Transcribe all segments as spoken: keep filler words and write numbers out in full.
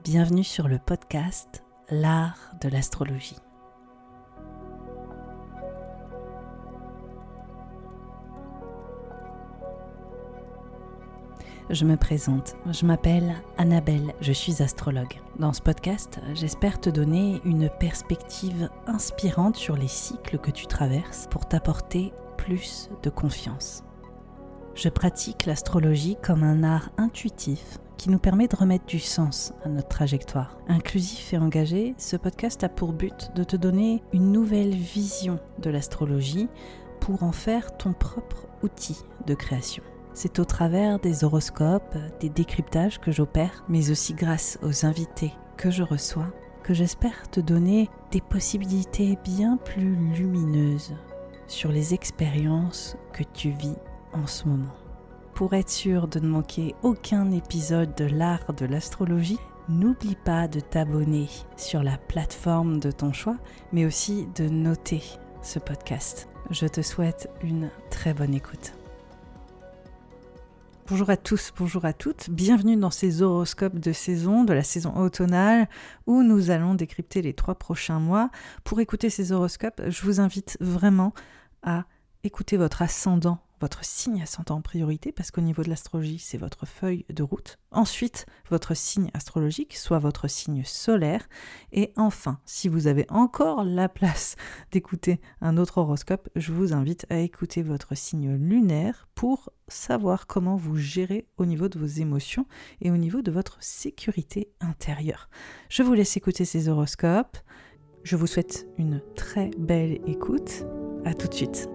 Bienvenue sur le podcast L'art de l'astrologie. Je me présente, je m'appelle Annabelle, je suis astrologue. Dans ce podcast, j'espère te donner une perspective inspirante sur les cycles que tu traverses pour t'apporter plus de confiance. Je pratique l'astrologie comme un art intuitif qui nous permet de remettre du sens à notre trajectoire. Inclusif et engagé, ce podcast a pour but de te donner une nouvelle vision de l'astrologie pour en faire ton propre outil de création. C'est au travers des horoscopes, des décryptages que j'opère, mais aussi grâce aux invités que je reçois, que j'espère te donner des possibilités bien plus lumineuses sur les expériences que tu vis en ce moment. Pour être sûr de ne manquer aucun épisode de l'art de l'astrologie, n'oublie pas de t'abonner sur la plateforme de ton choix, mais aussi de noter ce podcast. Je te souhaite une très bonne écoute. Bonjour à tous, bonjour à toutes, bienvenue dans ces horoscopes de saison, de la saison automnale, où nous allons décrypter les trois prochains mois. Pour écouter ces horoscopes, je vous invite vraiment à écouter votre ascendant, votre signe ascendant en priorité, parce qu'au niveau de l'astrologie, c'est votre feuille de route. Ensuite, votre signe astrologique, soit votre signe solaire. Et enfin, si vous avez encore la place d'écouter un autre horoscope, je vous invite à écouter votre signe lunaire pour savoir comment vous gérez au niveau de vos émotions et au niveau de votre sécurité intérieure. Je vous laisse écouter ces horoscopes. Je vous souhaite une très belle écoute. À tout de suite.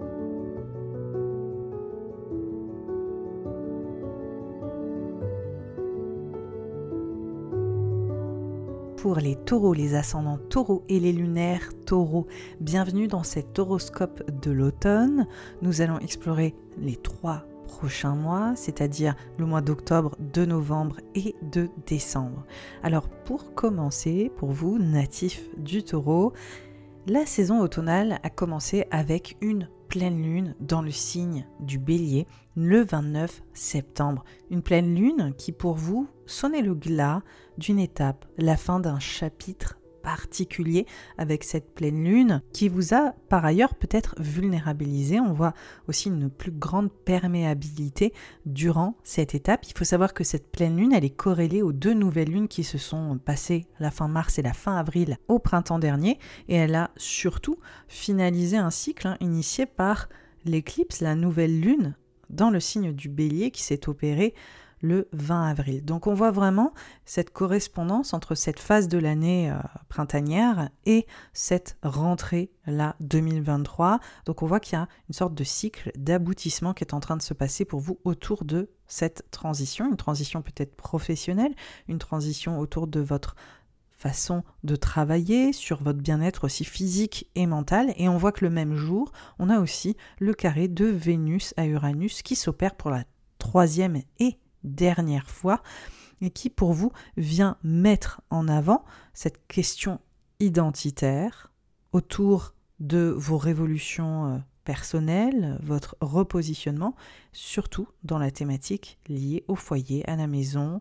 Pour les taureaux, les ascendants taureaux et les lunaires taureaux, bienvenue dans cet horoscope de l'automne. Nous allons explorer les trois prochains mois, c'est-à-dire le mois d'octobre, de novembre et de décembre. Alors pour commencer, pour vous, natifs du taureau, la saison automnale a commencé avec une pleine lune dans le signe du bélier le vingt-neuf septembre. Une pleine lune qui pour vous sonnait le glas d'une étape, la fin d'un chapitre particulier avec cette pleine lune qui vous a par ailleurs peut-être vulnérabilisé. On voit aussi une plus grande perméabilité durant cette étape. Il faut savoir que cette pleine lune, elle est corrélée aux deux nouvelles lunes qui se sont passées la fin mars et la fin avril au printemps dernier, et elle a surtout finalisé un cycle hein, initié par l'éclipse, la nouvelle lune dans le signe du bélier qui s'est opérée le vingt avril. Donc on voit vraiment cette correspondance entre cette phase de l'année euh, printanière et cette rentrée-là deux mille vingt-trois. Donc on voit qu'il y a une sorte de cycle d'aboutissement qui est en train de se passer pour vous autour de cette transition, une transition peut-être professionnelle, une transition autour de votre façon de travailler, sur votre bien-être aussi physique et mental. Et on voit que le même jour, on a aussi le carré de Vénus à Uranus qui s'opère pour la troisième et dernière fois et qui pour vous vient mettre en avant cette question identitaire autour de vos révolutions personnelles, votre repositionnement, surtout dans la thématique liée au foyer, à la maison,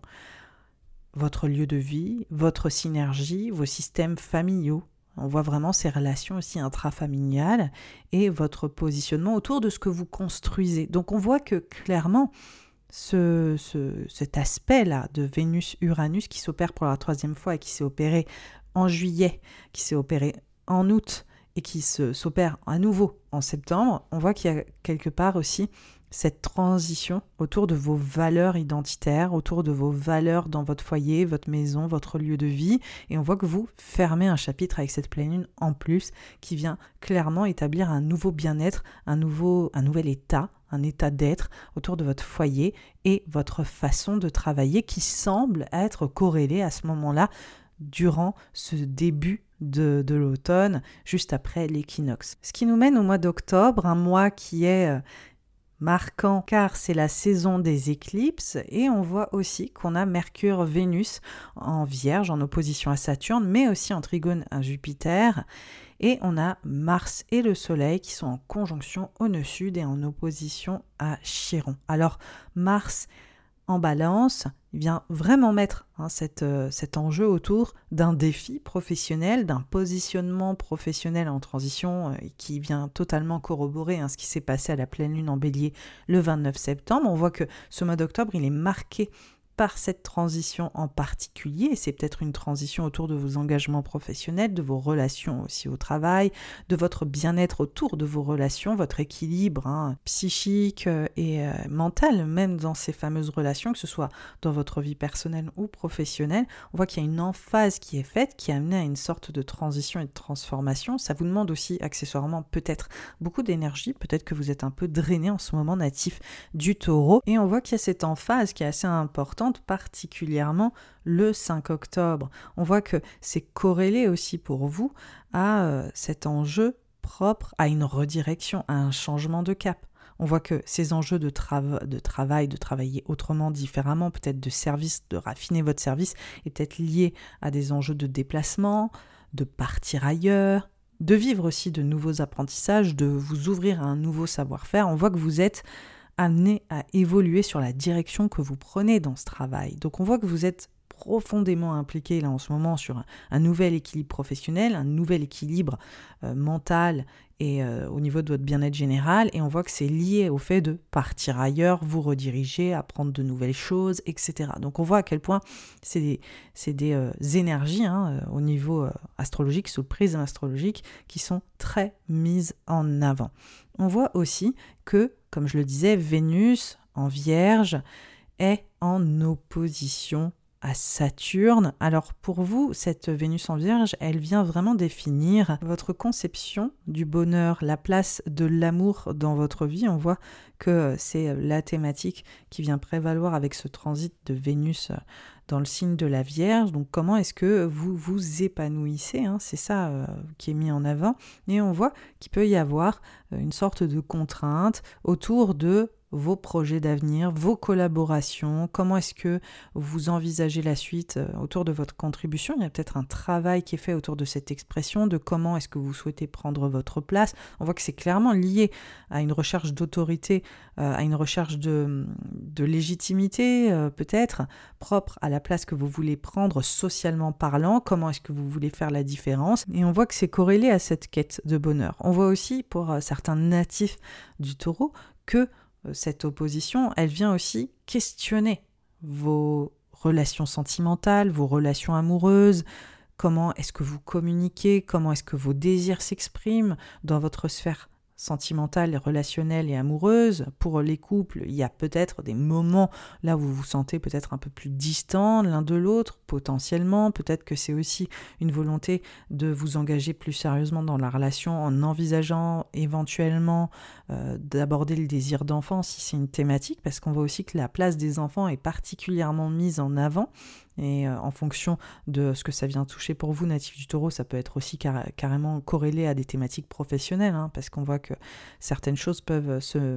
votre lieu de vie, votre synergie, vos systèmes familiaux. On voit vraiment ces relations aussi intrafamiliales et votre positionnement autour de ce que vous construisez. Donc on voit que clairement, Ce, ce, cet aspect-là de Vénus-Uranus qui s'opère pour la troisième fois et qui s'est opéré en juillet, qui s'est opéré en août et qui se, s'opère à nouveau en septembre, on voit qu'il y a quelque part aussi cette transition autour de vos valeurs identitaires, autour de vos valeurs dans votre foyer, votre maison, votre lieu de vie. Et on voit que vous fermez un chapitre avec cette pleine lune en plus qui vient clairement établir un nouveau bien-être, un, nouveau, un nouvel état, un état d'être autour de votre foyer et votre façon de travailler qui semble être corrélée à ce moment-là durant ce début de, de l'automne, juste après l'équinoxe. Ce qui nous mène au mois d'octobre, un mois qui est euh, marquant car c'est la saison des éclipses et on voit aussi qu'on a Mercure-Vénus en Vierge en opposition à Saturne mais aussi en trigone à Jupiter et on a Mars et le Soleil qui sont en conjonction au nœud sud et en opposition à Chiron. Alors Mars en balance, il vient vraiment mettre hein, cette, euh, cet enjeu autour d'un défi professionnel, d'un positionnement professionnel en transition euh, qui vient totalement corroborer hein, ce qui s'est passé à la pleine lune en Bélier le vingt-neuf septembre. On voit que ce mois d'octobre, il est marqué par cette transition en particulier, et c'est peut-être une transition autour de vos engagements professionnels, de vos relations aussi au travail, de votre bien-être autour de vos relations, votre équilibre hein, psychique et euh, mental, même dans ces fameuses relations, que ce soit dans votre vie personnelle ou professionnelle. On voit qu'il y a une emphase qui est faite, qui a amené à une sorte de transition et de transformation. Ça vous demande aussi accessoirement peut-être beaucoup d'énergie, peut-être que vous êtes un peu drainé en ce moment natif du Taureau, et on voit qu'il y a cette emphase qui est assez importante, particulièrement le cinq octobre. On voit que c'est corrélé aussi pour vous à euh, cet enjeu propre à une redirection, à un changement de cap. On voit que ces enjeux de, trava- de travail, de travailler autrement, différemment, peut-être de service, de raffiner votre service, est peut-être lié à des enjeux de déplacement, de partir ailleurs, de vivre aussi de nouveaux apprentissages, de vous ouvrir à un nouveau savoir-faire. On voit que vous êtes amené à évoluer sur la direction que vous prenez dans ce travail. Donc on voit que vous êtes profondément impliqué là en ce moment sur un, un nouvel équilibre professionnel, un nouvel équilibre euh, mental et euh, au niveau de votre bien-être général, et on voit que c'est lié au fait de partir ailleurs, vous rediriger, apprendre de nouvelles choses, et cetera. Donc on voit à quel point c'est des, c'est des euh, énergies hein, euh, au niveau euh, astrologique, sous le prisme astrologique, qui sont très mises en avant. On voit aussi que, comme je le disais, Vénus en Vierge est en opposition à Saturne. Alors pour vous, cette Vénus en Vierge, elle vient vraiment définir votre conception du bonheur, la place de l'amour dans votre vie. On voit que c'est la thématique qui vient prévaloir avec ce transit de Vénus dans le signe de la Vierge. Donc comment est-ce que vous vous épanouissez hein, c'est ça euh, qui est mis en avant. Et on voit qu'il peut y avoir une sorte de contrainte autour de vos projets d'avenir, vos collaborations, comment est-ce que vous envisagez la suite autour de votre contribution. Il y a peut-être un travail qui est fait autour de cette expression, de comment est-ce que vous souhaitez prendre votre place. On voit que c'est clairement lié à une recherche d'autorité, euh, à une recherche de, de légitimité, euh, peut-être, propre à la place que vous voulez prendre socialement parlant, comment est-ce que vous voulez faire la différence. Et on voit que c'est corrélé à cette quête de bonheur. On voit aussi, pour euh, certains natifs du Taureau, que cette opposition, elle vient aussi questionner vos relations sentimentales, vos relations amoureuses, comment est-ce que vous communiquez, comment est-ce que vos désirs s'expriment dans votre sphère sentimentale, relationnelle et amoureuse. Pour les couples, il y a peut-être des moments là où vous vous sentez peut-être un peu plus distants l'un de l'autre, potentiellement. Peut-être que c'est aussi une volonté de vous engager plus sérieusement dans la relation en envisageant éventuellement euh, d'aborder le désir d'enfant si c'est une thématique, parce qu'on voit aussi que la place des enfants est particulièrement mise en avant. Et euh, en fonction de ce que ça vient toucher pour vous, natif du Taureau, ça peut être aussi car- carrément corrélé à des thématiques professionnelles, hein, parce qu'on voit que certaines choses peuvent se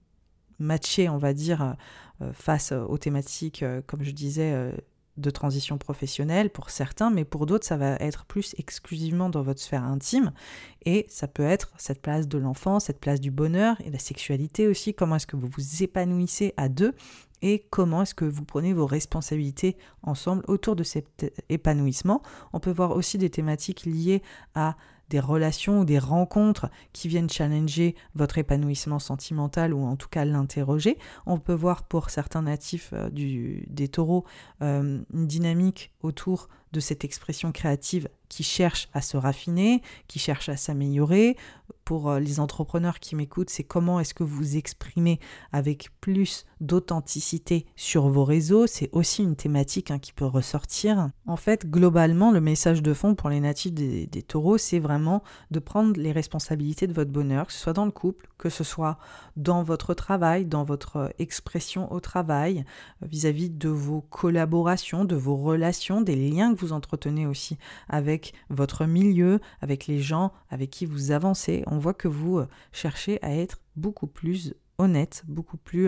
matcher, on va dire, euh, face aux thématiques, euh, comme je disais, euh, de transition professionnelle pour certains, mais pour d'autres, ça va être plus exclusivement dans votre sphère intime, et ça peut être cette place de l'enfant, cette place du bonheur, et la sexualité aussi, comment est-ce que vous vous épanouissez à deux, et comment est-ce que vous prenez vos responsabilités ensemble autour de cet épanouissement. On peut voir aussi des thématiques liées à des relations ou des rencontres qui viennent challenger votre épanouissement sentimental ou en tout cas l'interroger. On peut voir pour certains natifs euh, du, des taureaux euh, une dynamique autour de cette expression créative qui cherche à se raffiner, qui cherche à s'améliorer. Pour les entrepreneurs qui m'écoutent, c'est comment est-ce que vous exprimez avec plus d'authenticité sur vos réseaux. C'est aussi une thématique hein, qui peut ressortir. En fait, globalement, le message de fond pour les natifs des, des taureaux, c'est vraiment de prendre les responsabilités de votre bonheur, que ce soit dans le couple, que ce soit dans votre travail, dans votre expression au travail, vis-à-vis de vos collaborations, de vos relations, des liens que vous entretenez aussi avec votre milieu, avec les gens avec qui vous avancez. On voit que vous cherchez à être beaucoup plus honnête, beaucoup plus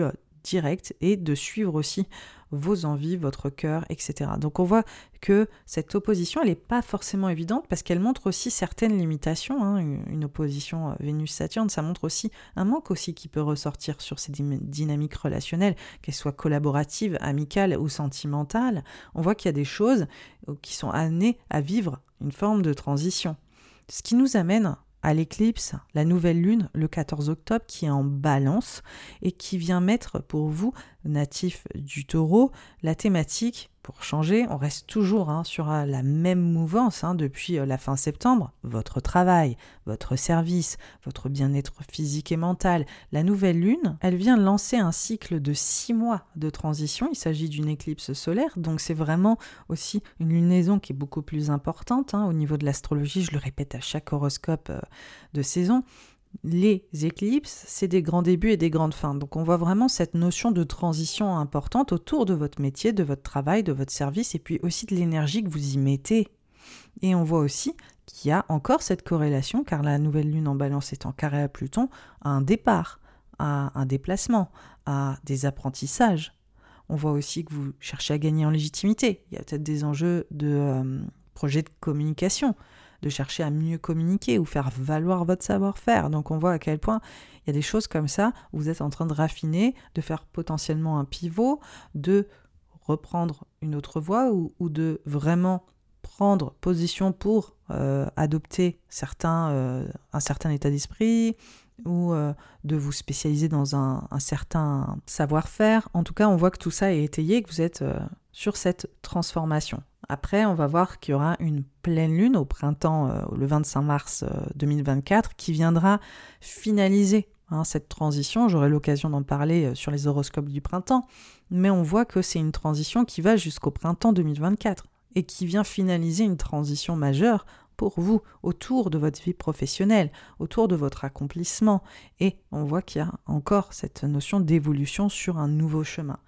direct et de suivre aussi vos envies, votre cœur, et cetera. Donc on voit que cette opposition, elle n'est pas forcément évidente parce qu'elle montre aussi certaines limitations. Hein. Une opposition Vénus-Saturne, ça montre aussi un manque aussi qui peut ressortir sur ces dynamiques relationnelles, qu'elles soient collaboratives, amicales ou sentimentales. On voit qu'il y a des choses qui sont amenées à vivre une forme de transition. Ce qui nous amène à l'éclipse, la nouvelle lune, le quatorze octobre, qui est en balance et qui vient mettre pour vous, natifs du taureau, la thématique, pour changer, on reste toujours hein, sur la même mouvance hein, depuis la fin septembre, votre travail, votre service, votre bien-être physique et mental. La nouvelle lune, elle vient lancer un cycle de six mois de transition, il s'agit d'une éclipse solaire, donc c'est vraiment aussi une lunaison qui est beaucoup plus importante hein, au niveau de l'astrologie, je le répète à chaque horoscope euh, de saison. Les éclipses, c'est des grands débuts et des grandes fins. Donc on voit vraiment cette notion de transition importante autour de votre métier, de votre travail, de votre service et puis aussi de l'énergie que vous y mettez. Et on voit aussi qu'il y a encore cette corrélation, car la nouvelle lune en balance est en carré à Pluton, à un départ, à un déplacement, à des apprentissages. On voit aussi que vous cherchez à gagner en légitimité. Il y a peut-être des enjeux de euh, projets de communication, de chercher à mieux communiquer ou faire valoir votre savoir-faire. Donc on voit à quel point il y a des choses comme ça où vous êtes en train de raffiner, de faire potentiellement un pivot, de reprendre une autre voie ou, ou de vraiment prendre position pour euh, adopter certains, euh, un certain état d'esprit ou euh, de vous spécialiser dans un, un certain savoir-faire. En tout cas, on voit que tout ça est étayé, que vous êtes euh, sur cette transformation. Après, on va voir qu'il y aura une pleine lune au printemps, euh, le vingt-cinq mars euh, deux mille vingt-quatre, qui viendra finaliser hein, cette transition. J'aurai l'occasion d'en parler euh, sur les horoscopes du printemps, mais on voit que c'est une transition qui va jusqu'au printemps deux mille vingt-quatre et qui vient finaliser une transition majeure pour vous, autour de votre vie professionnelle, autour de votre accomplissement. Et on voit qu'il y a encore cette notion d'évolution sur un nouveau chemin.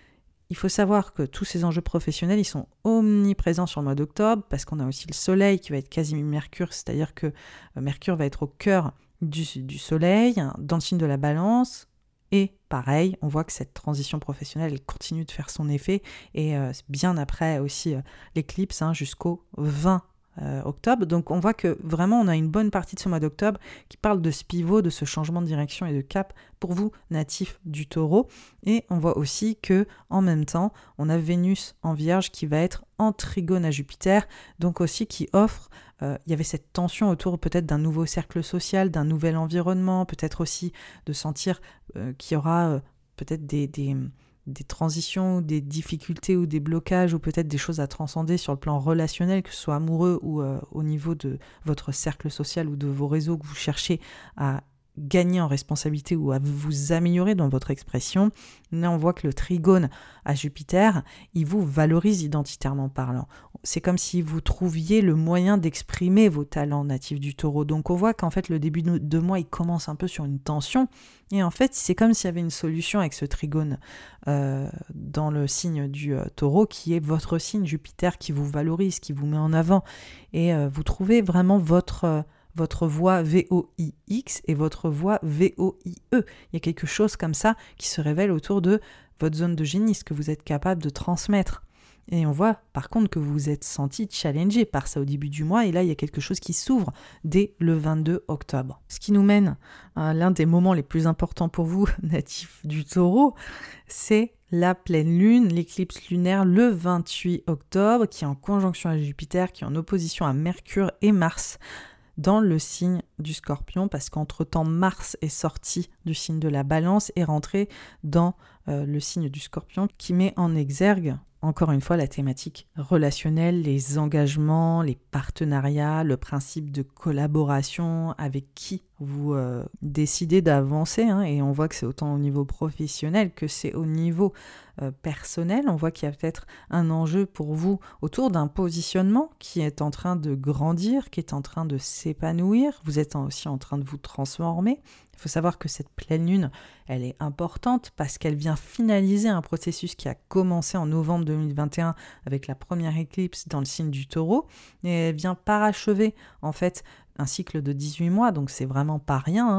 Il faut savoir que tous ces enjeux professionnels, ils sont omniprésents sur le mois d'octobre parce qu'on a aussi le soleil qui va être quasi Mercure, c'est-à-dire que Mercure va être au cœur du, du soleil, dans le signe de la balance. Et pareil, on voit que cette transition professionnelle, elle continue de faire son effet et euh, bien après aussi euh, l'éclipse hein, jusqu'au vingt Euh, octobre. Donc on voit que vraiment on a une bonne partie de ce mois d'octobre qui parle de ce pivot, de ce changement de direction et de cap pour vous natifs du taureau. Et on voit aussi que en même temps on a Vénus en Vierge qui va être en trigone à Jupiter, donc aussi qui offre euh, il y avait cette tension autour peut-être d'un nouveau cercle social, d'un nouvel environnement, peut-être aussi de sentir euh, qu'il y aura euh, peut-être des, des des transitions, des difficultés ou des blocages ou peut-être des choses à transcender sur le plan relationnel, que ce soit amoureux ou euh, au niveau de votre cercle social ou de vos réseaux que vous cherchez à gagner en responsabilité ou à vous améliorer dans votre expression. Là, on voit que le trigone à Jupiter, il vous valorise identitairement parlant. C'est comme si vous trouviez le moyen d'exprimer vos talents natifs du taureau. Donc on voit qu'en fait le début de mois, il commence un peu sur une tension. Et en fait, c'est comme s'il y avait une solution avec ce trigone euh, dans le signe du euh, taureau, qui est votre signe Jupiter, qui vous valorise, qui vous met en avant. Et euh, vous trouvez vraiment votre... Euh, votre voix V O I X et votre voix V O I E. Il y a quelque chose comme ça qui se révèle autour de votre zone de génie, ce que vous êtes capable de transmettre. Et on voit par contre que vous vous êtes senti challengé par ça au début du mois, et là il y a quelque chose qui s'ouvre dès le vingt-deux octobre. Ce qui nous mène à l'un des moments les plus importants pour vous, natifs du taureau, c'est la pleine lune, l'éclipse lunaire le vingt-huit octobre, qui est en conjonction à Jupiter, qui est en opposition à Mercure et Mars, dans le signe du Scorpion, parce qu'entre-temps, Mars est sorti du signe de la Balance et rentré dans euh, le signe du Scorpion, qui met en exergue, encore une fois, la thématique relationnelle, les engagements, les partenariats, le principe de collaboration avec qui vous euh, décidez d'avancer. Hein, et on voit que c'est autant au niveau professionnel que c'est au niveau euh, personnel. On voit qu'il y a peut-être un enjeu pour vous autour d'un positionnement qui est en train de grandir, qui est en train de s'épanouir. Vous êtes aussi en train de vous transformer. Il faut savoir que cette pleine lune, elle est importante parce qu'elle vient finaliser un processus qui a commencé en novembre deux mille vingt et un avec la première éclipse dans le signe du taureau, et elle vient parachever en fait un cycle de dix-huit mois, donc c'est vraiment pas rien. Hein.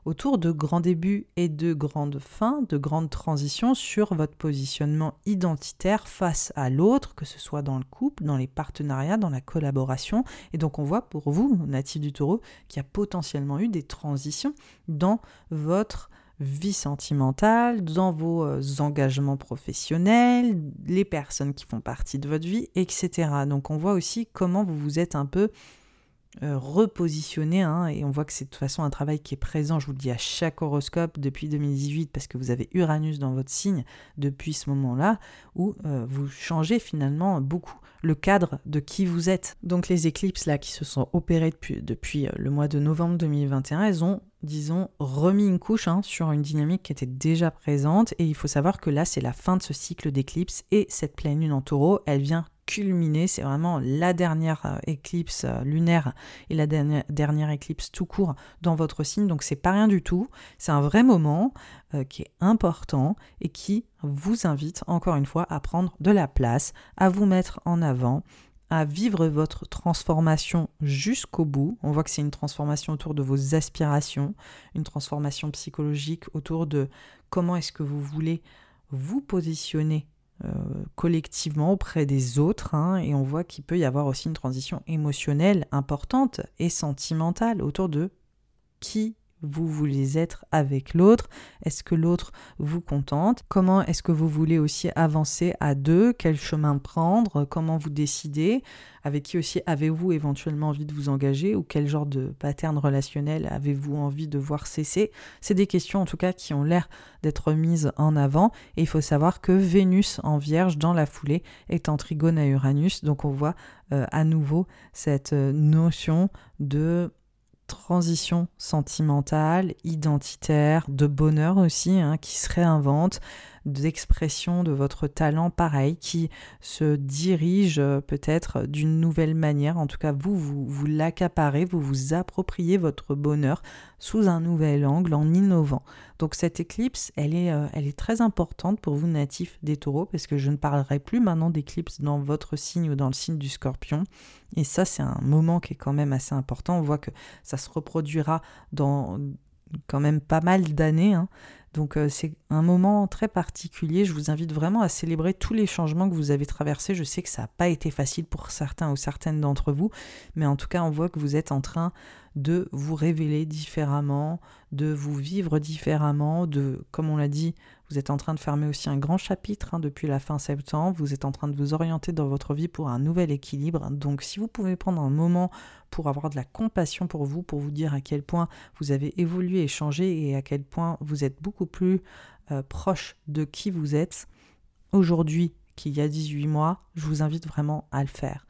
autour de grands débuts et de grandes fins, de grandes transitions sur votre positionnement identitaire face à l'autre, que ce soit dans le couple, dans les partenariats, dans la collaboration. Et donc on voit pour vous, natif du Taureau, qu'il y a potentiellement eu des transitions dans votre vie sentimentale, dans vos euh, engagements professionnels, les personnes qui font partie de votre vie, et cetera. Donc on voit aussi comment vous vous êtes un peu euh, repositionné, hein, et on voit que c'est de toute façon un travail qui est présent, je vous le dis, à chaque horoscope depuis deux mille dix-huit, parce que vous avez Uranus dans votre signe depuis ce moment-là, où euh, vous changez finalement beaucoup le cadre de qui vous êtes. Donc les éclipses là qui se sont opérées depuis, depuis le mois de novembre deux mille vingt et un, elles ont, disons, remis une couche hein, sur une dynamique qui était déjà présente, et il faut savoir que là c'est la fin de ce cycle d'éclipses, et cette pleine lune en Taureau, elle vient culminer, c'est vraiment la dernière euh, éclipse euh, lunaire et la dernière, dernière éclipse tout court dans votre signe, donc c'est pas rien du tout, c'est un vrai moment euh, qui est important et qui vous invite encore une fois à prendre de la place, à vous mettre en avant, à vivre votre transformation jusqu'au bout. On voit que c'est une transformation autour de vos aspirations, une transformation psychologique autour de comment est-ce que vous voulez vous positionner euh, collectivement auprès des autres, hein, et on voit qu'il peut y avoir aussi une transition émotionnelle importante et sentimentale autour de qui vous voulez être avec l'autre. Est-ce que l'autre vous contente? Comment est-ce que vous voulez aussi avancer à deux? Quel chemin prendre? Comment vous décidez? Avec qui aussi avez-vous éventuellement envie de vous engager? Ou quel genre de pattern relationnel avez-vous envie de voir cesser? C'est des questions en tout cas qui ont l'air d'être mises en avant. Et il faut savoir que Vénus en Vierge dans la foulée est en trigone à Uranus. Donc on voit euh, à nouveau cette euh, notion de transition sentimentale, identitaire, de bonheur aussi, hein, qui se réinvente, d'expression de votre talent pareil, qui se dirige euh, peut-être d'une nouvelle manière. En tout cas, vous, vous, vous l'accaparez, vous vous appropriez votre bonheur sous un nouvel angle en innovant. Donc cette éclipse, elle est, euh, elle est très importante pour vous natifs des Taureaux, parce que je ne parlerai plus maintenant d'éclipse dans votre signe ou dans le signe du Scorpion. Et ça, c'est un moment qui est quand même assez important. On voit que ça se reproduira dans quand même pas mal d'années, hein. Donc euh, c'est un moment très particulier. Je vous invite vraiment à célébrer tous les changements que vous avez traversés. Je sais que ça n'a pas été facile pour certains ou certaines d'entre vous, mais en tout cas, on voit que vous êtes en train de vous révéler différemment, de vous vivre différemment, de, comme on l'a dit, vous êtes en train de fermer aussi un grand chapitre hein, depuis la fin septembre. Vous êtes en train de vous orienter dans votre vie pour un nouvel équilibre. Donc si vous pouvez prendre un moment pour avoir de la compassion pour vous, pour vous dire à quel point vous avez évolué et changé et à quel point vous êtes beaucoup plus euh, proche de qui vous êtes aujourd'hui qu'il y a dix-huit mois, je vous invite vraiment à le faire.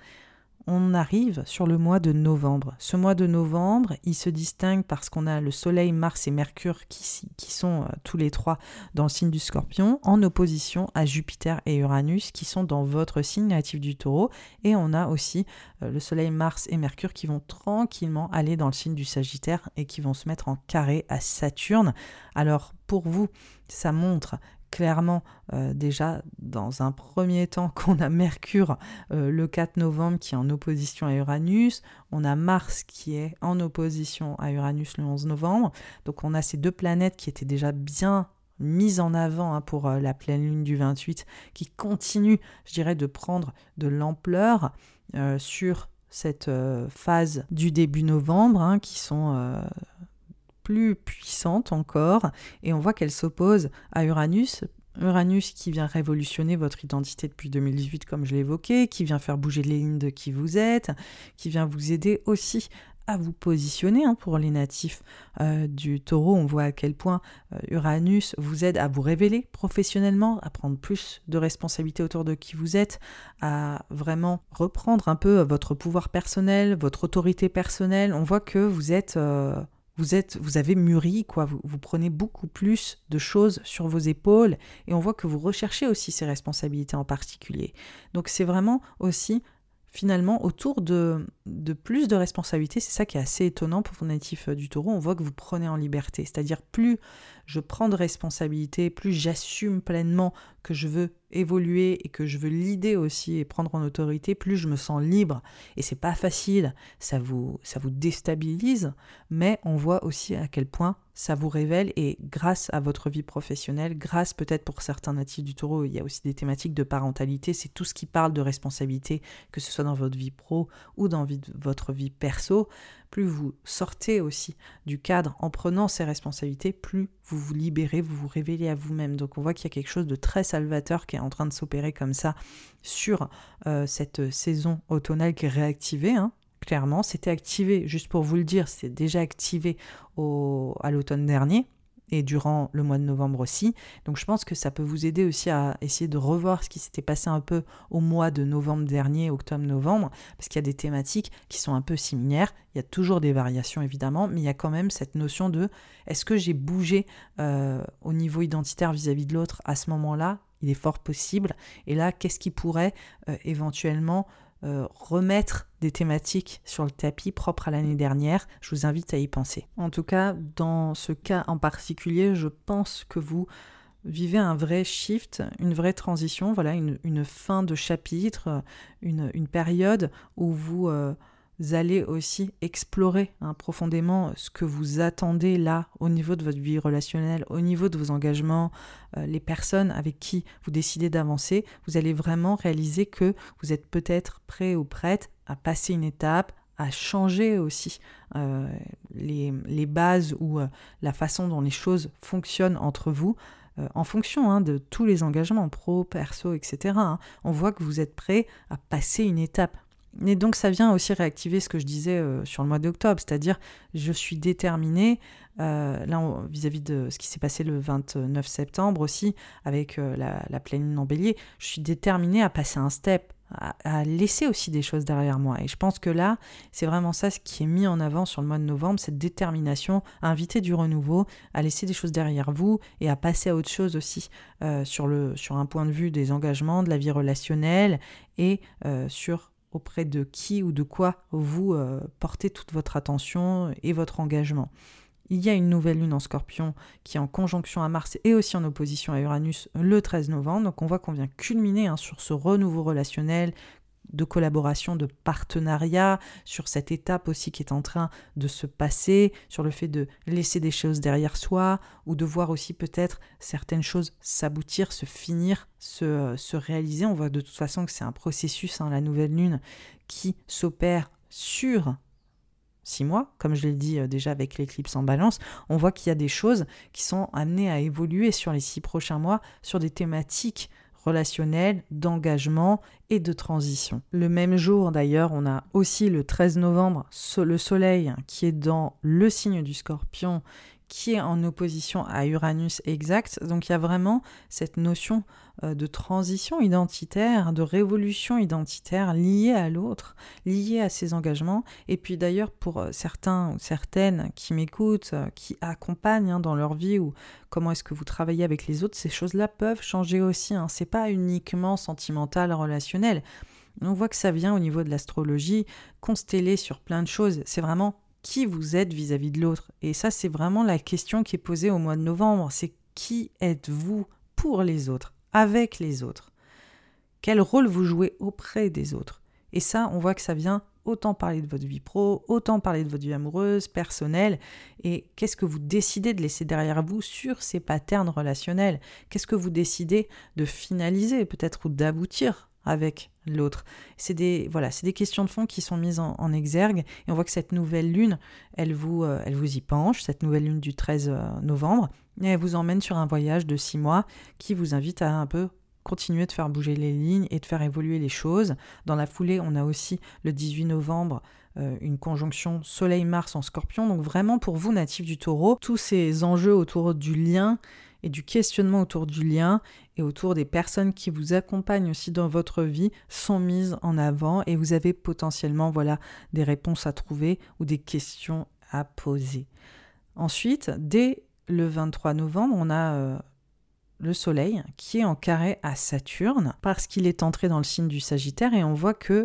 On arrive sur le mois de novembre. Ce mois de novembre, il se distingue parce qu'on a le Soleil, Mars et Mercure qui, qui sont euh, tous les trois dans le signe du Scorpion, en opposition à Jupiter et Uranus qui sont dans votre signe natif du Taureau. Et on a aussi euh, le Soleil, Mars et Mercure qui vont tranquillement aller dans le signe du Sagittaire et qui vont se mettre en carré à Saturne. Alors pour vous, ça montre clairement euh, déjà dans un premier temps qu'on a Mercure euh, le quatre novembre qui est en opposition à Uranus, on a Mars qui est en opposition à Uranus le onze novembre, donc on a ces deux planètes qui étaient déjà bien mises en avant hein, pour euh, la pleine lune du vingt-huit, qui continuent, je dirais, de prendre de l'ampleur euh, sur cette euh, phase du début novembre, hein, qui sont... Euh, plus puissante encore, et on voit qu'elle s'oppose à Uranus, Uranus qui vient révolutionner votre identité depuis deux mille dix-huit comme je l'ai évoqué, qui vient faire bouger les lignes de qui vous êtes, qui vient vous aider aussi à vous positionner hein, pour les natifs euh, du Taureau. On voit à quel point euh, Uranus vous aide à vous révéler professionnellement, à prendre plus de responsabilités autour de qui vous êtes, à vraiment reprendre un peu votre pouvoir personnel, votre autorité personnelle. On voit que vous êtes... Euh, Vous, êtes, vous avez mûri, quoi. Vous, vous prenez beaucoup plus de choses sur vos épaules et on voit que vous recherchez aussi ces responsabilités en particulier. Donc c'est vraiment aussi finalement autour de, de plus de responsabilités, c'est ça qui est assez étonnant pour vos natifs du Taureau, on voit que vous prenez en liberté, c'est-à-dire plus je prends de responsabilité, plus j'assume pleinement que je veux évoluer et que je veux l'idée aussi et prendre en autorité, plus je me sens libre. Et c'est pas facile, ça vous, ça vous déstabilise, mais on voit aussi à quel point ça vous révèle et grâce à votre vie professionnelle, grâce peut-être pour certains natifs du Taureau, il y a aussi des thématiques de parentalité, c'est tout ce qui parle de responsabilité, que ce soit dans votre vie pro ou dans votre vie perso. Plus vous sortez aussi du cadre en prenant ces responsabilités, plus vous vous libérez, vous vous révélez à vous-même. Donc on voit qu'il y a quelque chose de très salvateur qui est en train de s'opérer comme ça sur euh, cette saison automnale qui est réactivée, hein. Clairement, c'était activé, juste pour vous le dire, c'était déjà activé au, à l'automne dernier et durant le mois de novembre aussi. Donc je pense que ça peut vous aider aussi à essayer de revoir ce qui s'était passé un peu au mois de novembre dernier, octobre-novembre, parce qu'il y a des thématiques qui sont un peu similaires. Il y a toujours des variations évidemment, mais il y a quand même cette notion de est-ce que j'ai bougé euh, au niveau identitaire vis-à-vis de l'autre à ce moment-là ? Il est fort possible. Et là, qu'est-ce qui pourrait euh, éventuellement Euh, remettre des thématiques sur le tapis propres à l'année dernière, je vous invite à y penser. En tout cas, dans ce cas en particulier, je pense que vous vivez un vrai shift, une vraie transition, voilà, une, une fin de chapitre, une, une période où vous euh, allez aussi explorer hein, profondément ce que vous attendez là au niveau de votre vie relationnelle, au niveau de vos engagements, euh, les personnes avec qui vous décidez d'avancer. Vous allez vraiment réaliser que vous êtes peut-être prêt ou prête à passer une étape, à changer aussi euh, les, les bases ou euh, la façon dont les choses fonctionnent entre vous. Euh, en fonction hein, de tous les engagements pro, perso, et cetera. Hein, on voit que vous êtes prêt à passer une étape. Et donc ça vient aussi réactiver ce que je disais euh, sur le mois d'octobre, c'est-à-dire je suis déterminée, euh, là on, vis-à-vis de ce qui s'est passé le vingt-neuf septembre aussi, avec euh, la, la pleine lune en bélier, je suis déterminée à passer un step, à, à laisser aussi des choses derrière moi. Et je pense que là, c'est vraiment ça ce qui est mis en avant sur le mois de novembre, cette détermination à inviter du renouveau, à laisser des choses derrière vous et à passer à autre chose aussi euh, sur, le, sur un point de vue des engagements, de la vie relationnelle et euh, sur auprès de qui ou de quoi vous euh, portez toute votre attention et votre engagement. Il y a une nouvelle lune en Scorpion qui est en conjonction à Mars et aussi en opposition à Uranus le treize novembre. Donc on voit qu'on vient culminer hein, sur ce renouveau relationnel, de collaboration, de partenariat, sur cette étape aussi qui est en train de se passer, sur le fait de laisser des choses derrière soi ou de voir aussi peut-être certaines choses s'aboutir, se finir, se, se réaliser. On voit de toute façon que c'est un processus, hein, la nouvelle lune, qui s'opère sur six mois, comme je l'ai dit déjà avec l'éclipse en Balance. On voit qu'il y a des choses qui sont amenées à évoluer sur les six prochains mois, sur des thématiques relationnel, d'engagement et de transition. Le même jour d'ailleurs, on a aussi le treize novembre, le soleil qui est dans le signe du Scorpion, qui est en opposition à Uranus exact. Donc il y a vraiment cette notion euh, de transition identitaire, de révolution identitaire liée à l'autre, liée à ses engagements. Et puis d'ailleurs pour certains ou certaines qui m'écoutent, euh, qui accompagnent hein, dans leur vie ou comment est-ce que vous travaillez avec les autres, ces choses-là peuvent changer aussi. Hein. C'est pas uniquement sentimental, relationnel. On voit que ça vient au niveau de l'astrologie, constellé sur plein de choses. C'est vraiment qui vous êtes vis-à-vis de l'autre. Et ça, c'est vraiment la question qui est posée au mois de novembre. C'est qui êtes-vous pour les autres, avec les autres ? Quel rôle vous jouez auprès des autres ? Et ça, on voit que ça vient autant parler de votre vie pro, autant parler de votre vie amoureuse, personnelle. Et qu'est-ce que vous décidez de laisser derrière vous sur ces patterns relationnels ? Qu'est-ce que vous décidez de finaliser peut-être ou d'aboutir avec l'autre. C'est des, voilà, c'est des questions de fond qui sont mises en, en exergue et on voit que cette nouvelle lune, elle vous, euh, elle vous y penche, cette nouvelle lune du treize novembre, et elle vous emmène sur un voyage de six mois qui vous invite à un peu continuer de faire bouger les lignes et de faire évoluer les choses. Dans la foulée, on a aussi le dix-huit novembre euh, une conjonction Soleil-Mars en Scorpion, donc vraiment pour vous, natifs du Taureau, tous ces enjeux autour du lien et du questionnement autour du lien et autour des personnes qui vous accompagnent aussi dans votre vie sont mises en avant et vous avez potentiellement voilà, des réponses à trouver ou des questions à poser. Ensuite, dès le vingt-trois novembre, on a euh, le Soleil qui est en carré à Saturne parce qu'il est entré dans le signe du Sagittaire et on voit que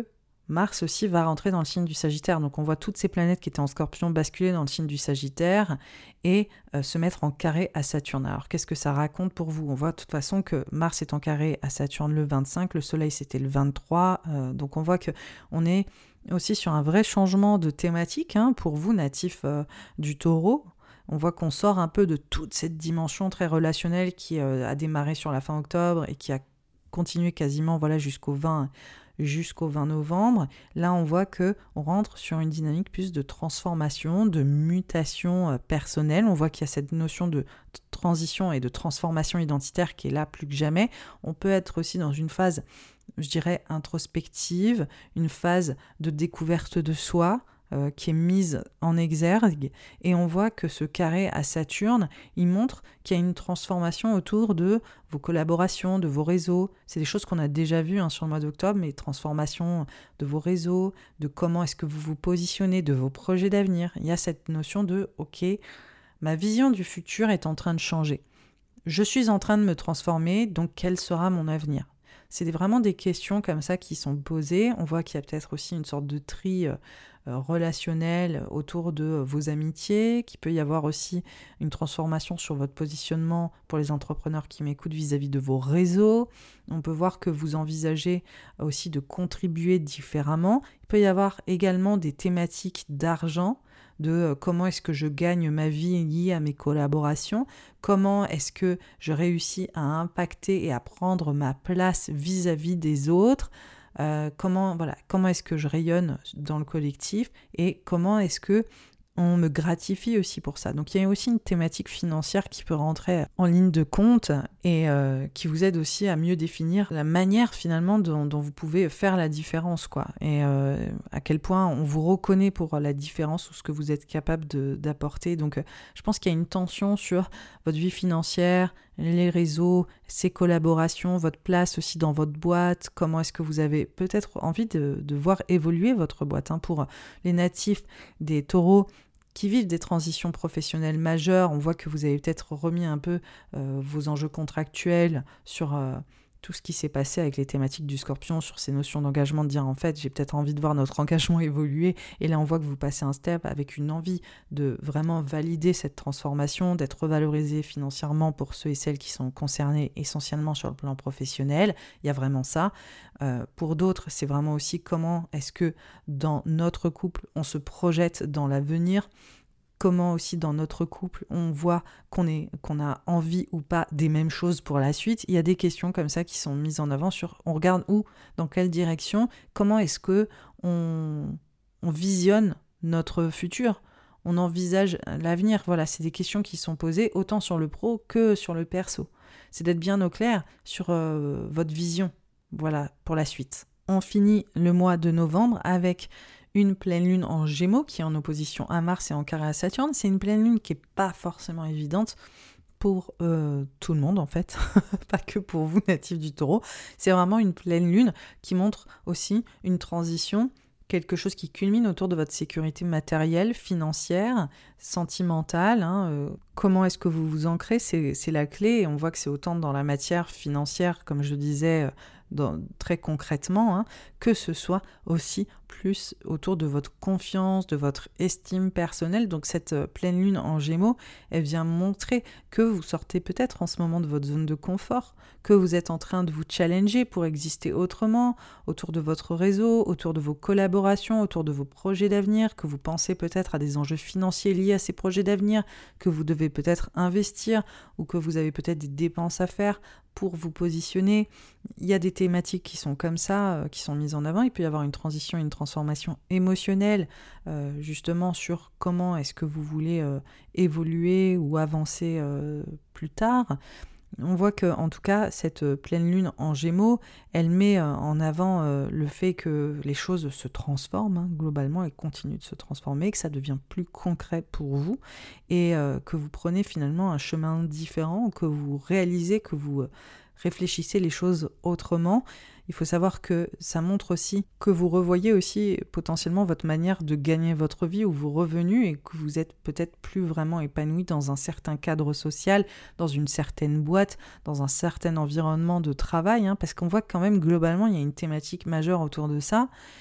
Mars aussi va rentrer dans le signe du Sagittaire. Donc on voit toutes ces planètes qui étaient en Scorpion basculer dans le signe du Sagittaire et euh, se mettre en carré à Saturne. Alors qu'est-ce que ça raconte pour vous ? On voit de toute façon que Mars est en carré à Saturne le vingt-cinq, le Soleil c'était le vingt-trois. Euh, donc on voit qu'on est aussi sur un vrai changement de thématique hein, pour vous, natifs euh, du Taureau. On voit qu'on sort un peu de toute cette dimension très relationnelle qui euh, a démarré sur la fin octobre et qui a continué quasiment voilà, jusqu'au vingt jusqu'au vingt novembre. Là, on voit qu'on rentre sur une dynamique plus de transformation, de mutation euh, personnelle. On voit qu'il y a cette notion de transition et de transformation identitaire qui est là plus que jamais. On peut être aussi dans une phase, je dirais, introspective, une phase de découverte de soi, Euh, qui est mise en exergue, et on voit que ce carré à Saturne, il montre qu'il y a une transformation autour de vos collaborations, de vos réseaux. C'est des choses qu'on a déjà vues hein, sur le mois d'octobre, mais transformation de vos réseaux, de comment est-ce que vous vous positionnez, de vos projets d'avenir. Il y a cette notion de « ok, ma vision du futur est en train de changer. Je suis en train de me transformer, donc quel sera mon avenir ?» C'est vraiment des questions comme ça qui sont posées. On voit qu'il y a peut-être aussi une sorte de tri euh, relationnel autour de vos amitiés, qu'il peut y avoir aussi une transformation sur votre positionnement pour les entrepreneurs qui m'écoutent vis-à-vis de vos réseaux. On peut voir que vous envisagez aussi de contribuer différemment. Il peut y avoir également des thématiques d'argent, de comment est-ce que je gagne ma vie liée à mes collaborations, comment est-ce que je réussis à impacter et à prendre ma place vis-à-vis des autres, euh, comment, voilà, comment est-ce que je rayonne dans le collectif et comment est-ce que on me gratifie aussi pour ça. Donc il y a aussi une thématique financière qui peut rentrer en ligne de compte et euh, qui vous aide aussi à mieux définir la manière finalement dont, dont vous pouvez faire la différence, quoi. Et euh, à quel point on vous reconnaît pour la différence ou ce que vous êtes capable de, d'apporter. Donc euh, je pense qu'il y a une tension sur votre vie financière, les réseaux, ces collaborations, votre place aussi dans votre boîte, comment est-ce que vous avez peut-être envie de, de voir évoluer votre boîte. Hein. Pour les natifs des taureaux qui vivent des transitions professionnelles majeures, on voit que vous avez peut-être remis un peu euh, vos enjeux contractuels sur euh, tout ce qui s'est passé avec les thématiques du Scorpion, sur ces notions d'engagement, de dire en fait j'ai peut-être envie de voir notre engagement évoluer, et là on voit que vous passez un step avec une envie de vraiment valider cette transformation, d'être revalorisé financièrement pour ceux et celles qui sont concernés essentiellement sur le plan professionnel. Il y a vraiment ça. Euh, pour d'autres, c'est vraiment aussi comment est-ce que dans notre couple on se projette dans l'avenir, comment aussi dans notre couple on voit qu'on est, qu'on a envie ou pas des mêmes choses pour la suite. Il y a des questions comme ça qui sont mises en avant sur on regarde où, dans quelle direction, comment est-ce que on, on visionne notre futur, on envisage l'avenir. Voilà, c'est des questions qui sont posées autant sur le pro que sur le perso. C'est d'être bien au clair sur euh, votre vision, voilà, pour la suite. On finit le mois de novembre avec une pleine lune en Gémeaux qui est en opposition à Mars et en carré à Saturne. C'est une pleine lune qui n'est pas forcément évidente pour euh, tout le monde en fait, pas que pour vous natifs du Taureau. C'est vraiment une pleine lune qui montre aussi une transition, quelque chose qui culmine autour de votre sécurité matérielle, financière, sentimentale. Hein, euh, comment est-ce que vous vous ancrez, c'est, c'est la clé. Et on voit que c'est autant dans la matière financière, comme je disais, euh, dans, très concrètement, hein, que ce soit aussi plus autour de votre confiance, de votre estime personnelle. Donc cette euh, pleine lune en Gémeaux, elle vient montrer que vous sortez peut-être en ce moment de votre zone de confort, que vous êtes en train de vous challenger pour exister autrement, autour de votre réseau, autour de vos collaborations, autour de vos projets d'avenir, que vous pensez peut-être à des enjeux financiers liés à ces projets d'avenir, que vous devez peut-être investir ou que vous avez peut-être des dépenses à faire pour vous positionner. Il y a des thématiques qui sont comme ça, euh, qui sont mises en avant. Il peut y avoir une transition, une transformation émotionnelle, euh, justement sur comment est-ce que vous voulez euh, évoluer ou avancer euh, plus tard. On voit que, en tout cas, cette pleine lune en Gémeaux, elle met en avant euh, le fait que les choses se transforment, hein, globalement, et continuent de se transformer, que ça devient plus concret pour vous, et euh, que vous prenez finalement un chemin différent, que vous réalisez, que vous euh, réfléchissez les choses autrement. Il faut savoir que ça montre aussi que vous revoyez aussi potentiellement votre manière de gagner votre vie ou vos revenus et que vous êtes peut-être plus vraiment épanoui dans un certain cadre social, dans une certaine boîte, dans un certain environnement de travail, hein, parce qu'on voit que quand même globalement il y a une thématique majeure autour de ça.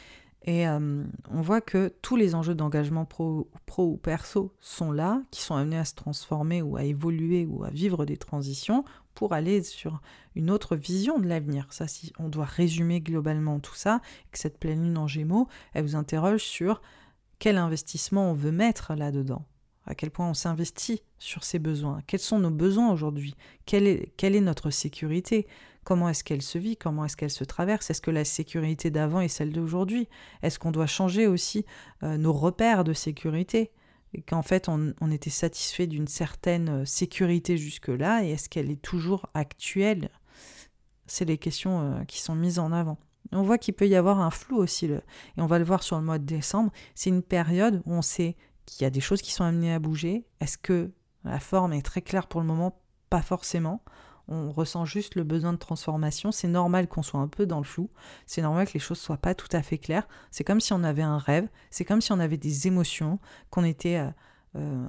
Et euh, on voit que tous les enjeux d'engagement pro, pro ou perso sont là, qui sont amenés à se transformer ou à évoluer ou à vivre des transitions pour aller sur une autre vision de l'avenir. Ça, si on doit résumer globalement tout ça, que cette pleine lune en Gémeaux, elle vous interroge sur quel investissement on veut mettre là-dedans, à quel point on s'investit sur ses besoins, quels sont nos besoins aujourd'hui, quelle est, quelle est notre sécurité, comment est-ce qu'elle se vit, comment est-ce qu'elle se traverse, est-ce que la sécurité d'avant est celle d'aujourd'hui, est-ce qu'on doit changer aussi euh, nos repères de sécurité, et qu'en fait on, on était satisfait d'une certaine sécurité jusque-là, et est-ce qu'elle est toujours actuelle? C'est les questions euh, qui sont mises en avant. On voit qu'il peut y avoir un flou aussi, le... et on va le voir sur le mois de décembre, c'est une période où on sait qu'il y a des choses qui sont amenées à bouger. Est-ce que la forme est très claire pour le moment? Pas forcément. On ressent juste le besoin de transformation. C'est normal qu'on soit un peu dans le flou. C'est normal que les choses soient pas tout à fait claires. C'est comme si on avait un rêve. C'est comme si on avait des émotions, qu'on était euh, euh,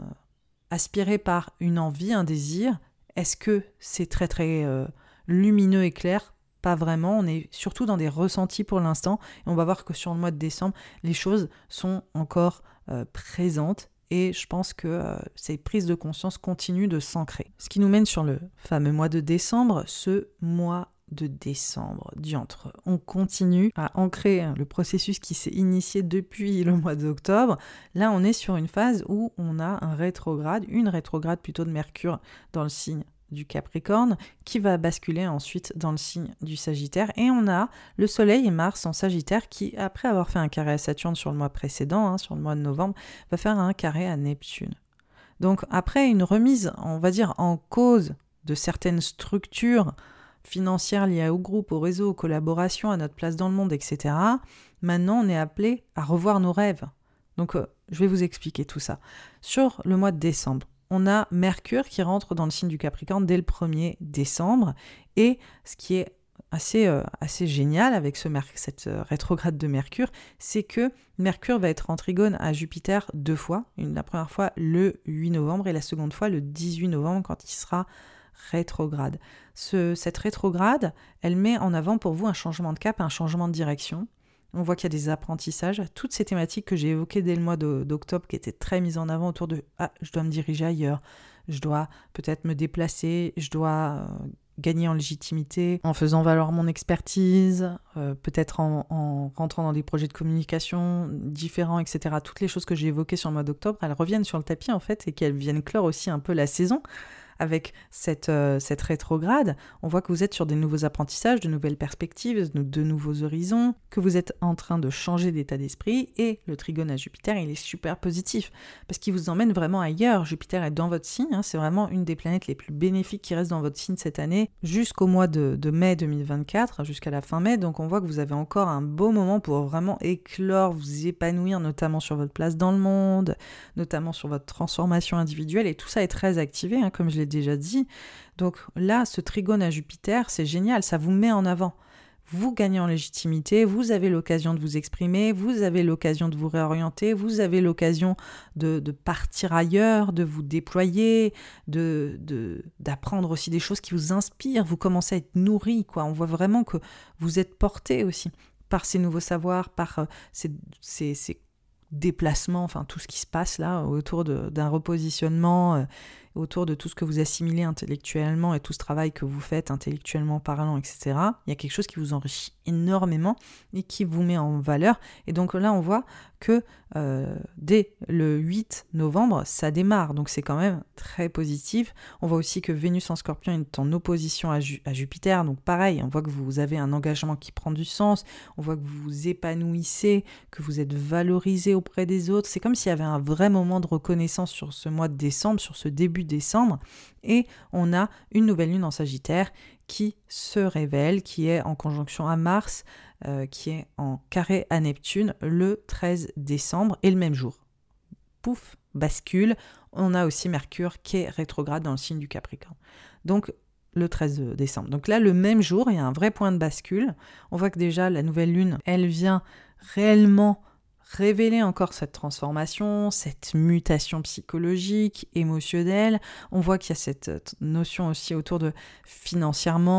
aspiré par une envie, un désir. Est-ce que c'est très très euh, lumineux et clair? Pas vraiment. On est surtout dans des ressentis pour l'instant. Et on va voir que sur le mois de décembre, les choses sont encore euh, présentes. Et je pense que euh, ces prises de conscience continuent de s'ancrer. Ce qui nous mène sur le fameux mois de décembre, ce mois de décembre, diantre. On continue à ancrer le processus qui s'est initié depuis le mois d'octobre. Là, on est sur une phase où on a un rétrograde, une rétrograde plutôt de Mercure dans le signe du Capricorne, qui va basculer ensuite dans le signe du Sagittaire. Et on a le Soleil et Mars en Sagittaire qui, après avoir fait un carré à Saturne sur le mois précédent, hein, sur le mois de novembre, va faire un carré à Neptune. Donc après une remise, on va dire, en cause de certaines structures financières liées au groupe, au réseau, aux collaborations, à notre place dans le monde, et cetera, maintenant on est appelé à revoir nos rêves. Donc euh, je vais vous expliquer tout ça. Sur le mois de décembre, on a Mercure qui rentre dans le signe du Capricorne dès le premier décembre. Et ce qui est assez, euh, assez génial avec ce mer- cette euh, rétrograde de Mercure, c'est que Mercure va être en trigone à Jupiter deux fois. Une, la première fois le huit novembre et la seconde fois le dix-huit novembre quand il sera rétrograde. Ce, cette rétrograde, elle met en avant pour vous un changement de cap, un changement de direction. On voit qu'il y a des apprentissages, toutes ces thématiques que j'ai évoquées dès le mois de, d'octobre qui étaient très mises en avant autour de « Ah, je dois me diriger ailleurs, je dois peut-être me déplacer, je dois euh, gagner en légitimité en faisant valoir mon expertise, euh, peut-être en, en rentrant dans des projets de communication différents, et cetera » Toutes les choses que j'ai évoquées sur le mois d'octobre, elles reviennent sur le tapis en fait et qu'elles viennent clore aussi un peu la saison. Avec cette, euh, cette rétrograde, on voit que vous êtes sur des nouveaux apprentissages, de nouvelles perspectives, de, de nouveaux horizons, que vous êtes en train de changer d'état d'esprit, et le trigone à Jupiter, il est super positif, parce qu'il vous emmène vraiment ailleurs. Jupiter est dans votre signe, hein, c'est vraiment une des planètes les plus bénéfiques qui reste dans votre signe cette année, jusqu'au mois de, de mai deux mille vingt-quatre, jusqu'à la fin mai, donc on voit que vous avez encore un beau moment pour vraiment éclore, vous épanouir, notamment sur votre place dans le monde, notamment sur votre transformation individuelle, et tout ça est très activé, hein, comme je l'ai déjà dit. Donc là, ce trigone à Jupiter, c'est génial, ça vous met en avant. Vous gagnez en légitimité, vous avez l'occasion de vous exprimer, vous avez l'occasion de vous réorienter, vous avez l'occasion de, de partir ailleurs, de vous déployer, de, de, d'apprendre aussi des choses qui vous inspirent, vous commencez à être nourri, quoi. On voit vraiment que vous êtes porté aussi par ces nouveaux savoirs, par euh, ces, ces, ces déplacements, enfin tout ce qui se passe là autour de, d'un repositionnement, euh, autour de tout ce que vous assimilez intellectuellement et tout ce travail que vous faites intellectuellement parlant, et cetera. Il y a quelque chose qui vous enrichit énormément et qui vous met en valeur. Et donc là, on voit que euh, dès le huit novembre, ça démarre. Donc c'est quand même très positif. On voit aussi que Vénus en Scorpion est en opposition à, Ju- à Jupiter. Donc pareil, on voit que vous avez un engagement qui prend du sens. On voit que vous vous épanouissez, que vous êtes valorisé auprès des autres. C'est comme s'il y avait un vrai moment de reconnaissance sur ce mois de décembre, sur ce début décembre, et on a une nouvelle lune en Sagittaire qui se révèle, qui est en conjonction à Mars, euh, qui est en carré à Neptune le treize décembre, et le même jour. Pouf, bascule, on a aussi Mercure qui est rétrograde dans le signe du Capricorne. Donc le treize décembre. Donc là, le même jour, il y a un vrai point de bascule. On voit que déjà, la nouvelle lune, elle vient réellement révéler encore cette transformation, cette mutation psychologique, émotionnelle. On voit qu'il y a cette notion aussi autour de financièrement,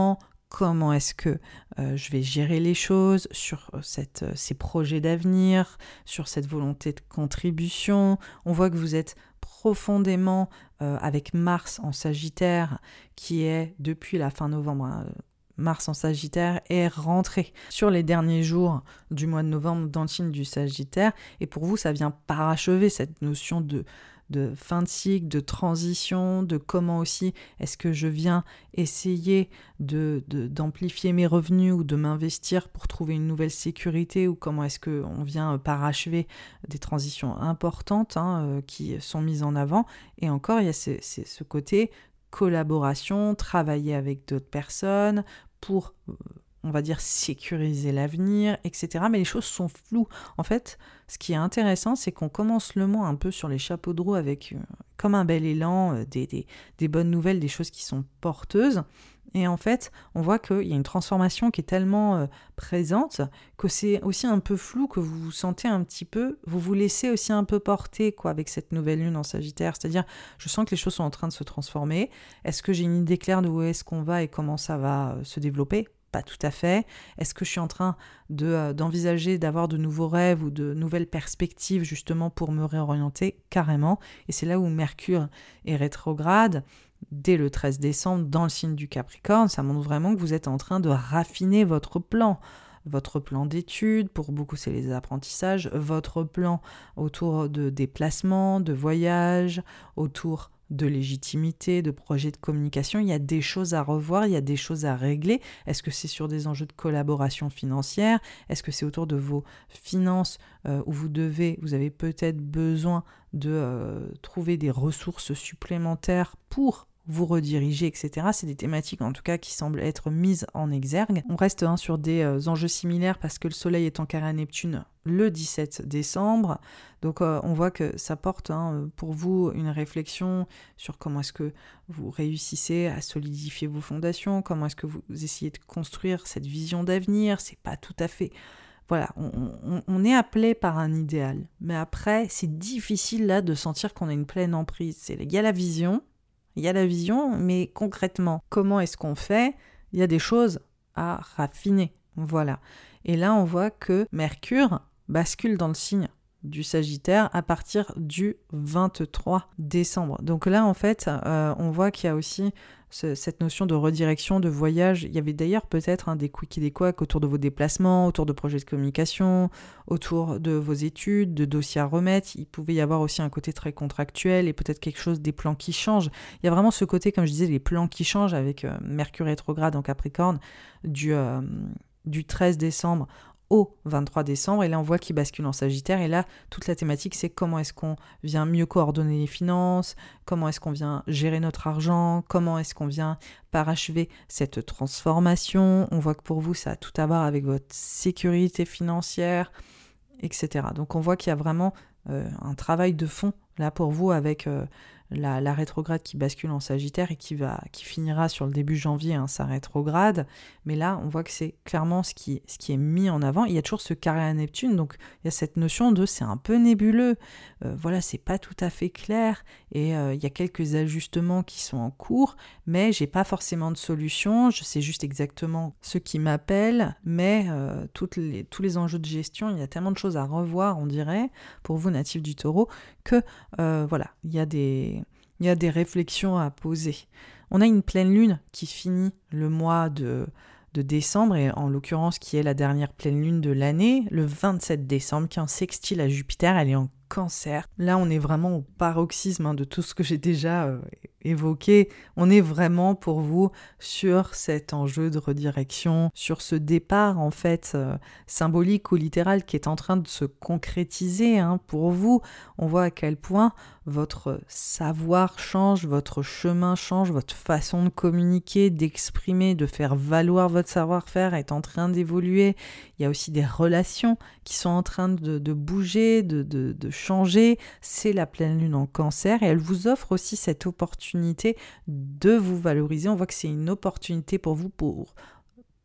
comment est-ce que euh, je vais gérer les choses, sur cette, euh, ces projets d'avenir, sur cette volonté de contribution. On voit que vous êtes profondément euh, avec Mars en Sagittaire, qui est depuis la fin novembre, hein, Mars en Sagittaire est rentré sur les derniers jours du mois de novembre dans le signe du Sagittaire. Et pour vous, ça vient parachever cette notion de de fin de cycle, de transition, de comment aussi est-ce que je viens essayer de, de, d'amplifier mes revenus ou de m'investir pour trouver une nouvelle sécurité, ou comment est-ce qu'on vient parachever des transitions importantes hein, euh, qui sont mises en avant. Et encore, il y a ce, ce, ce côté collaboration, travailler avec d'autres personnes pour, on va dire, sécuriser l'avenir, et cetera. Mais les choses sont floues. En fait, ce qui est intéressant, c'est qu'on commence le mois un peu sur les chapeaux de roue avec, euh, comme un bel élan, euh, des, des, des bonnes nouvelles, des choses qui sont porteuses. Et en fait, on voit qu'il y a une transformation qui est tellement euh, présente que c'est aussi un peu flou, que vous vous sentez un petit peu, vous vous laissez aussi un peu porter quoi, avec cette nouvelle lune en Sagittaire. C'est-à-dire, je sens que les choses sont en train de se transformer. Est-ce que j'ai une idée claire de où est-ce qu'on va et comment ça va euh, se développer ? Pas tout à fait. Est-ce que je suis en train de, euh, d'envisager d'avoir de nouveaux rêves ou de nouvelles perspectives justement pour me réorienter ? Carrément. Et c'est là où Mercure est rétrograde dès le treize décembre dans le signe du Capricorne. Ça montre vraiment que vous êtes en train de raffiner votre plan. Votre plan d'études, pour beaucoup c'est les apprentissages, votre plan autour de déplacements, de voyages, autour de légitimité, de projets de communication. Il y a des choses à revoir, il y a des choses à régler. Est-ce que c'est sur des enjeux de collaboration financière ? Est-ce que c'est autour de vos finances euh, où vous devez, vous avez peut-être besoin de euh, trouver des ressources supplémentaires pour vous rediriger, et cetera. C'est des thématiques en tout cas qui semblent être mises en exergue. On reste hein, sur des euh, enjeux similaires parce que le Soleil est en carré à Neptune le dix-sept décembre. Donc euh, on voit que ça porte hein, pour vous une réflexion sur comment est-ce que vous réussissez à solidifier vos fondations, comment est-ce que vous essayez de construire cette vision d'avenir. C'est pas tout à fait... Voilà, on, on, on est appelé par un idéal. Mais après, c'est difficile là de sentir qu'on a une pleine emprise. C'est, il y a la vision, il y a la vision, mais concrètement, comment est-ce qu'on fait ? Il y a des choses à raffiner. Voilà. Et là, on voit que Mercure bascule dans le signe du Sagittaire à partir du vingt-trois décembre. Donc là, en fait, euh, on voit qu'il y a aussi ce, cette notion de redirection, de voyage. Il y avait d'ailleurs peut-être hein, des quickies des couacs autour de vos déplacements, autour de projets de communication, autour de vos études, de dossiers à remettre. Il pouvait y avoir aussi un côté très contractuel et peut-être quelque chose, des plans qui changent. Il y a vraiment ce côté, comme je disais, les plans qui changent avec euh, Mercure rétrograde en Capricorne du, euh, du treize décembre au vingt-trois décembre, et là on voit qu'il bascule en Sagittaire, et là toute la thématique c'est comment est-ce qu'on vient mieux coordonner les finances, comment est-ce qu'on vient gérer notre argent, comment est-ce qu'on vient parachever cette transformation. On voit que pour vous ça a tout à voir avec votre sécurité financière, et cetera. Donc on voit qu'il y a vraiment euh, un travail de fond là pour vous avec euh, la, la rétrograde qui bascule en Sagittaire et qui, va, qui finira sur le début janvier, hein, sa rétrograde. Mais là, on voit que c'est clairement ce qui, ce qui est mis en avant. Il y a toujours ce carré à Neptune, donc il y a cette notion de c'est un peu nébuleux. Euh, voilà, c'est pas tout à fait clair. Et euh, il y a quelques ajustements qui sont en cours, mais j'ai pas forcément de solution. Je sais juste exactement ce qui m'appelle, mais euh, toutes les, tous les enjeux de gestion, il y a tellement de choses à revoir, on dirait, pour vous, natifs du Taureau, que euh, voilà, il y a des... Il y a des réflexions à poser. On a une pleine lune qui finit le mois de, de décembre, et en l'occurrence qui est la dernière pleine lune de l'année, le vingt-sept décembre, qui est en sextile à Jupiter, elle est en Cancer. Là, on est vraiment au paroxysme hein, de tout ce que j'ai déjà euh, évoqué. On est vraiment pour vous sur cet enjeu de redirection, sur ce départ en fait euh, symbolique ou littéral qui est en train de se concrétiser hein, pour vous. On voit à quel point votre savoir change, votre chemin change, votre façon de communiquer, d'exprimer, de faire valoir votre savoir-faire est en train d'évoluer. Il y a aussi des relations qui sont en train de, de bouger, de, de, de changer. C'est la pleine lune en Cancer et elle vous offre aussi cette opportunité de vous valoriser. On voit que c'est une opportunité pour vous pour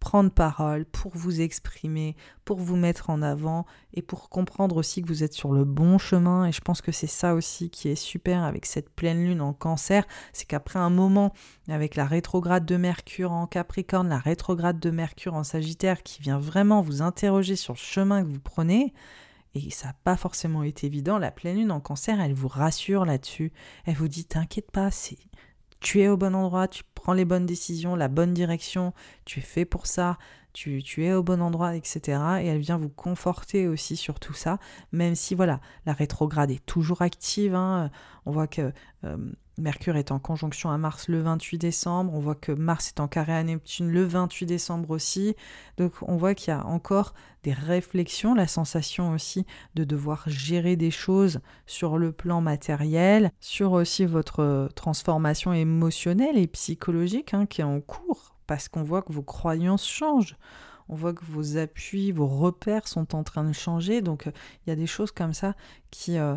prendre parole, pour vous exprimer, pour vous mettre en avant et pour comprendre aussi que vous êtes sur le bon chemin. Et je pense que c'est ça aussi qui est super avec cette pleine lune en Cancer, c'est qu'après un moment, avec la rétrograde de Mercure en Capricorne, la rétrograde de Mercure en Sagittaire qui vient vraiment vous interroger sur le chemin que vous prenez, et ça n'a pas forcément été évident, la pleine lune en Cancer, elle vous rassure là-dessus. Elle vous dit, t'inquiète pas, c'est... tu es au bon endroit, tu prends les bonnes décisions, la bonne direction, tu es fait pour ça, tu, tu es au bon endroit, et cetera. Et elle vient vous conforter aussi sur tout ça, même si voilà, la rétrograde est toujours active. Hein. On voit que euh, Mercure est en conjonction à Mars le vingt-huit décembre, on voit que Mars est en carré à Neptune le vingt-huit décembre aussi. Donc on voit qu'il y a encore des réflexions, la sensation aussi de devoir gérer des choses sur le plan matériel, sur aussi votre transformation émotionnelle et psychologique hein, qui est en cours, parce qu'on voit que vos croyances changent. On voit que vos appuis, vos repères sont en train de changer. Donc, il euh, y a des choses comme ça qui euh,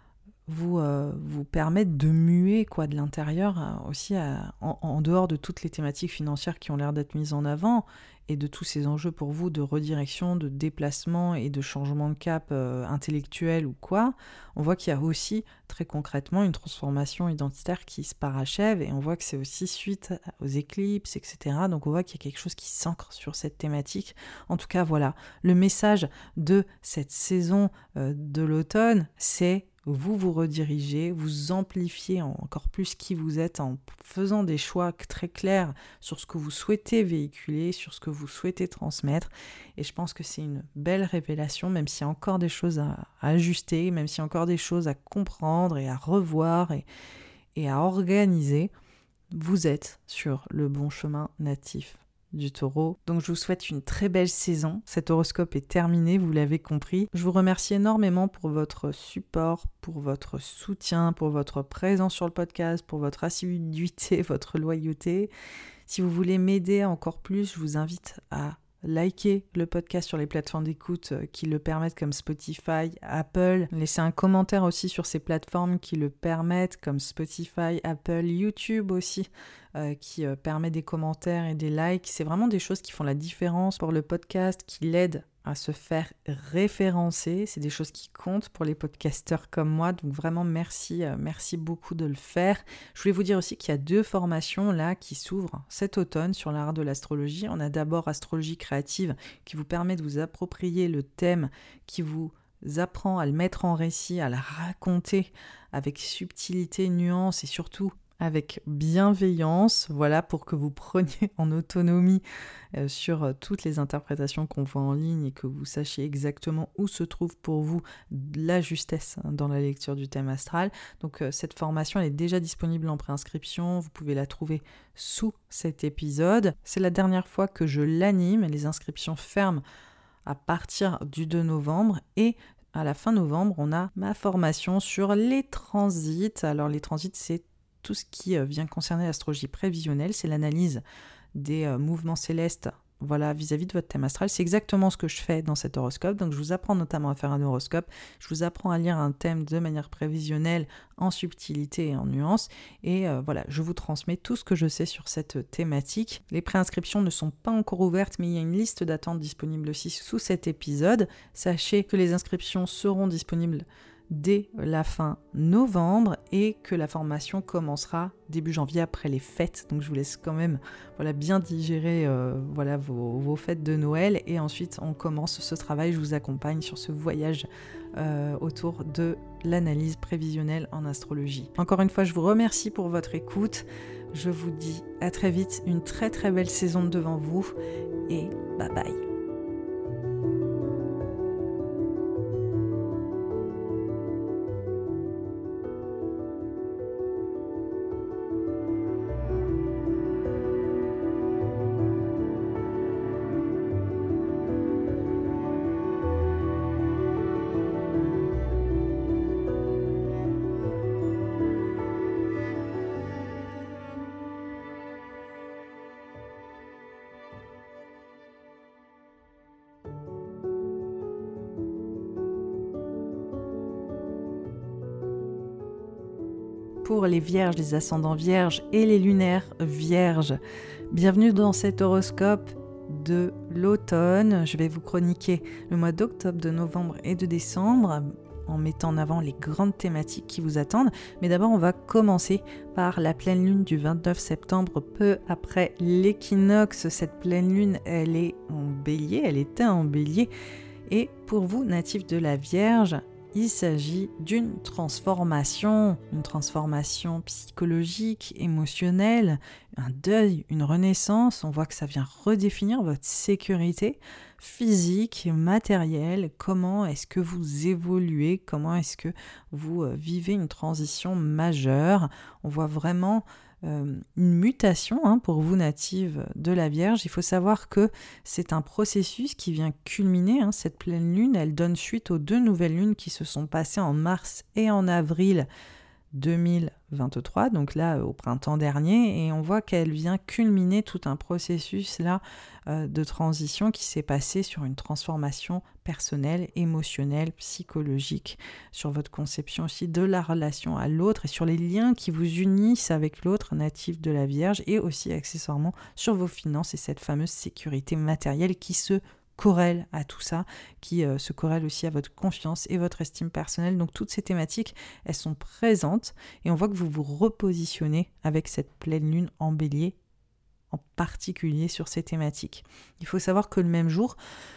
vous, euh, vous permettent de muer quoi, de l'intérieur euh, aussi euh, en, en dehors de toutes les thématiques financières qui ont l'air d'être mises en avant et de tous ces enjeux pour vous de redirection, de déplacement et de changement de cap euh, intellectuel ou quoi. On voit qu'il y a aussi très concrètement une transformation identitaire qui se parachève et on voit que c'est aussi suite aux éclipses, et cetera. Donc on voit qu'il y a quelque chose qui s'ancre sur cette thématique. En tout cas, voilà, le message de cette saison euh, de l'automne, c'est vous vous redirigez, vous amplifiez encore plus qui vous êtes en faisant des choix très clairs sur ce que vous souhaitez véhiculer, sur ce que vous souhaitez transmettre. Et je pense que c'est une belle révélation, même s'il y a encore des choses à, à ajuster, même s'il y a encore des choses à comprendre et à revoir et, et à organiser. Vous êtes sur le bon chemin natif du Taureau. Donc je vous souhaite une très belle saison. Cet horoscope est terminé, vous l'avez compris. Je vous remercie énormément pour votre support, pour votre soutien, pour votre présence sur le podcast, pour votre assiduité, votre loyauté. Si vous voulez m'aider encore plus, je vous invite à liker le podcast sur les plateformes d'écoute qui le permettent comme Spotify, Apple. Laissez un commentaire aussi sur ces plateformes qui le permettent comme Spotify, Apple, YouTube aussi, euh, qui euh, permet des commentaires et des likes. C'est vraiment des choses qui font la différence pour le podcast, qui l'aident à se faire référencer. C'est des choses qui comptent pour les podcasteurs comme moi. Donc vraiment, merci, euh, merci beaucoup de le faire. Je voulais vous dire aussi qu'il y a deux formations là qui s'ouvrent cet automne sur l'art de l'astrologie. On a d'abord Astrologie créative qui vous permet de vous approprier le thème, qui vous apprend à le mettre en récit, à le raconter avec subtilité, nuance et surtout avec bienveillance, voilà, pour que vous preniez en autonomie euh, sur euh, toutes les interprétations qu'on voit en ligne et que vous sachiez exactement où se trouve pour vous la justesse hein, dans la lecture du thème astral. Donc euh, cette formation elle est déjà disponible en préinscription, vous pouvez la trouver sous cet épisode. C'est la dernière fois que je l'anime, les inscriptions ferment à partir du deux novembre et à la fin novembre, on a ma formation sur les transits. Alors les transits, c'est tout ce qui vient concerner l'astrologie prévisionnelle, c'est l'analyse des euh, mouvements célestes voilà, vis-à-vis de votre thème astral. C'est exactement ce que je fais dans cet horoscope. Donc je vous apprends notamment à faire un horoscope, je vous apprends à lire un thème de manière prévisionnelle, en subtilité et en nuance. Et euh, voilà, je vous transmets tout ce que je sais sur cette thématique. Les préinscriptions ne sont pas encore ouvertes, mais il y a une liste d'attente disponible aussi sous cet épisode. Sachez que les inscriptions seront disponibles dès la fin novembre et que la formation commencera début janvier après les fêtes. Donc je vous laisse quand même voilà, bien digérer euh, voilà, vos, vos fêtes de Noël et ensuite on commence ce travail. Je vous accompagne sur ce voyage euh, autour de l'analyse prévisionnelle en astrologie. Encore une fois, je vous remercie pour votre écoute. Je vous dis à très vite, une très très belle saison devant vous et bye bye. Pour les vierges, les ascendants vierges et les lunaires vierges. Bienvenue dans cet horoscope de l'automne. Je vais vous chroniquer le mois d'octobre, de novembre et de décembre en mettant en avant les grandes thématiques qui vous attendent. Mais d'abord, on va commencer par la pleine lune du vingt-neuf septembre, peu après l'équinoxe. Cette pleine lune, elle est en bélier, elle était en bélier. Et pour vous, natifs de la Vierge, il s'agit d'une transformation, une transformation psychologique, émotionnelle, un deuil, une renaissance. On voit que ça vient redéfinir votre sécurité physique, matérielle. Comment est-ce que vous évoluez? Comment est-ce que vous vivez une transition majeure? On voit vraiment Euh, une mutation hein, pour vous natives de la Vierge. Il faut savoir que c'est un processus qui vient culminer, hein, cette pleine lune, elle donne suite aux deux nouvelles lunes qui se sont passées en mars et en avril deux mille vingt-trois, donc là au printemps dernier, et on voit qu'elle vient culminer tout un processus là euh, de transition qui s'est passé sur une transformation personnelle, émotionnelle, psychologique, sur votre conception aussi de la relation à l'autre et sur les liens qui vous unissent avec l'autre natif de la Vierge, et aussi accessoirement sur vos finances et cette fameuse sécurité matérielle qui se corrèle à tout ça, qui euh, se corrèle aussi à votre confiance et votre estime personnelle. Donc toutes ces thématiques, elles sont présentes et on voit que vous vous repositionnez avec cette pleine lune en bélier, en particulier sur ces thématiques. Il faut savoir que le même jour,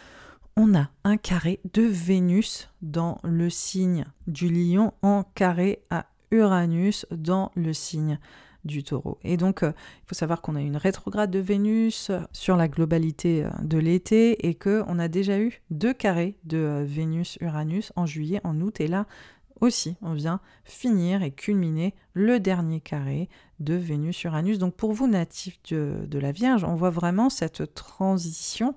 on a un carré de Vénus dans le signe du Lion en carré à Uranus dans le signe du Taureau. Et donc, euh, il faut savoir qu'on a une rétrograde de Vénus sur la globalité euh, de l'été et qu'on a déjà eu deux carrés de euh, Vénus-Uranus en juillet, en août. Et là aussi, on vient finir et culminer le dernier carré de Vénus-Uranus. Donc, pour vous, natifs de, de la Vierge, on voit vraiment cette transition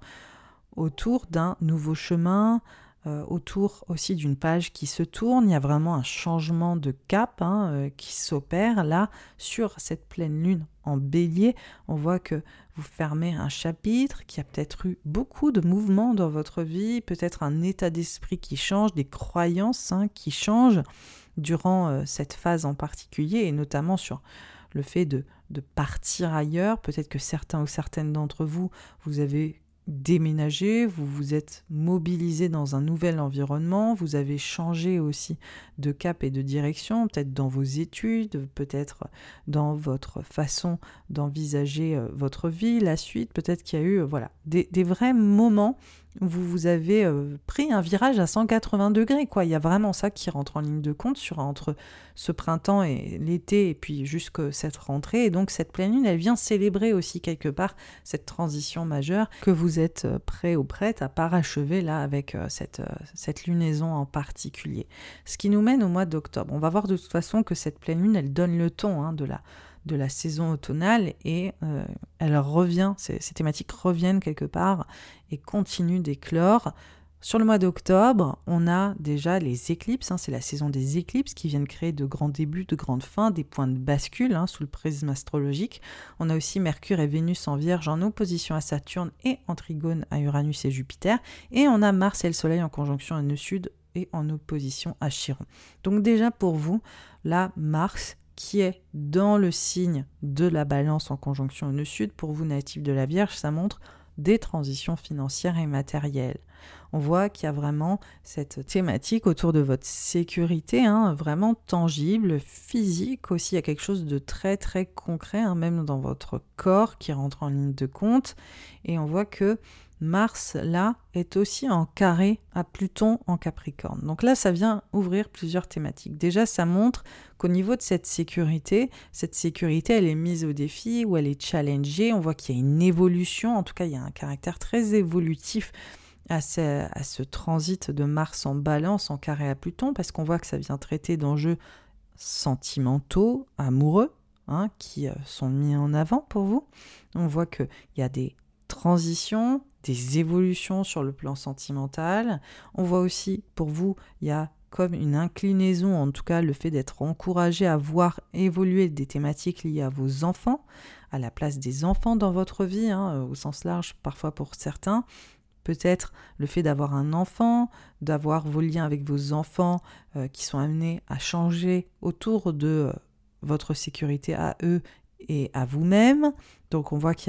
autour d'un nouveau chemin, Euh, autour aussi d'une page qui se tourne. Il y a vraiment un changement de cap hein, euh, qui s'opère là sur cette pleine lune en bélier. On voit que vous fermez un chapitre, qui a peut-être eu beaucoup de mouvements dans votre vie, peut-être un état d'esprit qui change, des croyances hein, qui changent durant euh, cette phase en particulier, et notamment sur le fait de, de partir ailleurs. Peut-être que certains ou certaines d'entre vous, vous avez déménagé, vous vous êtes mobilisé dans un nouvel environnement, vous avez changé aussi de cap et de direction, peut-être dans vos études, peut-être dans votre façon d'envisager votre vie, la suite, peut-être qu'il y a eu voilà, des, des vrais moments où vous, vous avez euh, pris un virage à cent quatre-vingts degrés, quoi. Il y a vraiment ça qui rentre en ligne de compte sur, entre ce printemps et l'été et puis jusqu'à cette rentrée. Et donc cette pleine lune, elle vient célébrer aussi quelque part cette transition majeure que vous êtes prêt ou prête à parachever là avec euh, cette, euh, cette lunaison en particulier. Ce qui nous mène au mois d'octobre. On va voir de toute façon que cette pleine lune, elle donne le ton hein, de la de la saison automnale et euh, elle revient, ces, ces thématiques reviennent quelque part et continuent d'éclore. Sur le mois d'octobre, on a déjà les éclipses, hein, c'est la saison des éclipses qui viennent créer de grands débuts, de grandes fins, des points de bascule hein, sous le prisme astrologique. On a aussi Mercure et Vénus en Vierge en opposition à Saturne et en trigone à Uranus et Jupiter. Et on a Mars et le Soleil en conjonction à nœud sud et en opposition à Chiron. Donc déjà pour vous, là, Mars qui est dans le signe de la Balance en conjonction au nœud sud, pour vous natifs de la Vierge, ça montre des transitions financières et matérielles. On voit qu'il y a vraiment cette thématique autour de votre sécurité, hein, vraiment tangible, physique aussi. Il y a quelque chose de très très concret, hein, même dans votre corps qui rentre en ligne de compte. Et on voit que Mars, là, est aussi en carré à Pluton en Capricorne. Donc là, ça vient ouvrir plusieurs thématiques. Déjà, ça montre qu'au niveau de cette sécurité, cette sécurité, elle est mise au défi ou elle est challengée. On voit qu'il y a une évolution, en tout cas, il y a un caractère très évolutif à ce, à ce transit de Mars en Balance, en carré à Pluton, parce qu'on voit que ça vient traiter d'enjeux sentimentaux, amoureux, hein, qui euh, sont mis en avant pour vous. On voit qu'il y a des transitions, des évolutions sur le plan sentimental. On voit aussi, pour vous, il y a comme une inclinaison, en tout cas le fait d'être encouragé à voir évoluer des thématiques liées à vos enfants, à la place des enfants dans votre vie, hein, au sens large parfois pour certains. Peut-être le fait d'avoir un enfant, d'avoir vos liens avec vos enfants euh, qui sont amenés à changer autour de euh, votre sécurité à eux et à vous-même. Donc on voit qu'il y a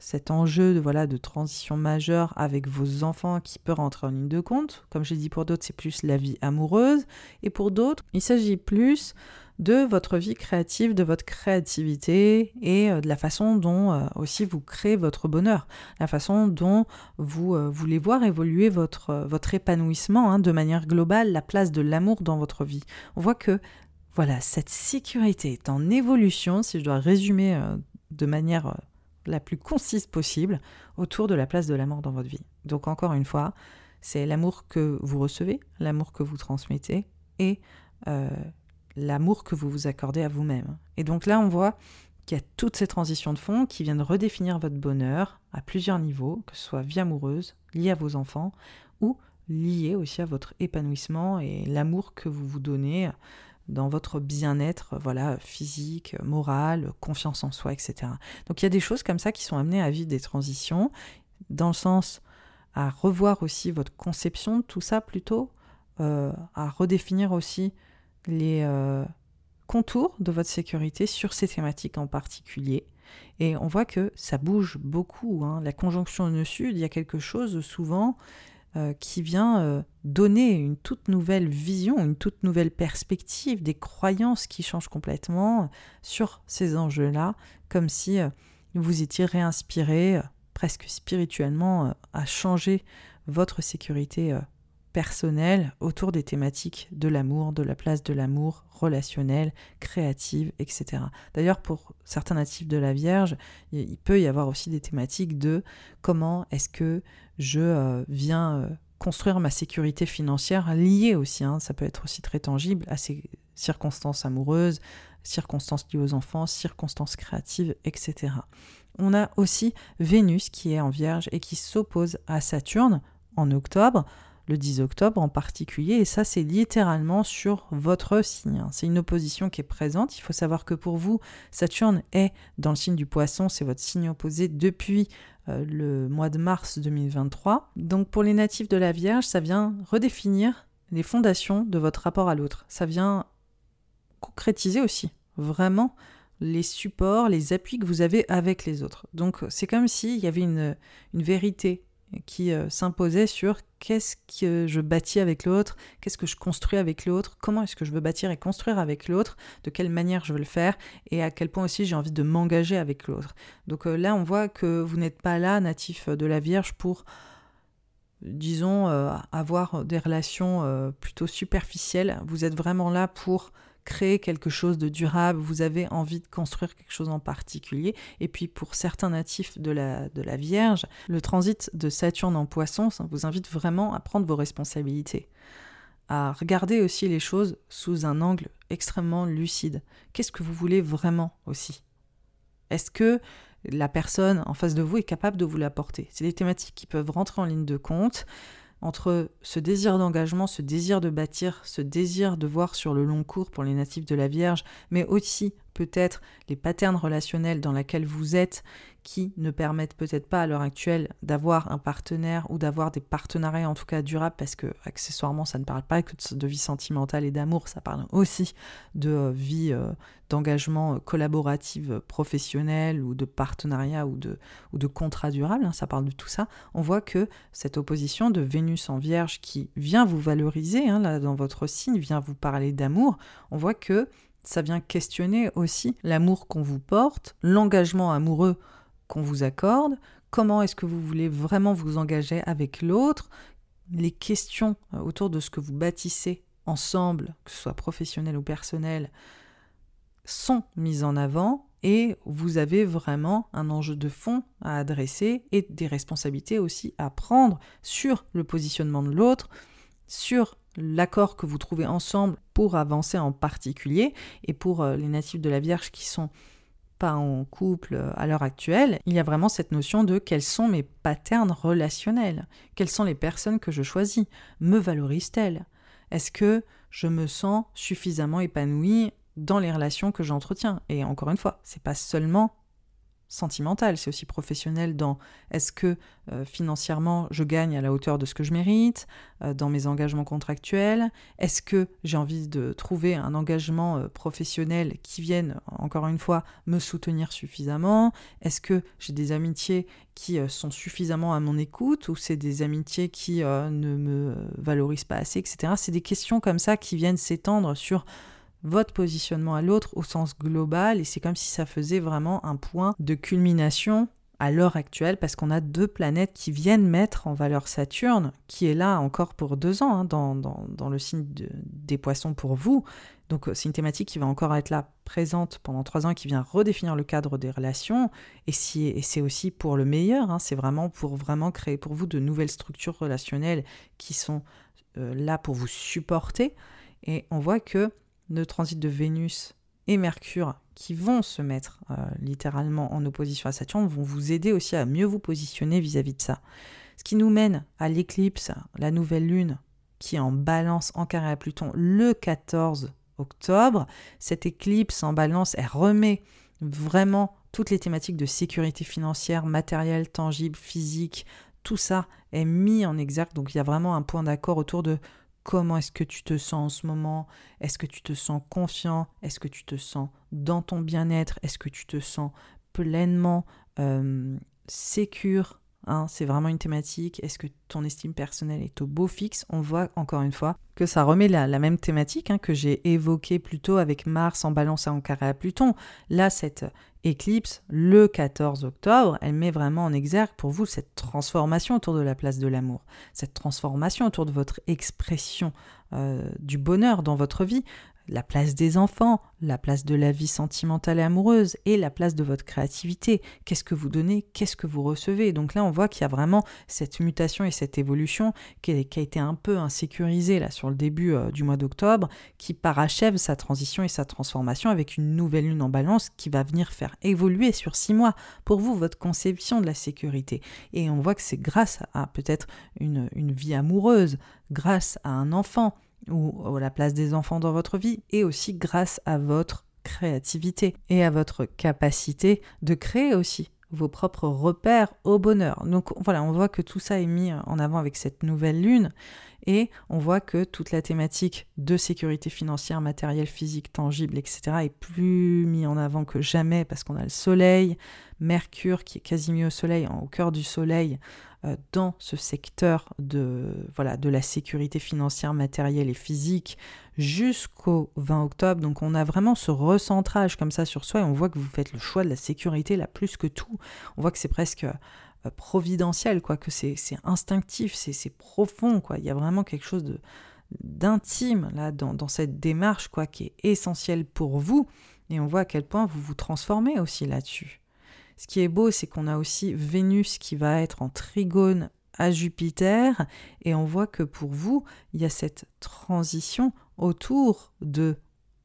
cet enjeu de, voilà, de transition majeure avec vos enfants qui peut rentrer en ligne de compte. Comme j'ai dit, pour d'autres, c'est plus la vie amoureuse. Et pour d'autres, il s'agit plus de votre vie créative, de votre créativité et de la façon dont euh, aussi vous créez votre bonheur, la façon dont vous euh, voulez voir évoluer votre, euh, votre épanouissement, hein, de manière globale, la place de l'amour dans votre vie. On voit que voilà, cette sécurité est en évolution, si je dois résumer euh, de manière euh, la plus concise possible, autour de la place de l'amour dans votre vie. Donc encore une fois, c'est l'amour que vous recevez, l'amour que vous transmettez et euh, l'amour que vous vous accordez à vous-même. Et donc là, on voit qu'il y a toutes ces transitions de fond qui viennent redéfinir votre bonheur à plusieurs niveaux, que ce soit vie amoureuse, liée à vos enfants, ou liée aussi à votre épanouissement et l'amour que vous vous donnez dans votre bien-être, voilà, physique, moral, confiance en soi, et cetera. Donc il y a des choses comme ça qui sont amenées à vivre des transitions, dans le sens à revoir aussi votre conception de tout ça plutôt, euh, à redéfinir aussi les euh, contours de votre sécurité sur ces thématiques en particulier. Et on voit que ça bouge beaucoup, hein. La conjonction nœud-sud, il y a quelque chose souvent euh, qui vient euh, donner une toute nouvelle vision, une toute nouvelle perspective, des croyances qui changent complètement sur ces enjeux-là, comme si euh, vous étiez réinspiré euh, presque spirituellement euh, à changer votre sécurité euh, personnel autour des thématiques de l'amour, de la place de l'amour, relationnelle, créative, et cetera. D'ailleurs, pour certains natifs de la Vierge, il peut y avoir aussi des thématiques de comment est-ce que je euh, viens euh, construire ma sécurité financière liée aussi, hein, ça peut être aussi très tangible à ces circonstances amoureuses, circonstances liées aux enfants, circonstances créatives, et cetera. On a aussi Vénus qui est en Vierge et qui s'oppose à Saturne en octobre, le dix octobre en particulier, et ça c'est littéralement sur votre signe. C'est une opposition qui est présente. Il faut savoir que pour vous, Saturne est dans le signe du Poisson, c'est votre signe opposé depuis euh, le mois de mars deux mille vingt-trois. Donc pour les natifs de la Vierge, ça vient redéfinir les fondations de votre rapport à l'autre. Ça vient concrétiser aussi vraiment les supports, les appuis que vous avez avec les autres. Donc c'est comme s'il y avait une, une vérité qui euh, s'imposait sur qu'est-ce que je bâtis avec l'autre, qu'est-ce que je construis avec l'autre, comment est-ce que je veux bâtir et construire avec l'autre, de quelle manière je veux le faire et à quel point aussi j'ai envie de m'engager avec l'autre. Donc euh, là, on voit que vous n'êtes pas là, natif de la Vierge, pour, disons, euh, avoir des relations euh, plutôt superficielles. Vous êtes vraiment là pour créer quelque chose de durable, vous avez envie de construire quelque chose en particulier. Et puis pour certains natifs de la, de la Vierge, le transit de Saturne en Poisson, ça vous invite vraiment à prendre vos responsabilités, à regarder aussi les choses sous un angle extrêmement lucide. Qu'est-ce que vous voulez vraiment aussi ? Est-ce que la personne en face de vous est capable de vous l'apporter ? C'est des thématiques qui peuvent rentrer en ligne de compte. Entre ce désir d'engagement, ce désir de bâtir, ce désir de voir sur le long cours pour les natifs de la Vierge, mais aussi peut-être les patterns relationnels dans lesquels vous êtes qui ne permettent peut-être pas à l'heure actuelle d'avoir un partenaire ou d'avoir des partenariats en tout cas durables, parce que accessoirement ça ne parle pas que de vie sentimentale et d'amour, ça parle aussi de vie euh, d'engagement collaboratif professionnel ou de partenariat ou de, ou de contrat durable, hein, ça parle de tout ça. On voit que cette opposition de Vénus en Vierge qui vient vous valoriser, hein, là, dans votre signe, vient vous parler d'amour, on voit que ça vient questionner aussi l'amour qu'on vous porte, l'engagement amoureux qu'on vous accorde, comment est-ce que vous voulez vraiment vous engager avec l'autre, les questions autour de ce que vous bâtissez ensemble, que ce soit professionnel ou personnel, sont mises en avant et vous avez vraiment un enjeu de fond à adresser et des responsabilités aussi à prendre sur le positionnement de l'autre, sur l'accord que vous trouvez ensemble pour avancer en particulier. Et pour les natifs de la Vierge qui sont pas en couple à l'heure actuelle, il y a vraiment cette notion de quels sont mes patterns relationnels, quelles sont les personnes que je choisis, me valorisent-elles ? Est-ce que je me sens suffisamment épanouie dans les relations que j'entretiens ? Et encore une fois, c'est pas seulement sentimental, c'est aussi professionnel dans est-ce que euh, financièrement je gagne à la hauteur de ce que je mérite, euh, dans mes engagements contractuels, est-ce que j'ai envie de trouver un engagement euh, professionnel qui vienne, encore une fois, me soutenir suffisamment, est-ce que j'ai des amitiés qui euh, sont suffisamment à mon écoute ou c'est des amitiés qui euh, ne me valorisent pas assez, et cetera. C'est des questions comme ça qui viennent s'étendre sur votre positionnement à l'autre au sens global et c'est comme si ça faisait vraiment un point de culmination à l'heure actuelle parce qu'on a deux planètes qui viennent mettre en valeur Saturne qui est là encore pour deux ans hein, dans, dans, dans le signe de, des poissons pour vous. Donc c'est une thématique qui va encore être là présente pendant trois ans et qui vient redéfinir le cadre des relations et, si, et c'est aussi pour le meilleur, hein, c'est vraiment pour vraiment créer pour vous de nouvelles structures relationnelles qui sont euh, là pour vous supporter et on voit que le transit de Vénus et Mercure qui vont se mettre euh, littéralement en opposition à Saturne vont vous aider aussi à mieux vous positionner vis-à-vis de ça. Ce qui nous mène à l'éclipse, la nouvelle lune qui est en balance en carré à Pluton le quatorze octobre. Cette éclipse en balance, elle remet vraiment toutes les thématiques de sécurité financière, matérielle, tangible, physique, tout ça est mis en exergue. Donc il y a vraiment un point d'accord autour de comment est-ce que tu te sens en ce moment? Est-ce que tu te sens confiant? Est-ce que tu te sens dans ton bien-être? Est-ce que tu te sens pleinement euh, sécure? Hein, c'est vraiment une thématique. Est-ce que ton estime personnelle est au beau fixe? On voit encore une fois que ça remet la, la même thématique hein, que j'ai évoquée plus tôt avec Mars en balance en carré à Pluton. Là, cette éclipse, le quatorze octobre, elle met vraiment en exergue pour vous cette transformation autour de la place de l'amour, cette transformation autour de votre expression euh, du bonheur dans votre vie, la place des enfants, la place de la vie sentimentale et amoureuse et la place de votre créativité. Qu'est-ce que vous donnez? Qu'est-ce que vous recevez? Donc là, on voit qu'il y a vraiment cette mutation et cette évolution qui a, qui a été un peu insécurisée là, sur le début euh, du mois d'octobre, qui parachève sa transition et sa transformation avec une nouvelle lune en balance qui va venir faire évoluer sur six mois pour vous votre conception de la sécurité. Et on voit que c'est grâce à peut-être une, une vie amoureuse, grâce à un enfant, ou à la place des enfants dans votre vie, et aussi grâce à votre créativité et à votre capacité de créer aussi vos propres repères au bonheur. Donc voilà, on voit que tout ça est mis en avant avec cette nouvelle lune, et on voit que toute la thématique de sécurité financière, matérielle, physique, tangible, et cetera est plus mis en avant que jamais parce qu'on a le soleil, Mercure qui est quasi mis au soleil, au cœur du soleil, euh, dans ce secteur de, voilà, de la sécurité financière, matérielle et physique jusqu'au vingt octobre. Donc on a vraiment ce recentrage comme ça sur soi et on voit que vous faites le choix de la sécurité là plus que tout. On voit que c'est presque euh, providentiel, quoi, que c'est, c'est instinctif, c'est, c'est profond, quoi. Il y a vraiment quelque chose de, d'intime là dans, dans cette démarche, quoi, qui est essentielle pour vous et on voit à quel point vous vous transformez aussi là-dessus. Ce qui est beau, c'est qu'on a aussi Vénus qui va être en trigone à Jupiter et on voit que pour vous, il y a cette transition autour de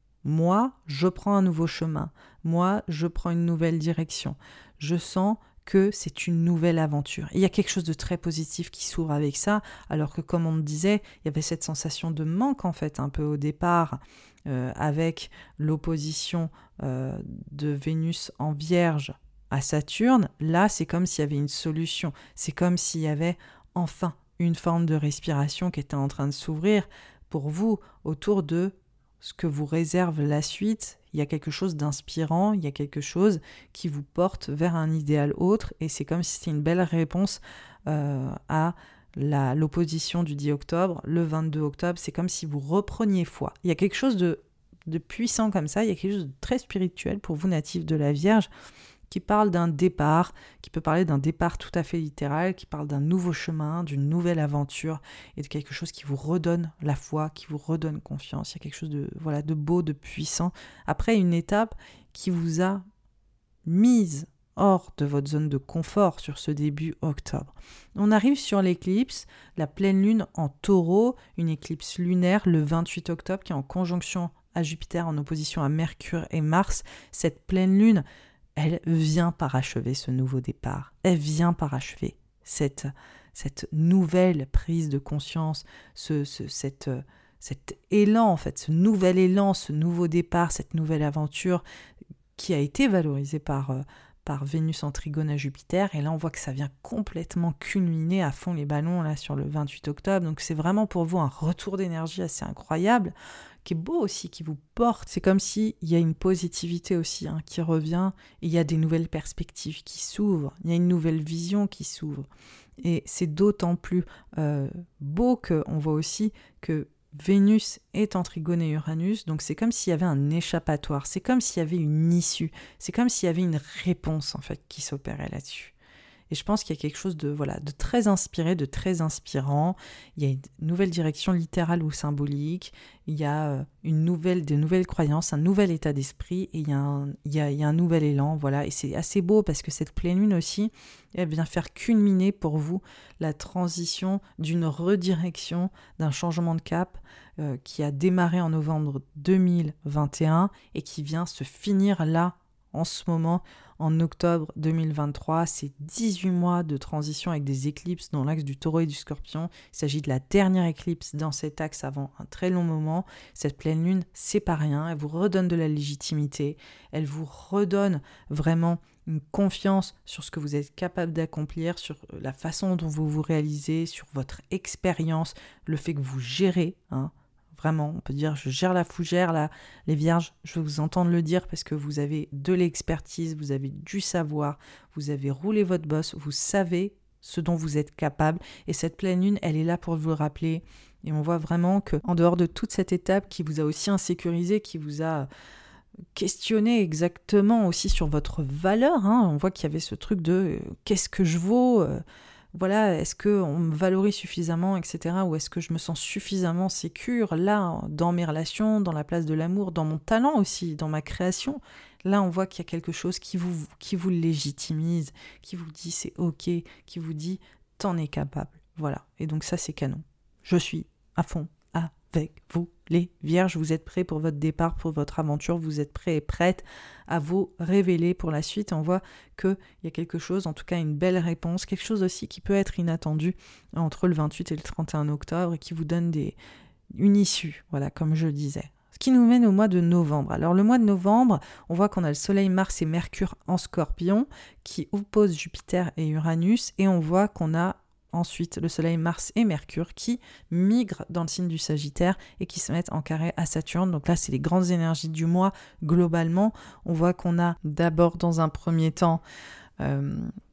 moi, je prends un nouveau chemin, moi, je prends une nouvelle direction, je sens que c'est une nouvelle aventure. Et il y a quelque chose de très positif qui s'ouvre avec ça, alors que comme on me disait, il y avait cette sensation de manque en fait un peu au départ, euh, avec l'opposition euh, de Vénus en Vierge à Saturne. Là, c'est comme s'il y avait une solution, c'est comme s'il y avait enfin une forme de respiration qui était en train de s'ouvrir pour vous autour de ce que vous réserve la suite. Il y a quelque chose d'inspirant, il y a quelque chose qui vous porte vers un idéal autre et c'est comme si c'était une belle réponse euh, à la, l'opposition du dix octobre, le vingt-deux octobre. C'est comme si vous repreniez foi. Il y a quelque chose de, de puissant comme ça, il y a quelque chose de très spirituel pour vous natifs de la Vierge qui parle d'un départ, qui peut parler d'un départ tout à fait littéral, qui parle d'un nouveau chemin, d'une nouvelle aventure et de quelque chose qui vous redonne la foi, qui vous redonne confiance. Il y a quelque chose de, voilà, de beau, de puissant. Après, une étape qui vous a mise hors de votre zone de confort sur ce début octobre. On arrive sur l'éclipse, la pleine lune en Taureau, une éclipse lunaire le vingt-huit octobre qui est en conjonction à Jupiter en opposition à Mercure et Mars. Cette pleine lune, elle vient parachever ce nouveau départ. Elle vient parachever cette, cette nouvelle prise de conscience, ce, ce, cette, cet élan, en fait, ce nouvel élan, ce nouveau départ, cette nouvelle aventure qui a été valorisée par, par Vénus en trigone à Jupiter, et là on voit que ça vient complètement culminer à fond les ballons là sur le vingt-huit octobre, donc c'est vraiment pour vous un retour d'énergie assez incroyable, qui est beau aussi, qui vous porte. C'est comme s'il y a une positivité aussi hein, qui revient, et il y a des nouvelles perspectives qui s'ouvrent, il y a une nouvelle vision qui s'ouvre. Et c'est d'autant plus euh, beau qu'on voit aussi que Vénus est en trigone et Uranus, donc c'est comme s'il y avait un échappatoire, c'est comme s'il y avait une issue, c'est comme s'il y avait une réponse en fait qui s'opérait là-dessus. Et je pense qu'il y a quelque chose de, voilà, de très inspiré, de très inspirant. Il y a une nouvelle direction littérale ou symbolique. Il y a une nouvelle, de nouvelles croyances, un nouvel état d'esprit. Et il y a un, il y a, il y a un nouvel élan. Voilà. Et c'est assez beau parce que cette pleine lune aussi, elle vient faire culminer pour vous la transition d'une redirection, d'un changement de cap euh, qui a démarré en novembre deux mille vingt et un et qui vient se finir là, en ce moment, en octobre deux mille vingt-trois, c'est dix-huit mois de transition avec des éclipses dans l'axe du Taureau et du Scorpion. Il s'agit de la dernière éclipse dans cet axe avant un très long moment. Cette pleine lune, c'est pas rien. Elle vous redonne de la légitimité. Elle vous redonne vraiment une confiance sur ce que vous êtes capable d'accomplir, sur la façon dont vous vous réalisez, sur votre expérience, le fait que vous gérez, hein. Vraiment, on peut dire, je gère la fougère, là, les vierges, je veux vous entendre le dire parce que vous avez de l'expertise, vous avez du savoir, vous avez roulé votre bosse, vous savez ce dont vous êtes capable. Et cette pleine lune, elle est là pour vous le rappeler. Et on voit vraiment qu'en dehors de toute cette étape qui vous a aussi insécurisé, qui vous a questionné exactement aussi sur votre valeur, hein, on voit qu'il y avait ce truc de euh, qu'est-ce que je vaux euh, Voilà, est-ce qu'on me valorise suffisamment, et cetera. Ou est-ce que je me sens suffisamment sécure là, dans mes relations, dans la place de l'amour, dans mon talent aussi, dans ma création. Là, on voit qu'il y a quelque chose qui vous, qui vous légitimise, qui vous dit c'est ok, qui vous dit t'en es capable. Voilà, et donc ça c'est canon. Je suis à fond avec vous, les vierges. Vous êtes prêts pour votre départ, pour votre aventure, vous êtes prêts et prêtes à vous révéler pour la suite. On voit qu'il y a quelque chose, en tout cas une belle réponse, quelque chose aussi qui peut être inattendu entre le vingt-huit et le trente et un octobre et qui vous donne des, une issue, voilà, comme je le disais. Ce qui nous mène au mois de novembre. Alors le mois de novembre, on voit qu'on a le Soleil, Mars et Mercure en Scorpion qui opposent Jupiter et Uranus, et on voit qu'on a ensuite le Soleil, Mars et Mercure qui migrent dans le signe du Sagittaire et qui se mettent en carré à Saturne. Donc là, c'est les grandes énergies du mois globalement. On voit qu'on a d'abord dans un premier temps euh,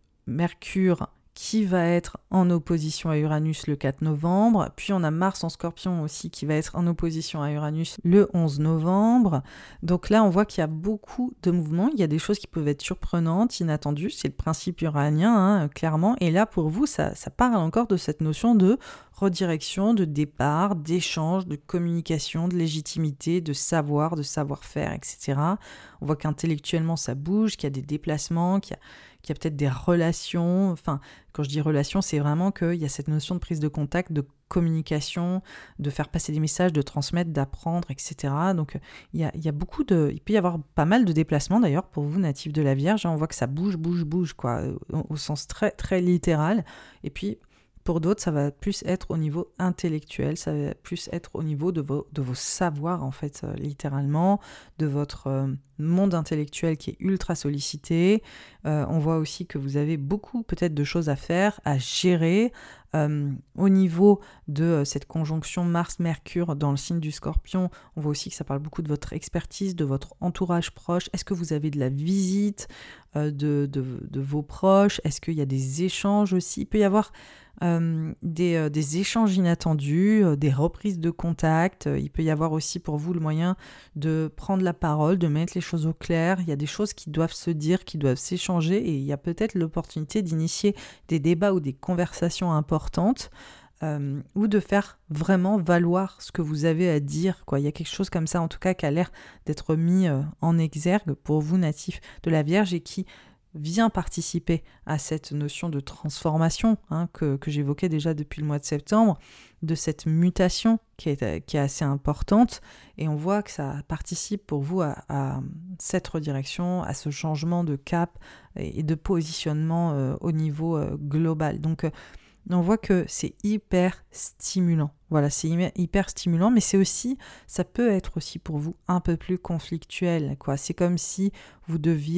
Mercure qui va être en opposition à Uranus le quatre novembre, puis on a Mars en Scorpion aussi qui va être en opposition à Uranus le onze novembre. Donc là, on voit qu'il y a beaucoup de mouvements, il y a des choses qui peuvent être surprenantes, inattendues, c'est le principe uranien, hein, clairement, et là, pour vous, ça, ça parle encore de cette notion de redirection, de départ, d'échange, de communication, de légitimité, de savoir, de savoir-faire, et cetera. On voit qu'intellectuellement, ça bouge, qu'il y a des déplacements, qu'il y a qu'il y a peut-être des relations, enfin, quand je dis relations, c'est vraiment qu'il y a cette notion de prise de contact, de communication, de faire passer des messages, de transmettre, d'apprendre, et cetera. Donc, il y a, il y a beaucoup de... Il peut y avoir pas mal de déplacements, d'ailleurs, pour vous, natifs de la Vierge. On voit que ça bouge, bouge, bouge, quoi, au, au sens très, très littéral. Et puis, pour d'autres, ça va plus être au niveau intellectuel, ça va plus être au niveau de vos, de vos savoirs, en fait, euh, littéralement, de votre euh, monde intellectuel qui est ultra sollicité. Euh, on voit aussi que vous avez beaucoup, peut-être, de choses à faire, à gérer. Euh, au niveau de euh, cette conjonction Mars-Mercure dans le signe du Scorpion, on voit aussi que ça parle beaucoup de votre expertise, de votre entourage proche. Est-ce que vous avez de la visite euh, de, de, de vos proches? Est-ce qu'il y a des échanges aussi? Il peut y avoir Euh, des, euh, des échanges inattendus, euh, des reprises de contact. Euh, il peut y avoir aussi pour vous le moyen de prendre la parole, de mettre les choses au clair. Il y a des choses qui doivent se dire, qui doivent s'échanger, et il y a peut-être l'opportunité d'initier des débats ou des conversations importantes, euh, ou de faire vraiment valoir ce que vous avez à dire, quoi. Il y a quelque chose comme ça, en tout cas, qui a l'air d'être mis euh, en exergue pour vous, natifs de la Vierge, et qui vient participer à cette notion de transformation hein, que, que j'évoquais déjà depuis le mois de septembre, de cette mutation qui est, qui est assez importante, et on voit que ça participe pour vous à, à cette redirection, à ce changement de cap et de positionnement euh, au niveau euh, global. Donc euh, on voit que c'est hyper stimulant. Voilà, c'est hyper stimulant, mais c'est aussi, ça peut être aussi pour vous un peu plus conflictuel, quoi. C'est comme si vous deviez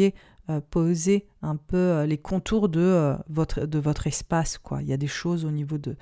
euh, poser un peu euh, les contours de, euh, votre, de votre espace, quoi. Il y a des choses au niveau de,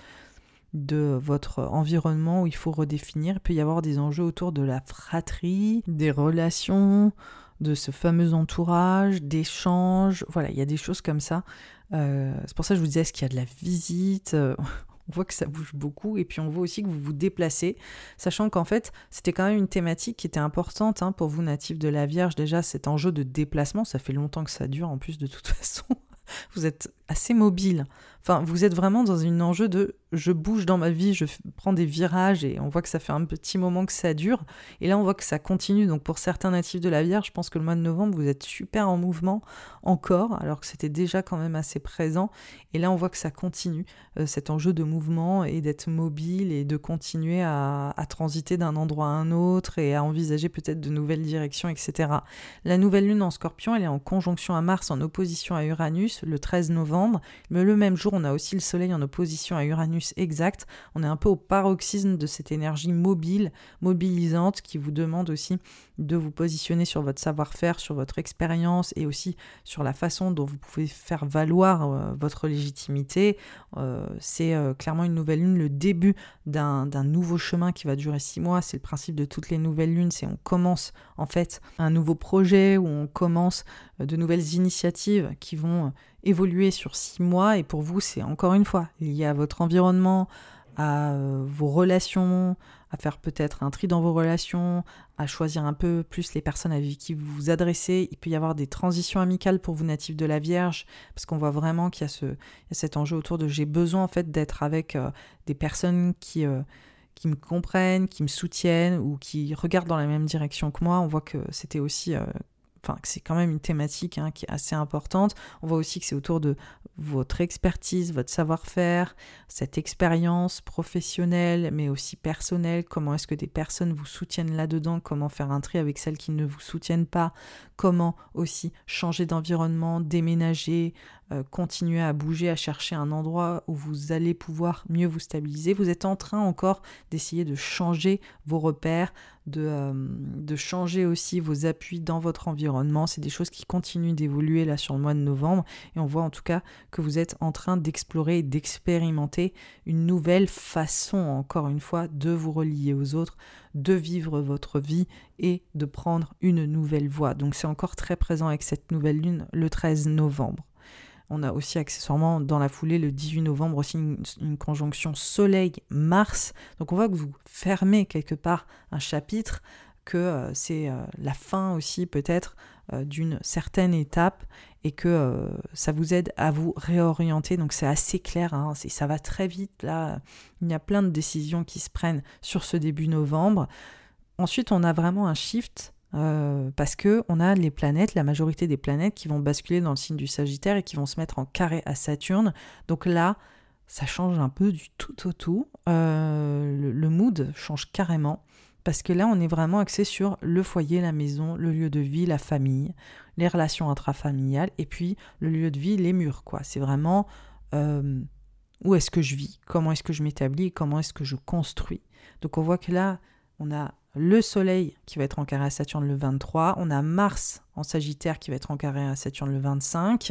de votre environnement où il faut redéfinir. Il peut y avoir des enjeux autour de la fratrie, des relations, de ce fameux entourage, d'échanges. Voilà, il y a des choses comme ça. Euh, c'est pour ça que je vous disais, est-ce qu'il y a de la visite euh, On voit que ça bouge beaucoup et puis on voit aussi que vous vous déplacez, sachant qu'en fait, c'était quand même une thématique qui était importante hein, pour vous, natifs de la Vierge. Déjà, cet enjeu de déplacement, ça fait longtemps que ça dure en plus de toute façon. Vous êtes assez mobile. Enfin, vous êtes vraiment dans un enjeu de je bouge dans ma vie, je f- prends des virages et on voit que ça fait un petit moment que ça dure. Et là, on voit que ça continue. Donc, pour certains natifs de la Vierge, je pense que le mois de novembre, vous êtes super en mouvement encore, alors que c'était déjà quand même assez présent. Et là, on voit que ça continue, euh, cet enjeu de mouvement et d'être mobile et de continuer à, à transiter d'un endroit à un autre et à envisager peut-être de nouvelles directions, et cetera. La nouvelle lune en Scorpion, elle est en conjonction à Mars, en opposition à Uranus, le treize novembre. Mais le même jour, on a aussi le Soleil en opposition à Uranus exact. On est un peu au paroxysme de cette énergie mobile, mobilisante, qui vous demande aussi de vous positionner sur votre savoir-faire, sur votre expérience et aussi sur la façon dont vous pouvez faire valoir euh, votre légitimité. Euh, c'est euh, clairement une nouvelle lune, le début d'un, d'un nouveau chemin qui va durer six mois. C'est le principe de toutes les nouvelles lunes, c'est on commence en fait un nouveau projet où on commence euh, de nouvelles initiatives qui vont euh, évoluer sur six mois et pour vous, c'est encore une fois lié à votre environnement, à euh, vos relations, à faire peut-être un tri dans vos relations, à choisir un peu plus les personnes avec qui vous vous adressez. Il peut y avoir des transitions amicales pour vous, natifs de la Vierge, parce qu'on voit vraiment qu'il y a, ce, il y a cet enjeu autour de j'ai besoin en fait d'être avec euh, des personnes qui... Euh, qui me comprennent, qui me soutiennent ou qui regardent dans la même direction que moi. On voit que c'était aussi... Euh, Enfin, que c'est quand même une thématique hein, qui est assez importante. On voit aussi que c'est autour de votre expertise, votre savoir-faire, cette expérience professionnelle, mais aussi personnelle. Comment est-ce que des personnes vous soutiennent là-dedans? Comment faire un tri avec celles qui ne vous soutiennent pas? Comment aussi changer d'environnement, déménager, euh, continuer à bouger, à chercher un endroit où vous allez pouvoir mieux vous stabiliser. Vous êtes en train encore d'essayer de changer vos repères, de, euh, de changer aussi vos appuis dans votre environnement. C'est des choses qui continuent d'évoluer là sur le mois de novembre et on voit en tout cas que vous êtes en train d'explorer et d'expérimenter une nouvelle façon, encore une fois, de vous relier aux autres, de vivre votre vie et de prendre une nouvelle voie. Donc c'est encore très présent avec cette nouvelle lune le treize novembre. On a aussi accessoirement dans la foulée le dix-huit novembre aussi une, une conjonction Soleil-Mars. Donc on voit que vous fermez quelque part un chapitre, que euh, c'est euh, la fin aussi peut-être euh, d'une certaine étape et que euh, ça vous aide à vous réorienter. Donc c'est assez clair, hein, c'est, ça va très vite là. Il y a plein de décisions qui se prennent sur ce début novembre. Ensuite on a vraiment un shift Euh, parce qu'on a les planètes, la majorité des planètes qui vont basculer dans le signe du Sagittaire et qui vont se mettre en carré à Saturne. Donc là, ça change un peu du tout au tout. Euh, le, le mood change carrément parce que là, on est vraiment axé sur le foyer, la maison, le lieu de vie, la famille, les relations intrafamiliales et puis le lieu de vie, les murs, quoi. C'est vraiment euh, où est-ce que je vis, comment est-ce que je m'établis, comment est-ce que je construis. Donc on voit que là, on a le Soleil qui va être en carré à Saturne le vingt-trois, on a Mars en Sagittaire qui va être en carré à Saturne le vingt-cinq,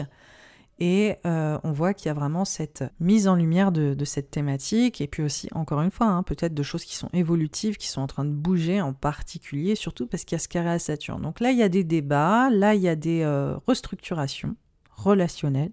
et euh, on voit qu'il y a vraiment cette mise en lumière de, de cette thématique, et puis aussi, encore une fois, hein, peut-être de choses qui sont évolutives, qui sont en train de bouger en particulier, surtout parce qu'il y a ce carré à Saturne. Donc là, il y a des débats, là, il y a des euh, restructurations relationnelles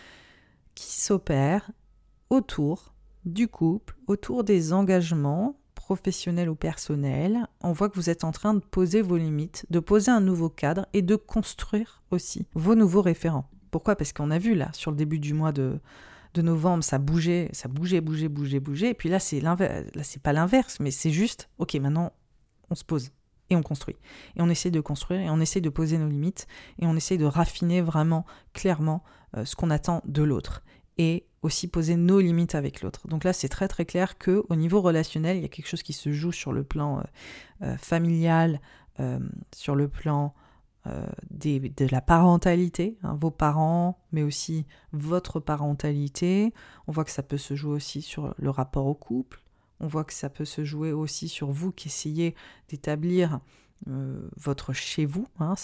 qui s'opèrent autour du couple, autour des engagements, professionnel ou personnel, on voit que vous êtes en train de poser vos limites, de poser un nouveau cadre et de construire aussi vos nouveaux référents. Pourquoi ? Parce qu'on a vu là, sur le début du mois de, de novembre, ça bougeait, ça bougeait, bougeait, bougeait, bougeait, et puis là, c'est l'inverse. Là, c'est pas l'inverse, mais c'est juste, ok, maintenant, on se pose et on construit. Et on essaie de construire, et on essaie de poser nos limites, et on essaie de raffiner vraiment, clairement, euh, ce qu'on attend de l'autre. Et aussi poser nos limites avec l'autre. Donc là, c'est très très clair qu'au niveau relationnel, il y a quelque chose qui se joue sur le plan euh, euh, familial, euh, sur le plan euh, des, de la parentalité, hein, vos parents, mais aussi votre parentalité. On voit que ça peut se jouer aussi sur le rapport au couple. On voit que ça peut se jouer aussi sur vous qui essayez d'établir euh, votre chez vous. Hein, ça, c'est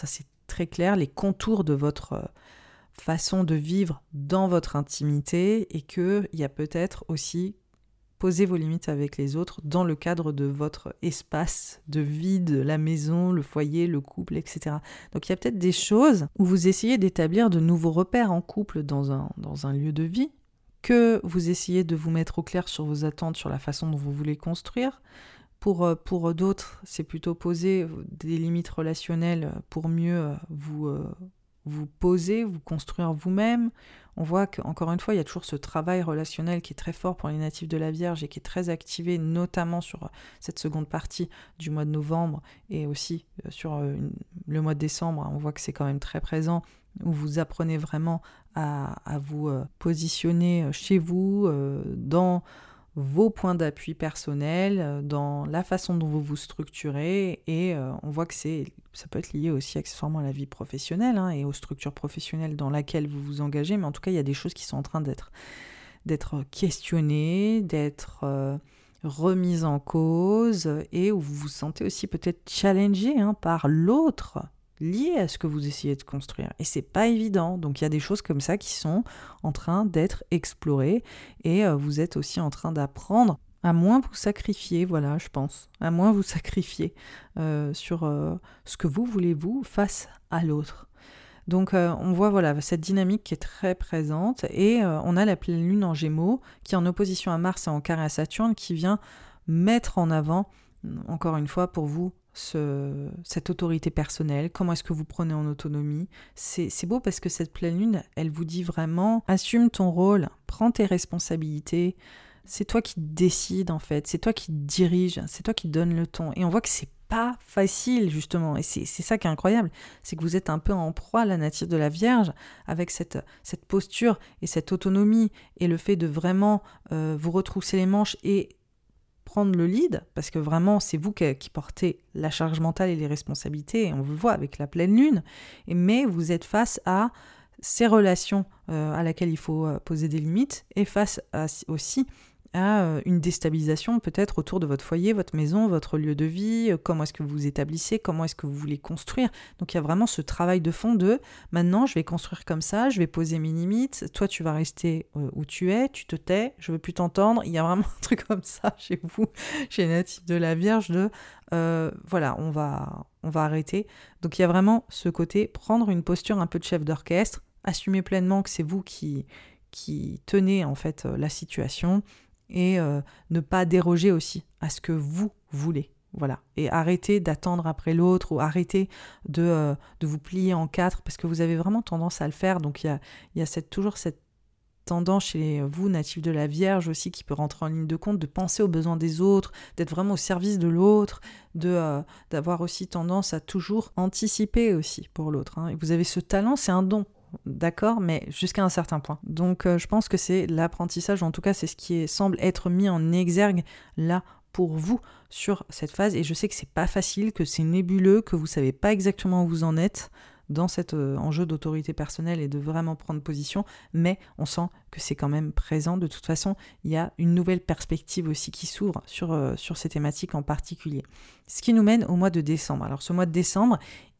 très clair les contours de votre euh, façon de vivre dans votre intimité et qu'il y a peut-être aussi poser vos limites avec les autres dans le cadre de votre espace de vie, de la maison, le foyer, le couple, et cetera. Donc il y a peut-être des choses où vous essayez d'établir de nouveaux repères en couple dans un, dans un lieu de vie, que vous essayez de vous mettre au clair sur vos attentes, sur la façon dont vous voulez construire. Pour, pour d'autres, c'est plutôt poser des limites relationnelles pour mieux vous, vous poser, vous construire vous-même. On voit qu'encore une fois, il y a toujours ce travail relationnel qui est très fort pour les natifs de la Vierge et qui est très activé, notamment sur cette seconde partie du mois de novembre et aussi sur une, le mois de décembre. On voit que c'est quand même très présent, où vous apprenez vraiment à, à vous positionner chez vous, euh, dans vos points d'appui personnels, dans la façon dont vous vous structurez, et euh, on voit que c'est, ça peut être lié aussi accessoirement à la vie professionnelle hein, et aux structures professionnelles dans lesquelles vous vous engagez, mais en tout cas il y a des choses qui sont en train d'être, d'être questionnées, d'être euh, remises en cause, et où vous vous sentez aussi peut-être challengé hein, par l'autre, lié à ce que vous essayez de construire. Et c'est pas évident. Donc il y a des choses comme ça qui sont en train d'être explorées et euh, vous êtes aussi en train d'apprendre à moins vous sacrifier, voilà, je pense, à moins vous sacrifier euh, sur euh, ce que vous voulez vous face à l'autre. Donc euh, on voit voilà cette dynamique qui est très présente et euh, on a la pleine lune en Gémeaux qui est en opposition à Mars et en carré à Saturne qui vient mettre en avant, encore une fois pour vous, Ce, cette autorité personnelle, comment est-ce que vous prenez en autonomie. C'est, c'est beau parce que cette pleine lune, elle vous dit vraiment, assume ton rôle, prends tes responsabilités, c'est toi qui décides en fait, c'est toi qui dirige, c'est toi qui donne le ton. Et on voit que c'est pas facile justement, et c'est, c'est ça qui est incroyable, c'est que vous êtes un peu en proie à la nature de la Vierge, avec cette, cette posture et cette autonomie, et le fait de vraiment euh, vous retrousser les manches et prendre le lead, parce que vraiment c'est vous qui, qui portez la charge mentale et les responsabilités, et on le voit avec la pleine lune, et, mais vous êtes face à ces relations euh, à laquelle il faut euh, poser des limites, et face à, aussi à euh, une déstabilisation peut-être autour de votre foyer, votre maison, votre lieu de vie, euh, comment est-ce que vous vous établissez, comment est-ce que vous voulez construire. Donc il y a vraiment ce travail de fond de maintenant je vais construire comme ça, je vais poser mes limites, toi tu vas rester euh, où tu es, tu te tais, je veux plus t'entendre. Il y a vraiment un truc comme ça chez vous, chez les natifs de la Vierge, de euh, voilà, on va, on va arrêter. Donc il y a vraiment ce côté, prendre une posture un peu de chef d'orchestre, assumer pleinement que c'est vous qui, qui tenez en fait la situation, et euh, ne pas déroger aussi à ce que vous voulez. Voilà. Et arrêtez d'attendre après l'autre, ou arrêtez de, euh, de vous plier en quatre, parce que vous avez vraiment tendance à le faire. Donc il y a, y a cette, toujours cette tendance chez vous, natifs de la Vierge aussi, qui peut rentrer en ligne de compte, de penser aux besoins des autres, d'être vraiment au service de l'autre, de, euh, d'avoir aussi tendance à toujours anticiper aussi pour l'autre. Hein. Et vous avez ce talent, c'est un don. D'accord, mais jusqu'à un certain point. Donc euh, je pense que c'est l'apprentissage, en tout cas c'est ce qui est, semble être mis en exergue là pour vous sur cette phase, et je sais que c'est pas facile, que c'est nébuleux, que vous savez pas exactement où vous en êtes dans cet euh, enjeu d'autorité personnelle et de vraiment prendre position, mais on sent que c'est quand même présent. De toute façon, il y a une nouvelle perspective aussi qui s'ouvre sur, euh, sur ces thématiques en particulier. Ce qui nous mène au mois de décembre. Alors ce mois de décembre,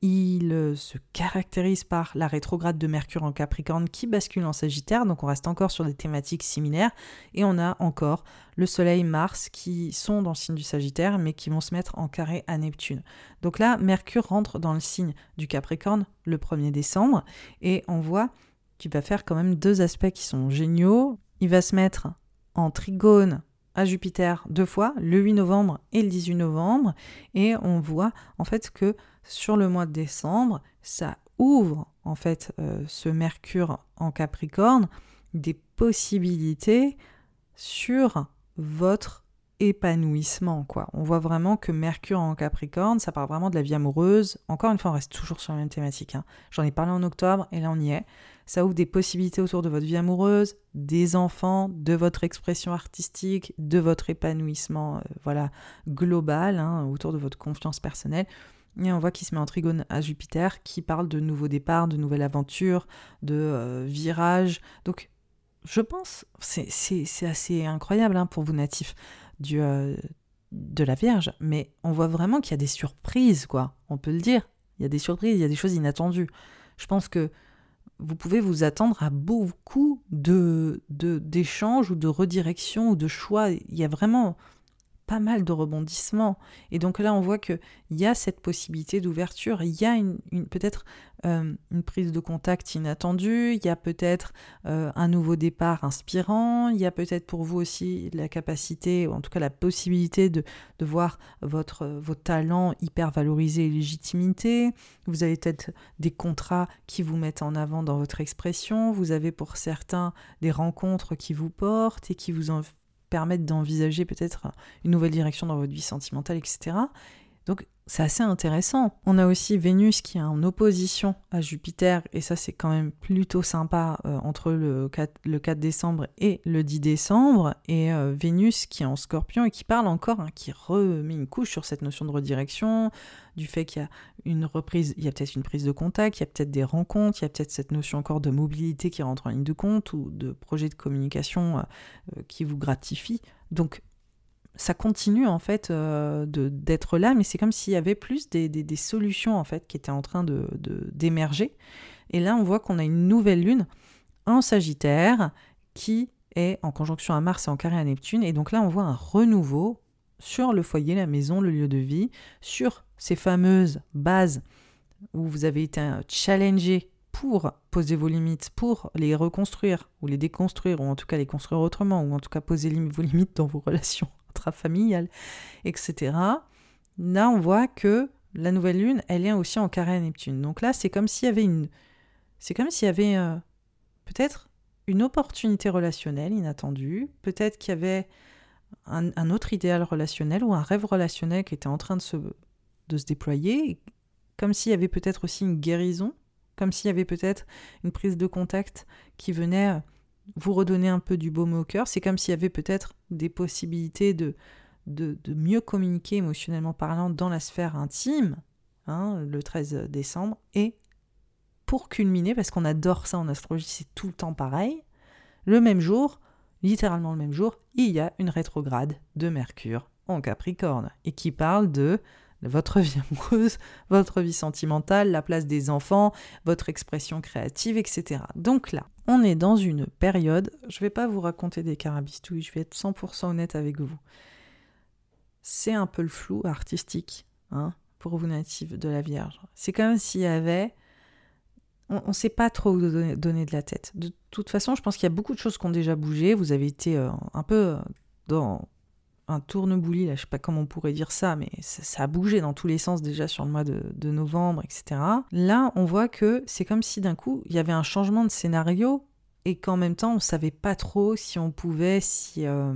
il euh, se caractérise par la rétrograde de Mercure en Capricorne qui bascule en Sagittaire, donc on reste encore sur des thématiques similaires, et on a encore le Soleil, Mars qui sont dans le signe du Sagittaire, mais qui vont se mettre en carré à Neptune. Donc là, Mercure rentre dans le signe du Capricorne le premier décembre, et on voit qu'il va faire quand même deux aspects qui sont géniaux. Il va se mettre en trigone à Jupiter deux fois, le huit novembre et le dix-huit novembre, et on voit en fait que sur le mois de décembre, ça ouvre en fait euh, ce Mercure en Capricorne des possibilités sur votre épanouissement, quoi. On voit vraiment que Mercure en Capricorne, ça parle vraiment de la vie amoureuse. Encore une fois, on reste toujours sur la même thématique, hein. J'en ai parlé en octobre et là on y est. Ça ouvre des possibilités autour de votre vie amoureuse, des enfants, de votre expression artistique, de votre épanouissement euh, voilà, global, hein, autour de votre confiance personnelle. Et on voit qu'il se met en trigone à Jupiter, qui parle de nouveaux départs, de nouvelles aventures, de euh, virages. Donc, je pense, c'est, c'est, c'est assez incroyable hein, pour vous natifs du, euh, de la Vierge, mais on voit vraiment qu'il y a des surprises, quoi. On peut le dire. il y a des surprises, il y a des choses inattendues. Je pense que vous pouvez vous attendre à beaucoup de, de, d'échanges ou de redirections ou de choix. Il y a vraiment pas mal de rebondissements. Et donc là, on voit qu'il y a cette possibilité d'ouverture, il y a une, une, peut-être euh, une prise de contact inattendue, il y a peut-être euh, un nouveau départ inspirant, il y a peut-être pour vous aussi la capacité, ou en tout cas la possibilité de, de voir votre, vos talents hyper valorisés et légitimité. Vous avez peut-être des contrats qui vous mettent en avant dans votre expression, vous avez pour certains des rencontres qui vous portent et qui vous en permettre d'envisager peut-être une nouvelle direction dans votre vie sentimentale, et cetera. Donc, c'est assez intéressant. On a aussi Vénus qui est en opposition à Jupiter, et ça, c'est quand même plutôt sympa euh, entre le quatre, le quatre décembre et le dix décembre, et euh, Vénus qui est en Scorpion et qui parle encore, hein, qui remet une couche sur cette notion de redirection, du fait qu'il y a une reprise, il y a peut-être une prise de contact, il y a peut-être des rencontres, il y a peut-être cette notion encore de mobilité qui rentre en ligne de compte, ou de projet de communication euh, qui vous gratifie. Donc, ça continue en fait euh, de, d'être là, mais c'est comme s'il y avait plus des, des, des solutions en fait qui étaient en train de, de, d'émerger. Et là, on voit qu'on a une nouvelle lune en Sagittaire qui est en conjonction à Mars et en carré à Neptune. Et donc là, on voit un renouveau sur le foyer, la maison, le lieu de vie, sur ces fameuses bases où vous avez été challengé pour poser vos limites, pour les reconstruire ou les déconstruire, ou en tout cas les construire autrement, ou en tout cas poser vos limites dans vos relations intrafamiliales, et cetera. Là, on voit que la nouvelle lune, elle est aussi en carré à Neptune. Donc là, c'est comme s'il y avait une... C'est comme s'il y avait euh, peut-être une opportunité relationnelle inattendue, peut-être qu'il y avait un, un autre idéal relationnel ou un rêve relationnel qui était en train de se, de se déployer, comme s'il y avait peut-être aussi une guérison, comme s'il y avait peut-être une prise de contact qui venait vous redonner un peu du baume au cœur. C'est comme s'il y avait peut-être des possibilités de, de, de mieux communiquer émotionnellement parlant dans la sphère intime, hein, le treize décembre. Et pour culminer, parce qu'on adore ça en astrologie, c'est tout le temps pareil, le même jour, littéralement le même jour, il y a une rétrograde de Mercure en Capricorne et qui parle de votre vie amoureuse, votre vie sentimentale, la place des enfants, votre expression créative, et cetera. Donc là, on est dans une période, je ne vais pas vous raconter des carabistouilles, je vais être cent pour cent honnête avec vous. C'est un peu le flou artistique, hein, pour vous natifs de la Vierge. C'est comme s'il y avait... On ne sait pas trop où donner, donner de la tête. De toute façon, je pense qu'il y a beaucoup de choses qui ont déjà bougé. Vous avez été euh, un peu dans... un tournebouli, là, je sais pas comment on pourrait dire ça, mais ça, ça a bougé dans tous les sens déjà sur le mois de, de novembre, et cetera. Là, on voit que c'est comme si d'un coup, il y avait un changement de scénario et qu'en même temps, on savait pas trop si on pouvait s'y, euh,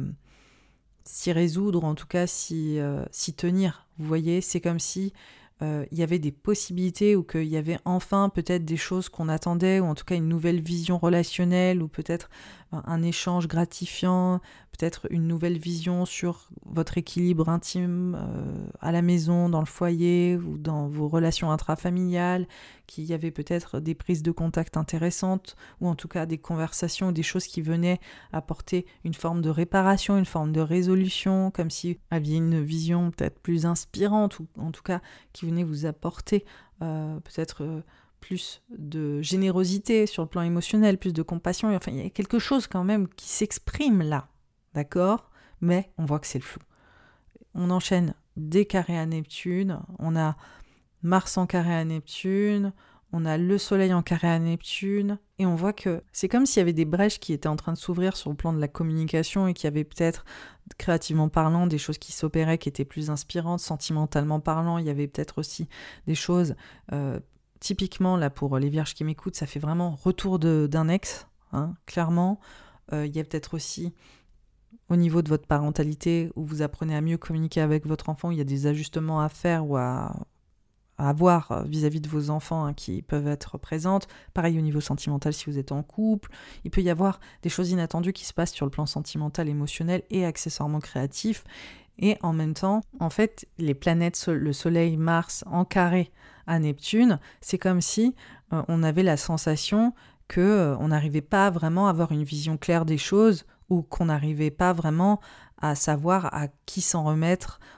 s'y résoudre, en tout cas s'y, euh, s'y tenir. Vous voyez, c'est comme si euh, il y avait des possibilités ou qu'il y avait enfin peut-être des choses qu'on attendait, ou en tout cas une nouvelle vision relationnelle, ou peut-être un échange gratifiant, peut-être une nouvelle vision sur votre équilibre intime euh, à la maison, dans le foyer ou dans vos relations intrafamiliales, qu'il y avait peut-être des prises de contact intéressantes, ou en tout cas des conversations ou des choses qui venaient apporter une forme de réparation, une forme de résolution, comme si vous aviez une vision peut-être plus inspirante, ou en tout cas qui venait vous apporter euh, peut-être... Euh, plus de générosité sur le plan émotionnel, plus de compassion, et enfin il y a quelque chose quand même qui s'exprime là, d'accord ? Mais on voit que c'est le flou. On enchaîne des carrés à Neptune, on a Mars en carré à Neptune, on a le Soleil en carré à Neptune, et on voit que c'est comme s'il y avait des brèches qui étaient en train de s'ouvrir sur le plan de la communication, et qu'il y avait peut-être, créativement parlant, des choses qui s'opéraient, qui étaient plus inspirantes, sentimentalement parlant, il y avait peut-être aussi des choses... Euh, Typiquement, là, pour les vierges qui m'écoutent, ça fait vraiment retour de, d'un ex, hein, clairement. Euh, il y a peut-être aussi, au niveau de votre parentalité, où vous apprenez à mieux communiquer avec votre enfant, il y a des ajustements à faire ou à, à avoir vis-à-vis de vos enfants, hein, qui peuvent être présentes. Pareil au niveau sentimental si vous êtes en couple. Il peut y avoir des choses inattendues qui se passent sur le plan sentimental, émotionnel et accessoirement créatif. Et en même temps, en fait, les planètes, le Soleil, Mars en carré à Neptune, c'est comme si euh, on avait la sensation qu'on euh, n'arrivait pas vraiment à avoir une vision claire des choses, ou qu'on n'arrivait pas vraiment à savoir à qui s'en remettre,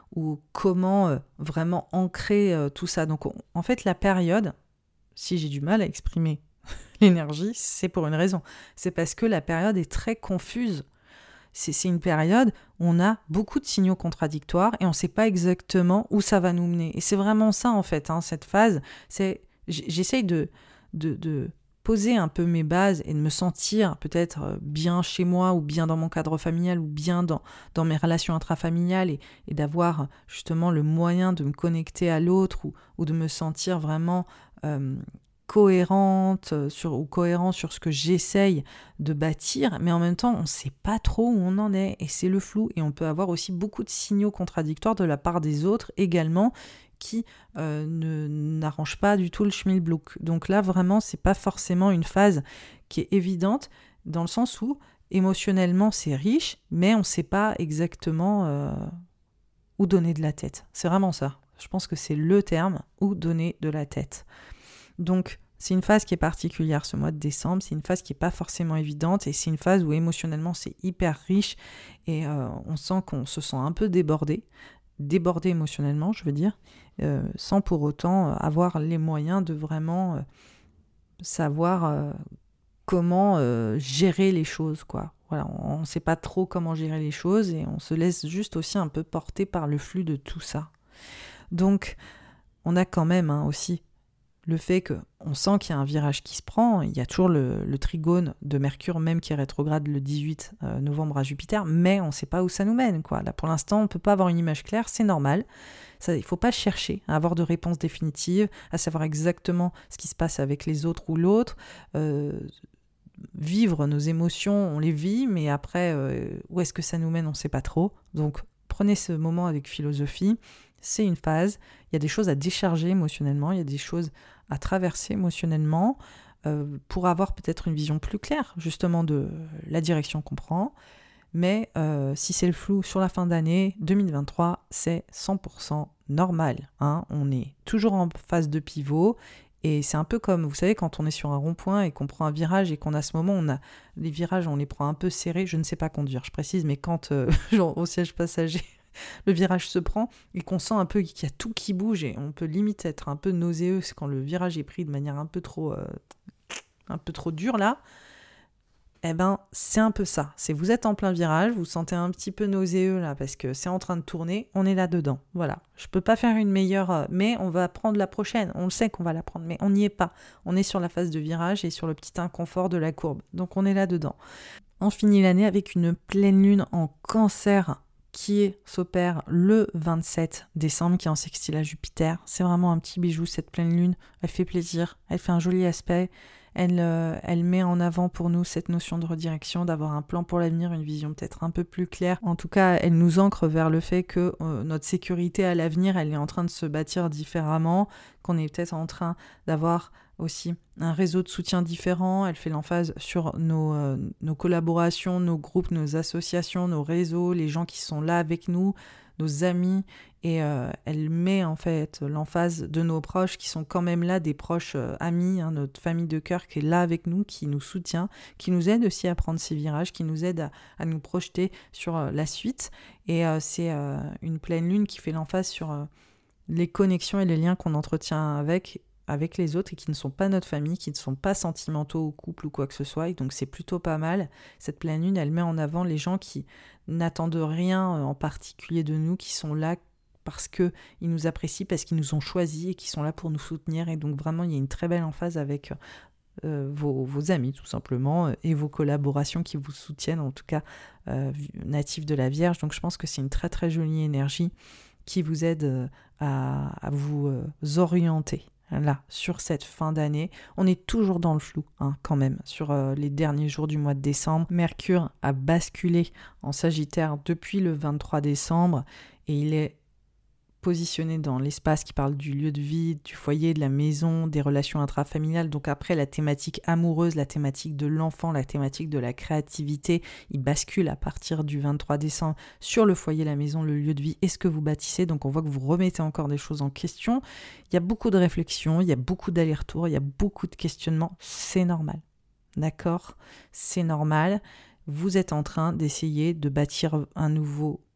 ou comment euh, vraiment ancrer euh, tout ça. Donc on, en fait la période, si j'ai du mal à exprimer l'énergie, c'est pour une raison. C'est parce que la période est très confuse. C'est, c'est une période où on a beaucoup de signaux contradictoires et on ne sait pas exactement où ça va nous mener. Et c'est vraiment ça, en fait, hein, cette phase. C'est, j'essaye de, de, de poser un peu mes bases et de me sentir peut-être bien chez moi ou bien dans mon cadre familial ou bien dans, dans mes relations intrafamiliales et, et d'avoir justement le moyen de me connecter à l'autre ou, ou de me sentir vraiment... Euh, cohérente sur, ou cohérent sur ce que j'essaye de bâtir, mais en même temps, on ne sait pas trop où on en est, et c'est le flou, et on peut avoir aussi beaucoup de signaux contradictoires de la part des autres également, qui euh, ne, n'arrangent pas du tout le schmilblick. Donc là, vraiment, c'est pas forcément une phase qui est évidente, dans le sens où, émotionnellement, c'est riche, mais on ne sait pas exactement euh, où donner de la tête. C'est vraiment ça. Je pense que c'est le terme, où donner de la tête. Donc, c'est une phase qui est particulière ce mois de décembre, c'est une phase qui n'est pas forcément évidente et c'est une phase où émotionnellement c'est hyper riche et euh, on sent qu'on se sent un peu débordé, débordé émotionnellement je veux dire, euh, sans pour autant avoir les moyens de vraiment euh, savoir euh, comment euh, gérer les choses, quoi. Voilà, on ne sait pas trop comment gérer les choses et on se laisse juste aussi un peu porter par le flux de tout ça. Donc, on a quand même hein, aussi le fait qu'on sent qu'il y a un virage qui se prend, il y a toujours le, le trigone de Mercure même qui rétrograde le dix-huit novembre à Jupiter, mais on ne sait pas où ça nous mène, quoi. Là, pour l'instant, on ne peut pas avoir une image claire, c'est normal. Ça, il ne faut pas chercher à avoir de réponse définitive, à savoir exactement ce qui se passe avec les autres ou l'autre. Euh, vivre nos émotions, on les vit, mais après, euh, où est-ce que ça nous mène, on ne sait pas trop. Donc, prenez ce moment avec philosophie. C'est une phase, il y a des choses à décharger émotionnellement, il y a des choses à traverser émotionnellement euh, pour avoir peut-être une vision plus claire justement de la direction qu'on prend. Mais euh, si c'est le flou sur la fin d'année deux mille vingt-trois, c'est cent pour cent normal. Hein. On est toujours en phase de pivot et c'est un peu comme, vous savez, quand on est sur un rond-point et qu'on prend un virage et qu'on a ce moment, on a les virages, on les prend un peu serrés. Je ne sais pas conduire, je précise, mais quand euh, genre au siège passager, le virage se prend et qu'on sent un peu qu'il y a tout qui bouge et on peut limite être un peu nauséeux quand le virage est pris de manière un peu trop, euh, un peu trop dure là, eh ben c'est un peu ça. C'est vous êtes en plein virage, vous sentez un petit peu nauséeux là parce que c'est en train de tourner, on est là dedans. Voilà, je peux pas faire une meilleure, mais on va prendre la prochaine. On le sait qu'on va la prendre, mais on n'y est pas. On est sur la phase de virage et sur le petit inconfort de la courbe. Donc on est là dedans. On finit l'année avec une pleine lune en Cancer qui s'opère le vingt-sept décembre, qui est en sextile à Jupiter. C'est vraiment un petit bijou, cette pleine lune. Elle fait plaisir, elle fait un joli aspect. Elle, euh, elle met en avant pour nous cette notion de redirection, d'avoir un plan pour l'avenir, une vision peut-être un peu plus claire. En tout cas, elle nous ancre vers le fait que euh, notre sécurité à l'avenir, elle est en train de se bâtir différemment, qu'on est peut-être en train d'avoir aussi un réseau de soutien différent. Elle fait l'emphase sur nos, euh, nos collaborations, nos groupes, nos associations, nos réseaux, les gens qui sont là avec nous, nos amis, et euh, elle met en fait l'emphase de nos proches qui sont quand même là, des proches euh, amis, hein, notre famille de cœur qui est là avec nous, qui nous soutient, qui nous aide aussi à prendre ces virages, qui nous aide à, à nous projeter sur euh, la suite. Et euh, c'est euh, une pleine lune qui fait l'emphase sur euh, les connexions et les liens qu'on entretient avec avec les autres et qui ne sont pas notre famille, qui ne sont pas sentimentaux au couple ou quoi que ce soit. Et donc c'est plutôt pas mal. Cette pleine lune, elle met en avant les gens qui n'attendent rien en particulier de nous, qui sont là parce qu'ils nous apprécient, parce qu'ils nous ont choisis et qui sont là pour nous soutenir. Et donc vraiment, il y a une très belle emphase avec euh, vos, vos amis tout simplement et vos collaborations qui vous soutiennent, en tout cas euh, natifs de la Vierge. Donc je pense que c'est une très très jolie énergie qui vous aide à, à vous euh, orienter. Là, sur cette fin d'année, on est toujours dans le flou, hein, quand même, sur euh, les derniers jours du mois de décembre. Mercure a basculé en Sagittaire depuis le vingt-trois décembre et il est positionné dans l'espace qui parle du lieu de vie, du foyer, de la maison, des relations intrafamiliales. Donc après, la thématique amoureuse, la thématique de l'enfant, la thématique de la créativité, il bascule à partir du vingt-trois décembre sur le foyer, la maison, le lieu de vie et ce que vous bâtissez. Donc on voit que vous remettez encore des choses en question. Il y a beaucoup de réflexions, il y a beaucoup d'allers-retours, il y a beaucoup de questionnements. C'est normal, d'accord ? C'est normal. Vous êtes en train d'essayer de bâtir un nouveau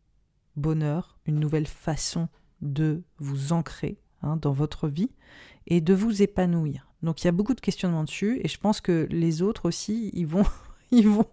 bonheur, une nouvelle façon de vous ancrer hein, dans votre vie et de vous épanouir. Donc il y a beaucoup de questionnements dessus et je pense que les autres aussi, ils vont, ils vont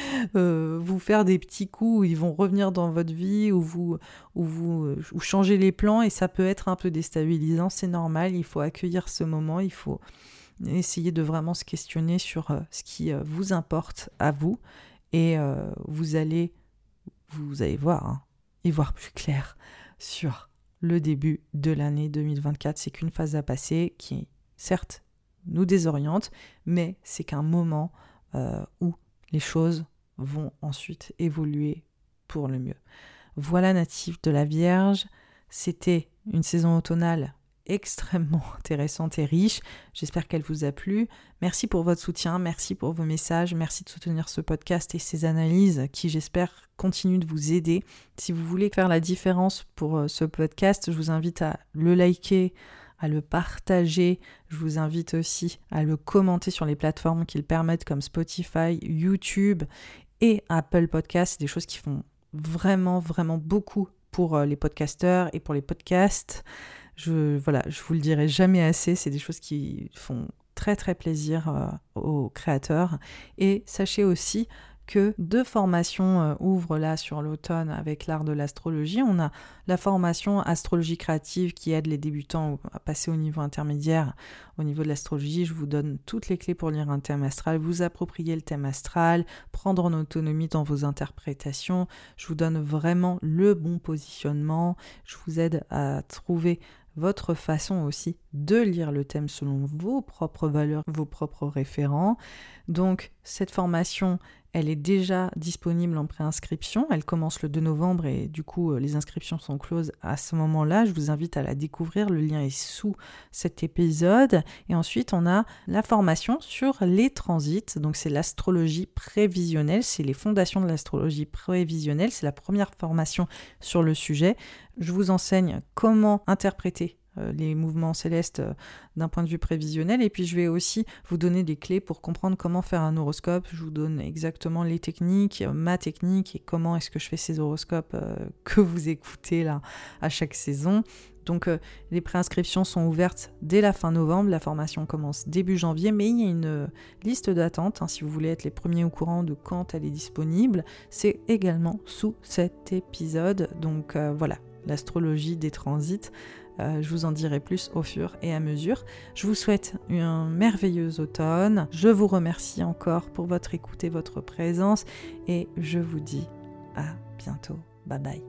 euh, vous faire des petits coups, ils vont revenir dans votre vie ou vous, ou vous euh, ou changer les plans et ça peut être un peu déstabilisant, c'est normal, il faut accueillir ce moment, il faut essayer de vraiment se questionner sur euh, ce qui euh, vous importe à vous et euh, vous allez, vous allez voir, hein, y voir plus clair sur le début de l'année deux mille vingt-quatre. C'est qu'une phase à passer qui, certes, nous désoriente, mais c'est qu'un moment euh, où les choses vont ensuite évoluer pour le mieux. Voilà, natif de la Vierge, c'était une saison automnale extrêmement intéressante et riche. J'espère qu'elle vous a plu. Merci pour votre soutien, merci pour vos messages, merci de soutenir ce podcast et ces analyses qui, j'espère, continuent de vous aider. Si vous voulez faire la différence pour ce podcast, je vous invite à le liker, à le partager. Je vous invite aussi à le commenter sur les plateformes qui le permettent comme Spotify, YouTube et Apple Podcasts. C'est des choses qui font vraiment, vraiment beaucoup pour les podcasteurs et pour les podcasts. Je, voilà, je vous le dirai jamais assez, c'est des choses qui font très très plaisir euh, aux créateurs. Et sachez aussi que deux formations euh, ouvrent là sur l'automne avec l'art de l'astrologie. On a la formation astrologie créative qui aide les débutants à passer au niveau intermédiaire. Au niveau de l'astrologie, je vous donne toutes les clés pour lire un thème astral, vous approprier le thème astral, prendre en autonomie dans vos interprétations. Je vous donne vraiment le bon positionnement. Je vous aide à trouver votre façon aussi de lire le thème selon vos propres valeurs, vos propres référents. Donc, cette formation, elle est déjà disponible en préinscription. Elle commence le deux novembre et du coup, les inscriptions sont closes à ce moment-là. Je vous invite à la découvrir. Le lien est sous cet épisode. Et ensuite, on a la formation sur les transits. Donc, c'est l'astrologie prévisionnelle. C'est les fondations de l'astrologie prévisionnelle. C'est la première formation sur le sujet. Je vous enseigne comment interpréter les mouvements célestes d'un point de vue prévisionnel et puis je vais aussi vous donner des clés pour comprendre comment faire un horoscope. Je vous donne exactement les techniques, ma technique et comment est-ce que je fais ces horoscopes euh, que vous écoutez là à chaque saison. Donc euh, les préinscriptions sont ouvertes dès la fin novembre, la formation commence début janvier, mais il y a une euh, liste d'attente, hein, si vous voulez être les premiers au courant de quand elle est disponible, c'est également sous cet épisode. Donc euh, voilà, l'astrologie des transits. Euh, je vous en dirai plus au fur et à mesure. Je vous souhaite un merveilleux automne. Je vous remercie encore pour votre écoute et votre présence. Et je vous dis à bientôt. Bye bye.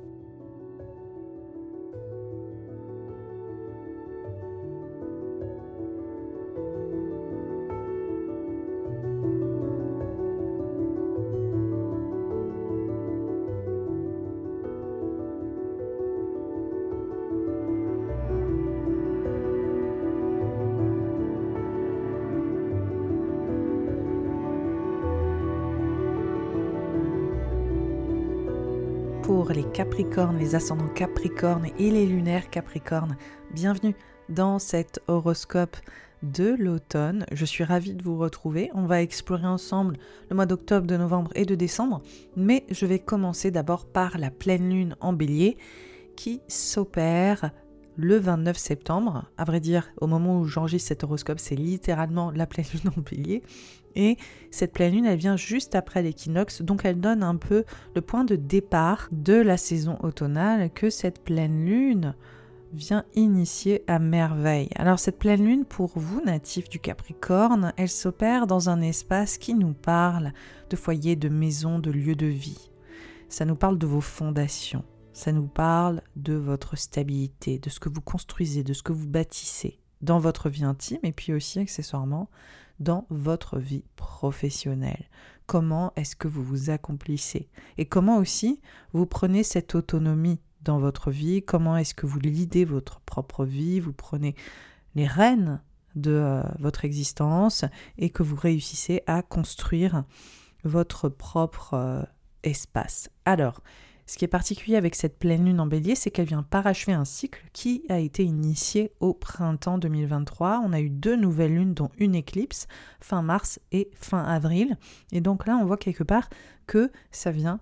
Pour les Capricornes, les ascendants Capricornes et les lunaires Capricornes, bienvenue dans cet horoscope de l'automne. Je suis ravie de vous retrouver. On va explorer ensemble le mois d'octobre, de novembre et de décembre, mais je vais commencer d'abord par la pleine lune en Bélier qui s'opère le vingt-neuf septembre. À vrai dire, au moment où j'enregistre cet horoscope, c'est littéralement la pleine lune en Bélier. Et cette pleine lune, elle vient juste après l'équinoxe, donc elle donne un peu le point de départ de la saison automnale que cette pleine lune vient initier à merveille. Alors cette pleine lune, pour vous, natifs du Capricorne, elle s'opère dans un espace qui nous parle de foyer, de maison, de lieu de vie. Ça nous parle de vos fondations, ça nous parle de votre stabilité, de ce que vous construisez, de ce que vous bâtissez dans votre vie intime et puis aussi accessoirement dans votre vie professionnelle. Comment est-ce que vous vous accomplissez et comment aussi vous prenez cette autonomie dans votre vie, comment est-ce que vous lidez votre propre vie, vous prenez les rênes de euh, votre existence et que vous réussissez à construire votre propre euh, espace. Alors, ce qui est particulier avec cette pleine lune en Bélier, c'est qu'elle vient parachever un cycle qui a été initié au printemps deux mille vingt-trois. On a eu deux nouvelles lunes, dont une éclipse, fin mars et fin avril. Et donc là, on voit quelque part que ça vient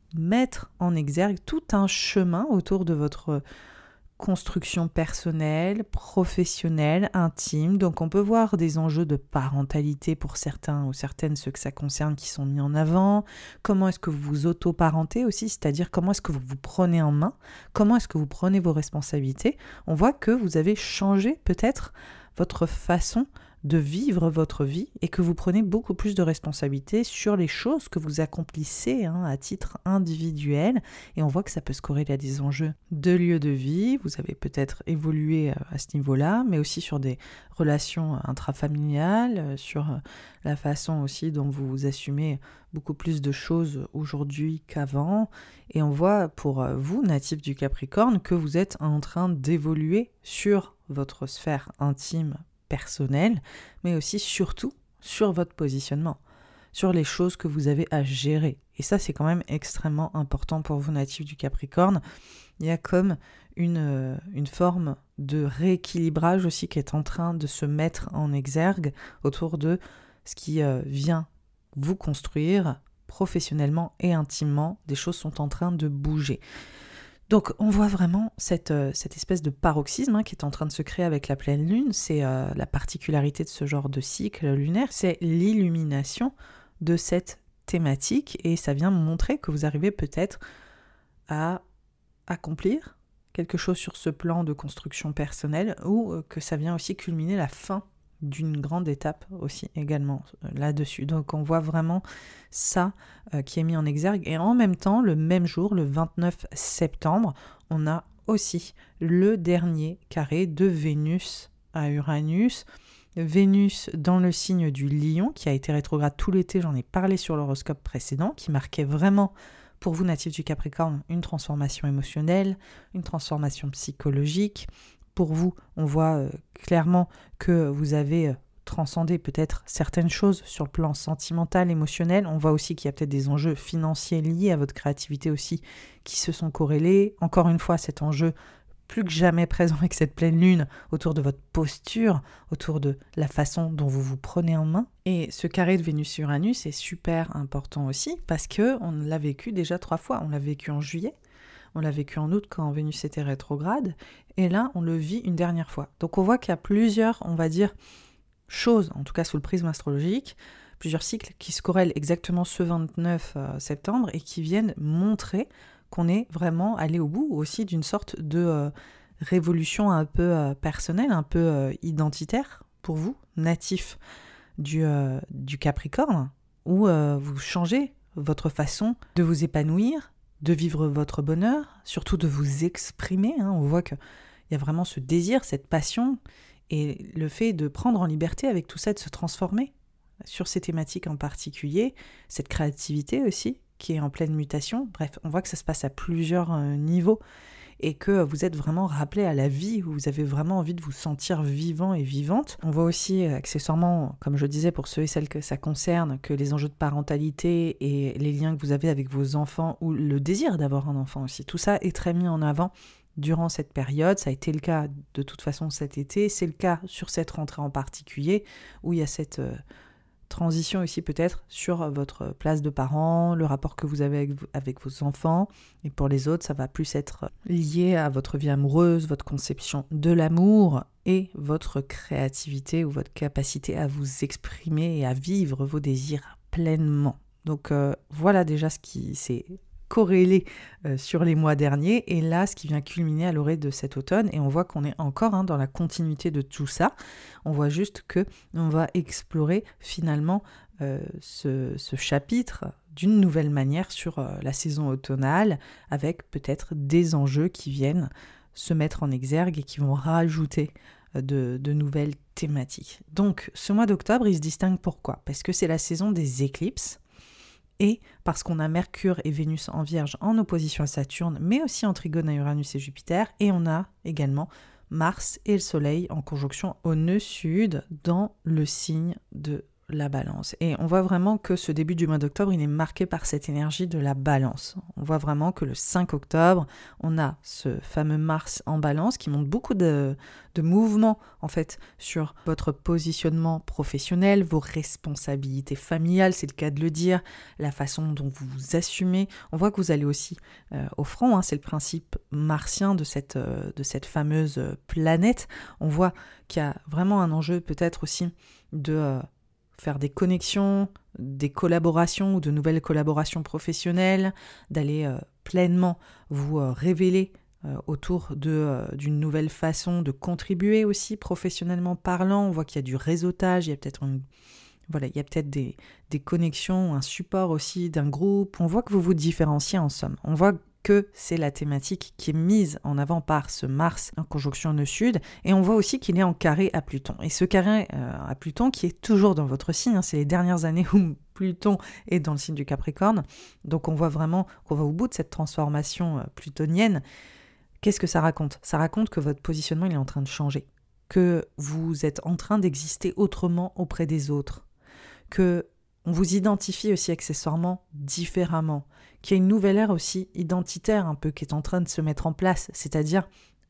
mettre en exergue tout un chemin autour de votre construction personnelle, professionnelle, intime. Donc on peut voir des enjeux de parentalité pour certains ou certaines, ceux que ça concerne, qui sont mis en avant. Comment est-ce que vous vous auto-parentez aussi, c'est-à-dire comment est-ce que vous vous prenez en main, comment est-ce que vous prenez vos responsabilités. On voit que vous avez changé peut-être votre façon de vivre votre vie et que vous prenez beaucoup plus de responsabilités sur les choses que vous accomplissez hein, à titre individuel, et on voit que ça peut se corréler à des enjeux de lieu de vie. Vous avez peut-être évolué à ce niveau-là, mais aussi sur des relations intrafamiliales, sur la façon aussi dont vous assumez beaucoup plus de choses aujourd'hui qu'avant, et on voit pour vous, natifs du Capricorne, que vous êtes en train d'évoluer sur votre sphère intime personnel, mais aussi surtout sur votre positionnement, sur les choses que vous avez à gérer. Et ça, c'est quand même extrêmement important pour vous, natifs du Capricorne. Il y a comme une, une forme de rééquilibrage aussi qui est en train de se mettre en exergue autour de ce qui euh, vient vous construire professionnellement et intimement. Des choses sont en train de bouger. Donc on voit vraiment cette, euh, cette espèce de paroxysme hein, qui est en train de se créer avec la pleine lune. C'est euh, la particularité de ce genre de cycle lunaire, c'est l'illumination de cette thématique, et ça vient montrer que vous arrivez peut-être à accomplir quelque chose sur ce plan de construction personnelle, ou euh, que ça vient aussi culminer la fin d'une grande étape aussi également euh, là-dessus. Donc on voit vraiment ça euh, qui est mis en exergue. Et en même temps, le même jour, le vingt-neuf septembre, on a aussi le dernier carré de Vénus à Uranus. Vénus dans le signe du Lion, qui a été rétrograde tout l'été, j'en ai parlé sur l'horoscope précédent, qui marquait vraiment pour vous, natifs du Capricorne, une transformation émotionnelle, une transformation psychologique. Pour vous, on voit euh, clairement que vous avez euh, transcendé peut-être certaines choses sur le plan sentimental, émotionnel. On voit aussi qu'il y a peut-être des enjeux financiers liés à votre créativité aussi qui se sont corrélés. Encore une fois, cet enjeu plus que jamais présent avec cette pleine lune autour de votre posture, autour de la façon dont vous vous prenez en main. Et ce carré de Vénus-Uranus est super important aussi parce qu'on l'a vécu déjà trois fois. On l'a vécu en juillet, on l'a vécu en août quand Vénus était rétrograde, et là on le vit une dernière fois. Donc on voit qu'il y a plusieurs, on va dire, choses, en tout cas sous le prisme astrologique, plusieurs cycles qui se corrèlent exactement ce vingt-neuf septembre et qui viennent montrer qu'on est vraiment allé au bout aussi d'une sorte de euh, révolution un peu euh, personnelle, un peu euh, identitaire pour vous, natifs du, euh, du Capricorne, où euh, vous changez votre façon de vous épanouir, de vivre votre bonheur, surtout de vous exprimer. Hein. On voit qu'il y a vraiment ce désir, cette passion, et le fait de prendre en liberté avec tout ça, de se transformer sur ces thématiques en particulier, cette créativité aussi, qui est en pleine mutation. Bref, on voit que ça se passe à plusieurs euh, niveaux et que vous êtes vraiment rappelé à la vie, où vous avez vraiment envie de vous sentir vivant et vivante. On voit aussi, euh, accessoirement, comme je disais, pour ceux et celles que ça concerne, que les enjeux de parentalité et les liens que vous avez avec vos enfants, ou le désir d'avoir un enfant aussi, tout ça est très mis en avant durant cette période. Ça a été le cas de toute façon cet été, c'est le cas sur cette rentrée en particulier, où il y a cette... Euh, transition aussi peut-être sur votre place de parent, le rapport que vous avez avec, avec vos enfants. Et pour les autres, ça va plus être lié à votre vie amoureuse, votre conception de l'amour et votre créativité ou votre capacité à vous exprimer et à vivre vos désirs pleinement. Donc euh, voilà déjà ce qui s'est corrélé euh, sur les mois derniers, et là ce qui vient culminer à l'orée de cet automne, et on voit qu'on est encore hein, dans la continuité de tout ça. On voit juste que on va explorer finalement euh, ce, ce chapitre d'une nouvelle manière sur euh, la saison automnale, avec peut-être des enjeux qui viennent se mettre en exergue et qui vont rajouter euh, de, de nouvelles thématiques. Donc ce mois d'octobre, il se distingue pourquoi ? Parce que c'est la saison des éclipses, et parce qu'on a Mercure et Vénus en Vierge en opposition à Saturne, mais aussi en trigone à Uranus et Jupiter, et on a également Mars et le Soleil en conjonction au nœud sud dans le signe de la balance. Et on voit vraiment que ce début du mois d'octobre, il est marqué par cette énergie de la balance. On voit vraiment que le cinq octobre, on a ce fameux Mars en balance qui montre beaucoup de, de mouvements en fait sur votre positionnement professionnel, vos responsabilités familiales, c'est le cas de le dire, la façon dont vous vous assumez. On voit que vous allez aussi euh, au front, hein, c'est le principe martien de cette, euh, de cette fameuse euh, planète. On voit qu'il y a vraiment un enjeu peut-être aussi de euh, faire des connexions, des collaborations ou de nouvelles collaborations professionnelles, d'aller euh, pleinement vous euh, révéler euh, autour de, euh, d'une nouvelle façon de contribuer aussi professionnellement parlant. On voit qu'il y a du réseautage, il y a peut-être une, voilà, il y a peut-être des, des connexions, un support aussi d'un groupe. On voit que vous vous différenciez en somme. On voit que c'est la thématique qui est mise en avant par ce Mars en conjonction nœud-sud, et on voit aussi qu'il est en carré à Pluton. Et ce carré euh, à Pluton qui est toujours dans votre signe, hein, c'est les dernières années où Pluton est dans le signe du Capricorne, donc on voit vraiment qu'on va au bout de cette transformation euh, plutonienne. Qu'est-ce que ça raconte ? Ça raconte que votre positionnement il est en train de changer, que vous êtes en train d'exister autrement auprès des autres, que on vous identifie aussi accessoirement différemment, qu'il y a une nouvelle ère aussi identitaire un peu qui est en train de se mettre en place, c'est-à-dire,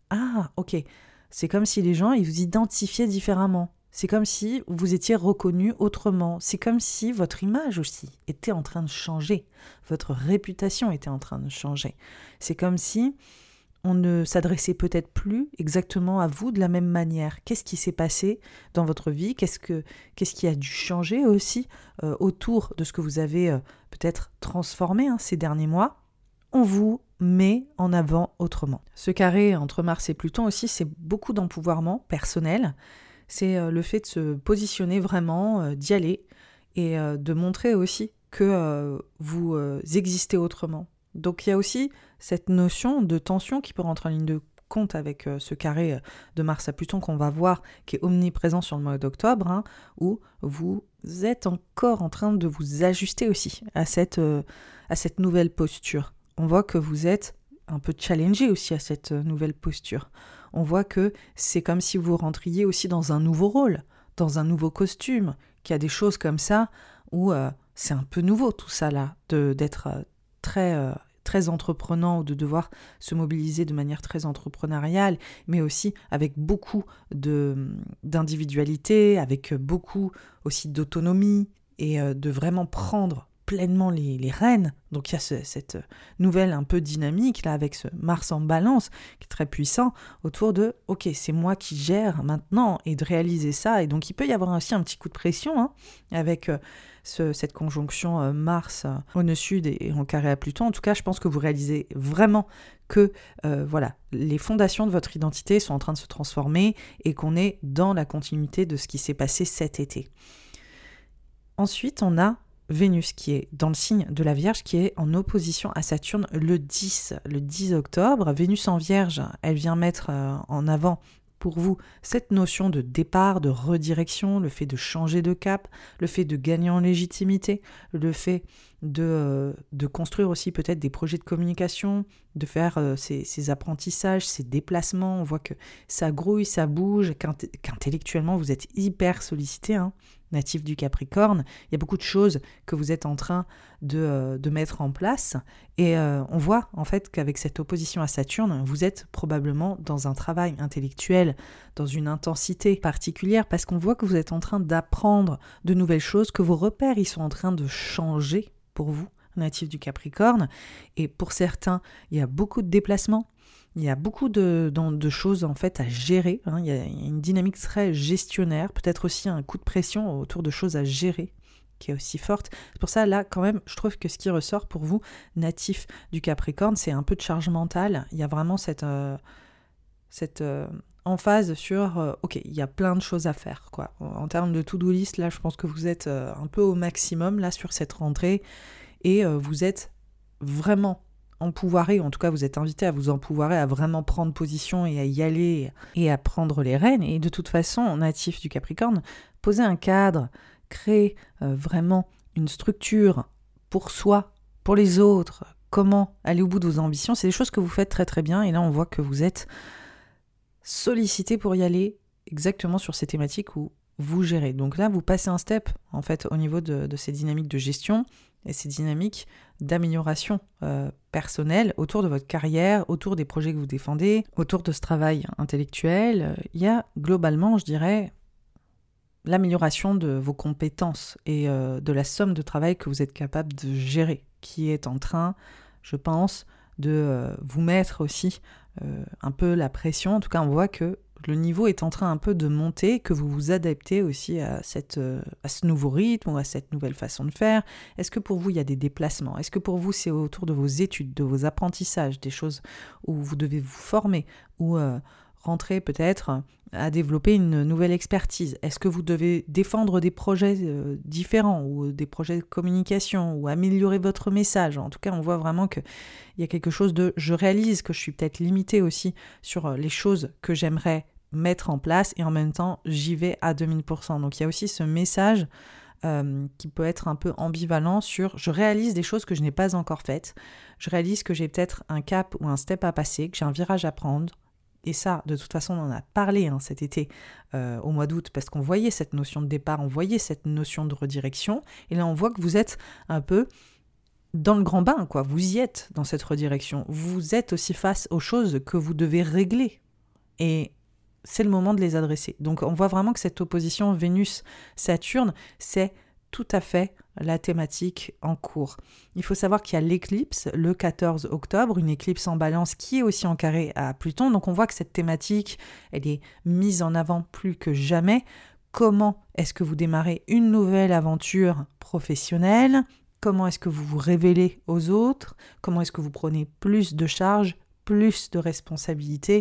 ah ok, c'est comme si les gens ils vous identifiaient différemment, c'est comme si vous étiez reconnu autrement, c'est comme si votre image aussi était en train de changer, votre réputation était en train de changer, c'est comme si on ne s'adressait peut-être plus exactement à vous de la même manière. Qu'est-ce qui s'est passé dans votre vie ? Qu'est-ce que, qu'est-ce qui a dû changer aussi euh, autour de ce que vous avez euh, peut-être transformé hein, ces derniers mois ? On vous met en avant autrement. Ce carré entre Mars et Pluton aussi, c'est beaucoup d'empouvoirment personnel. C'est euh, le fait de se positionner vraiment, euh, d'y aller et euh, de montrer aussi que euh, vous euh, existez autrement. Donc il y a aussi cette notion de tension qui peut rentrer en ligne de compte avec euh, ce carré de Mars à Pluton qu'on va voir, qui est omniprésent sur le mois d'octobre, hein, où vous êtes encore en train de vous ajuster aussi à cette, euh, à cette nouvelle posture. On voit que vous êtes un peu challengé aussi à cette euh, nouvelle posture. On voit que c'est comme si vous rentriez aussi dans un nouveau rôle, dans un nouveau costume, qu'il y a des choses comme ça où euh, c'est un peu nouveau tout ça là, de, d'être euh, très, euh, très entreprenant ou de devoir se mobiliser de manière très entrepreneuriale, mais aussi avec beaucoup de, d'individualité, avec beaucoup aussi d'autonomie et euh, de vraiment prendre pleinement les, les rênes. Donc il y a ce, cette nouvelle un peu dynamique là avec ce Mars en balance qui est très puissant autour de « ok, c'est moi qui gère maintenant » et de réaliser ça. Et donc il peut y avoir aussi un petit coup de pression hein, avec euh, ce, cette conjonction euh, Mars euh, au nœud sud et, et en carré à Pluton. En tout cas, je pense que vous réalisez vraiment que euh, voilà, les fondations de votre identité sont en train de se transformer et qu'on est dans la continuité de ce qui s'est passé cet été. Ensuite, on a Vénus qui est dans le signe de la Vierge, qui est en opposition à Saturne le dix, le dix octobre. Vénus en Vierge, elle vient mettre euh, en avant pour vous cette notion de départ, de redirection, le fait de changer de cap, le fait de gagner en légitimité, le fait de, euh, de construire aussi peut-être des projets de communication, de faire euh, ces, ces apprentissages, ces déplacements. On voit que ça grouille, ça bouge, qu'int- qu'intellectuellement vous êtes hyper sollicité, hein, natif du Capricorne. Il y a beaucoup de choses que vous êtes en train de, euh, de mettre en place et euh, on voit en fait qu'avec cette opposition à Saturne, vous êtes probablement dans un travail intellectuel, dans une intensité particulière parce qu'on voit que vous êtes en train d'apprendre de nouvelles choses, que vos repères ils sont en train de changer pour vous, natif du Capricorne, et pour certains, il y a beaucoup de déplacements. Il y a beaucoup de, de, de choses en fait à gérer, hein. Il y a une dynamique très gestionnaire, peut-être aussi un coup de pression autour de choses à gérer qui est aussi forte. C'est pour ça, là, quand même, je trouve que ce qui ressort pour vous, natif du Capricorne, c'est un peu de charge mentale. Il y a vraiment cette, euh, cette euh, emphase sur, euh, ok, il y a plein de choses à faire, quoi. En termes de to-do list, là, je pense que vous êtes euh, un peu au maximum, là, sur cette rentrée, et euh, vous êtes vraiment empouvoiré, ou en tout cas vous êtes invité à vous empouvoirer, à vraiment prendre position et à y aller et à prendre les rênes. Et de toute façon, natif du Capricorne, poser un cadre, créer euh, vraiment une structure pour soi, pour les autres, comment aller au bout de vos ambitions, c'est des choses que vous faites très très bien. Et là on voit que vous êtes sollicité pour y aller exactement sur ces thématiques où vous gérer. Donc là, vous passez un step en fait au niveau de, de ces dynamiques de gestion et ces dynamiques d'amélioration euh, personnelle autour de votre carrière, autour des projets que vous défendez, autour de ce travail intellectuel. Il y a globalement, je dirais, l'amélioration de vos compétences et euh, de la somme de travail que vous êtes capable de gérer, qui est en train, je pense, de euh, vous mettre aussi euh, un peu la pression. En tout cas, on voit que le niveau est en train un peu de monter, que vous vous adaptez aussi à, cette, euh, à ce nouveau rythme ou à cette nouvelle façon de faire. Est-ce que pour vous, il y a des déplacements ? Est-ce que pour vous, c'est autour de vos études, de vos apprentissages, des choses où vous devez vous former ou euh, rentrer peut-être à développer une nouvelle expertise ? Est-ce que vous devez défendre des projets euh, différents ou des projets de communication ou améliorer votre message ? En tout cas, on voit vraiment qu'il y a quelque chose de... Je réalise que je suis peut-être limitée aussi sur les choses que j'aimerais mettre en place et en même temps, j'y vais à deux mille pour cent. Donc, il y a aussi ce message euh, qui peut être un peu ambivalent sur je réalise des choses que je n'ai pas encore faites. Je réalise que j'ai peut-être un cap ou un step à passer, que j'ai un virage à prendre. Et ça, de toute façon, on en a parlé hein, cet été, euh, au mois d'août, parce qu'on voyait cette notion de départ, on voyait cette notion de redirection. Et là, on voit que vous êtes un peu dans le grand bain, quoi. Vous y êtes dans cette redirection. Vous êtes aussi face aux choses que vous devez régler. Et c'est le moment de les adresser. Donc, on voit vraiment que cette opposition Vénus-Saturne, c'est tout à fait la thématique en cours. Il faut savoir qu'il y a l'éclipse le quatorze octobre, une éclipse en balance qui est aussi en carré à Pluton. Donc on voit que cette thématique, elle est mise en avant plus que jamais. Comment est-ce que vous démarrez une nouvelle aventure professionnelle ? Comment est-ce que vous vous révélez aux autres ? Comment est-ce que vous prenez plus de charges, plus de responsabilités ?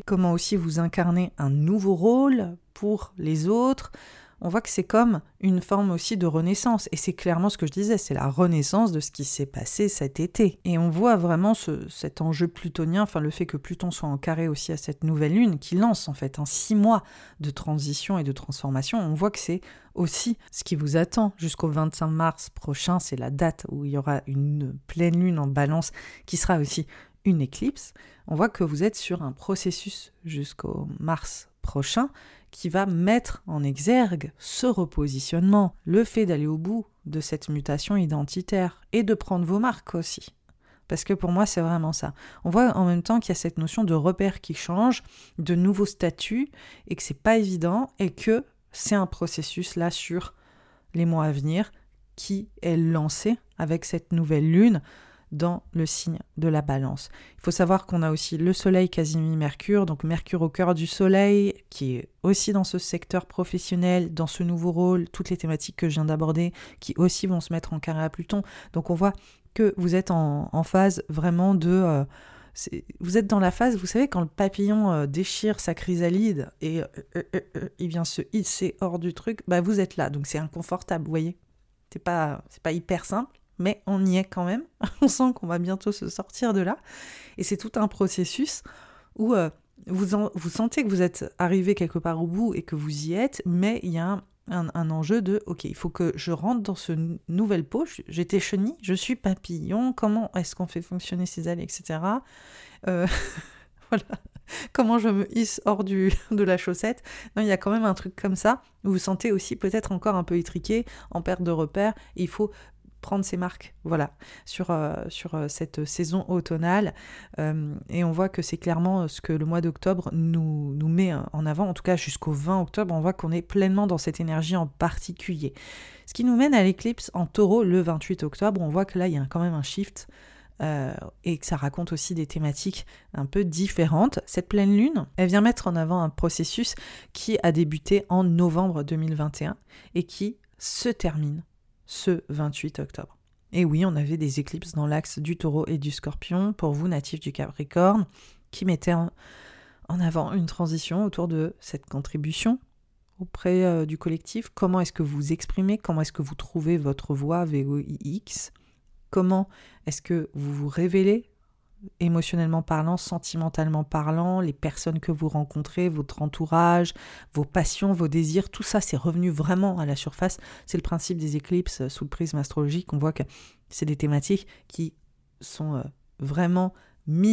Comment aussi vous incarnez un nouveau rôle pour les autres ? On voit que c'est comme une forme aussi de renaissance. Et c'est clairement ce que je disais, c'est la renaissance de ce qui s'est passé cet été. Et on voit vraiment ce, cet enjeu plutonien, enfin le fait que Pluton soit en carré aussi à cette nouvelle lune, qui lance en fait un six mois de transition et de transformation. On voit que c'est aussi ce qui vous attend jusqu'au vingt-cinq mars prochain. C'est la date où il y aura une pleine lune en balance qui sera aussi une éclipse. On voit que vous êtes sur un processus jusqu'au mars prochain qui va mettre en exergue ce repositionnement, le fait d'aller au bout de cette mutation identitaire et de prendre vos marques aussi. Parce que pour moi, c'est vraiment ça. On voit en même temps qu'il y a cette notion de repère qui change, de nouveaux statuts, et que c'est pas évident, et que c'est un processus là sur les mois à venir qui est lancé avec cette nouvelle lune dans le signe de la balance. Il faut savoir qu'on a aussi le soleil quasi-Mercure, donc Mercure au cœur du soleil, qui est aussi dans ce secteur professionnel, dans ce nouveau rôle, toutes les thématiques que je viens d'aborder, qui aussi vont se mettre en carré à Pluton. Donc on voit que vous êtes en, en phase vraiment de... Euh, c'est, vous êtes dans la phase, vous savez, quand le papillon euh, déchire sa chrysalide et euh, euh, euh, euh, il vient se hisser hors du truc, bah vous êtes là, donc c'est inconfortable, vous voyez. C'est pas, c'est pas hyper simple, mais on y est quand même. On sent qu'on va bientôt se sortir de là. Et c'est tout un processus où euh, vous, en, vous sentez que vous êtes arrivé quelque part au bout et que vous y êtes, mais il y a un, un, un enjeu de « Ok, il faut que je rentre dans ce n- nouvelle peau. J'étais chenille, je suis papillon. Comment est-ce qu'on fait fonctionner ces ailes, et cetera » euh, Voilà. Comment je me hisse hors du, de la chaussette. Non, il y a quand même un truc comme ça où vous vous sentez aussi peut-être encore un peu étriqué, en perte de repères. Et il faut prendre ses marques, voilà, sur, euh, sur euh, cette saison automnale. Euh, et on voit que c'est clairement ce que le mois d'octobre nous, nous met en avant. En tout cas, jusqu'au vingt octobre, on voit qu'on est pleinement dans cette énergie en particulier. Ce qui nous mène à l'éclipse en taureau le vingt-huit octobre. On voit que là, il y a quand même un shift euh, et que ça raconte aussi des thématiques un peu différentes. Cette pleine lune, elle vient mettre en avant un processus qui a débuté en novembre deux mille vingt et un et qui se termine ce vingt-huit octobre. Et oui, on avait des éclipses dans l'axe du taureau et du scorpion, pour vous, natifs du Capricorne, qui mettaient en, en avant une transition autour de cette contribution auprès euh, du collectif. Comment est-ce que vous vous exprimez ? Comment est-ce que vous trouvez votre voix V O I X ? Comment est-ce que vous vous révélez émotionnellement parlant, sentimentalement parlant, les personnes que vous rencontrez, votre entourage, vos passions, vos désirs, tout ça c'est revenu vraiment à la surface. C'est le principe des éclipses sous le prisme astrologique. On voit que c'est des thématiques qui sont euh, vraiment mises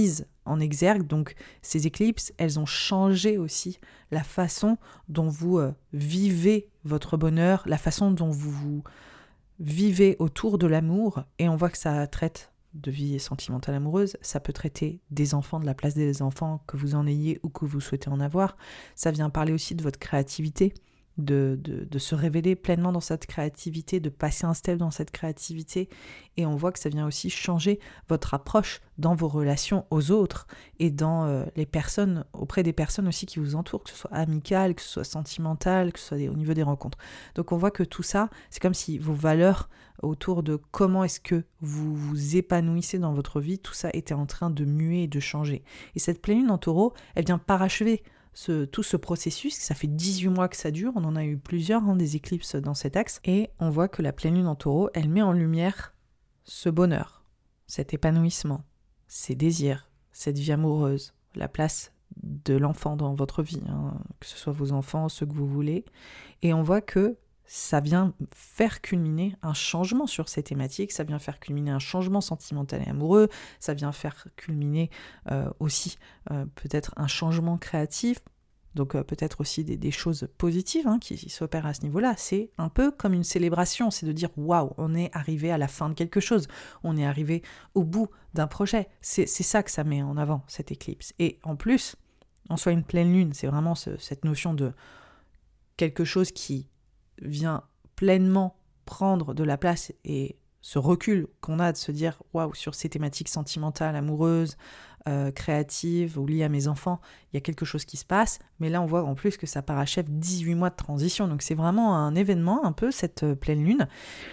en exergue. Donc ces éclipses, elles ont changé aussi la façon dont vous euh, vivez votre bonheur, la façon dont vous vous vivez autour de l'amour. Et on voit que ça traite de vie sentimentale amoureuse, ça peut traiter des enfants, de la place des enfants, que vous en ayez ou que vous souhaitez en avoir. Ça vient parler aussi de votre créativité, de, de, de se révéler pleinement dans cette créativité, de passer un step dans cette créativité. Et on voit que ça vient aussi changer votre approche dans vos relations aux autres et dans euh, les personnes, auprès des personnes aussi qui vous entourent, que ce soit amical, que ce soit sentimental, que ce soit des, au niveau des rencontres. Donc on voit que tout ça, c'est comme si vos valeurs autour de comment est-ce que vous vous épanouissez dans votre vie, tout ça était en train de muer et de changer. Et cette pleine lune en taureau, elle vient parachever Ce, tout ce processus, ça fait dix-huit mois que ça dure, on en a eu plusieurs, hein, des éclipses dans cet axe, et on voit que la pleine lune en taureau, elle met en lumière ce bonheur, cet épanouissement, ces désirs, cette vie amoureuse, la place de l'enfant dans votre vie, hein, que ce soit vos enfants, ceux que vous voulez, et on voit que ça vient faire culminer un changement sur ces thématiques, ça vient faire culminer un changement sentimental et amoureux, ça vient faire culminer euh, aussi euh, peut-être un changement créatif, donc euh, peut-être aussi des, des choses positives hein, qui, qui s'opèrent à ce niveau-là. C'est un peu comme une célébration, c'est de dire « waouh, on est arrivé à la fin de quelque chose, on est arrivé au bout d'un projet ». C'est, c'est ça que ça met en avant, cette éclipse. Et en plus, en soit une pleine lune, c'est vraiment ce, cette notion de quelque chose qui vient pleinement prendre de la place et ce recul qu'on a de se dire waouh, sur ces thématiques sentimentales, amoureuses, euh, créatives ou liées à mes enfants, il y a quelque chose qui se passe, mais là on voit en plus que ça parachève dix-huit mois de transition, donc c'est vraiment un événement un peu cette euh, pleine lune,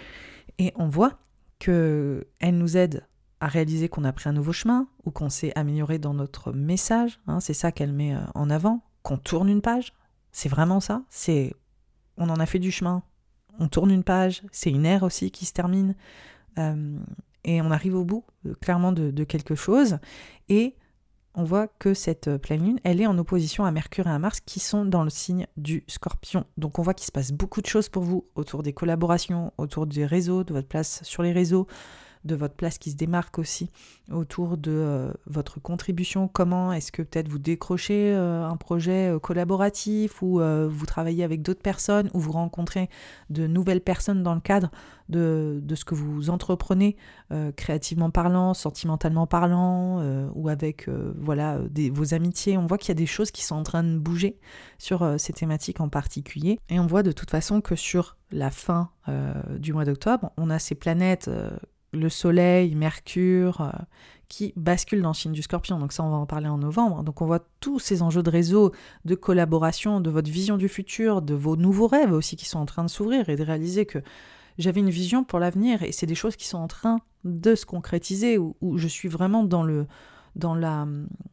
et on voit qu'elle nous aide à réaliser qu'on a pris un nouveau chemin ou qu'on s'est amélioré dans notre message, hein, c'est ça qu'elle met euh, en avant, qu'on tourne une page, c'est vraiment ça, c'est on en a fait du chemin, on tourne une page, c'est une ère aussi qui se termine, euh, et on arrive au bout, euh, clairement, de, de quelque chose, et on voit que cette pleine lune, elle est en opposition à Mercure et à Mars, qui sont dans le signe du Scorpion. Donc on voit qu'il se passe beaucoup de choses pour vous, autour des collaborations, autour des réseaux, de votre place sur les réseaux, de votre place qui se démarque aussi autour de euh, votre contribution. Comment est-ce que peut-être vous décrochez euh, un projet euh, collaboratif ou euh, vous travaillez avec d'autres personnes ou vous rencontrez de nouvelles personnes dans le cadre de, de ce que vous entreprenez, euh, créativement parlant, sentimentalement parlant euh, ou avec euh, voilà, des, vos amitiés. On voit qu'il y a des choses qui sont en train de bouger sur euh, ces thématiques en particulier. Et on voit de toute façon que sur la fin euh, du mois d'octobre, on a ces planètes euh, le Soleil, Mercure, euh, qui basculent dans le signe du Scorpion. Donc ça, on va en parler en novembre. Donc on voit tous ces enjeux de réseau, de collaboration, de votre vision du futur, de vos nouveaux rêves aussi qui sont en train de s'ouvrir et de réaliser que j'avais une vision pour l'avenir et c'est des choses qui sont en train de se concrétiser où, où je suis vraiment dans, le, dans la,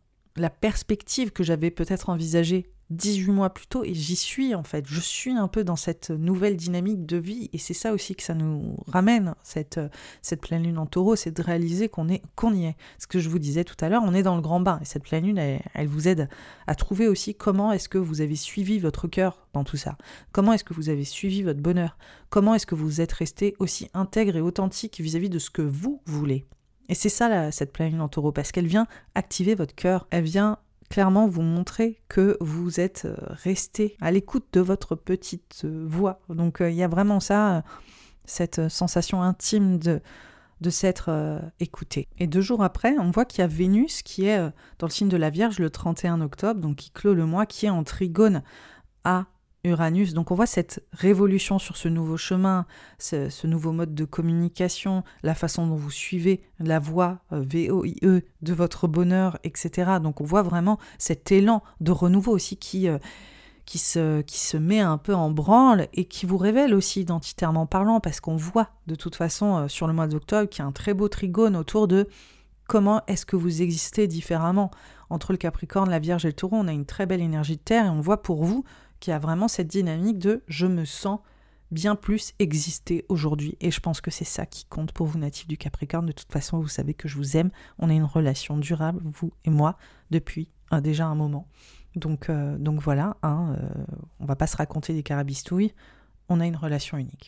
la perspective que j'avais peut-être envisagée dix-huit mois plus tôt et j'y suis en fait, je suis un peu dans cette nouvelle dynamique de vie et c'est ça aussi que ça nous ramène, cette, cette pleine lune en taureau, c'est de réaliser qu'on, est, qu'on y est. Ce que je vous disais tout à l'heure, on est dans le grand bain et cette pleine lune, elle, elle vous aide à trouver aussi comment est-ce que vous avez suivi votre cœur dans tout ça, comment est-ce que vous avez suivi votre bonheur, comment est-ce que vous êtes resté aussi intègre et authentique vis-à-vis de ce que vous voulez. Et c'est ça la, cette pleine lune en taureau, parce qu'elle vient activer votre cœur, elle vient clairement vous montrer que vous êtes resté à l'écoute de votre petite voix. Donc il euh, y a vraiment ça, euh, cette sensation intime de, de s'être euh, écouté. Et deux jours après, on voit qu'il y a Vénus qui est euh, dans le signe de la Vierge le trente et un octobre, donc qui clôt le mois, qui est en trigone à Uranus. Donc on voit cette révolution sur ce nouveau chemin, ce, ce nouveau mode de communication, la façon dont vous suivez la voie euh, V O I E de votre bonheur, et cetera. Donc on voit vraiment cet élan de renouveau aussi qui, euh, qui, se, qui se met un peu en branle et qui vous révèle aussi identitairement parlant, parce qu'on voit de toute façon euh, sur le mois d'octobre qu'il y a un très beau trigone autour de comment est-ce que vous existez différemment. Entre le Capricorne, la Vierge et le Taureau, on a une très belle énergie de terre et on voit pour vous qui a vraiment cette dynamique de « je me sens bien plus exister aujourd'hui ». Et je pense que c'est ça qui compte pour vous, natifs du Capricorne. De toute façon, vous savez que je vous aime. On a une relation durable, vous et moi, depuis euh, déjà un moment. Donc, euh, donc voilà, hein, euh, on ne va pas se raconter des carabistouilles. On a une relation unique.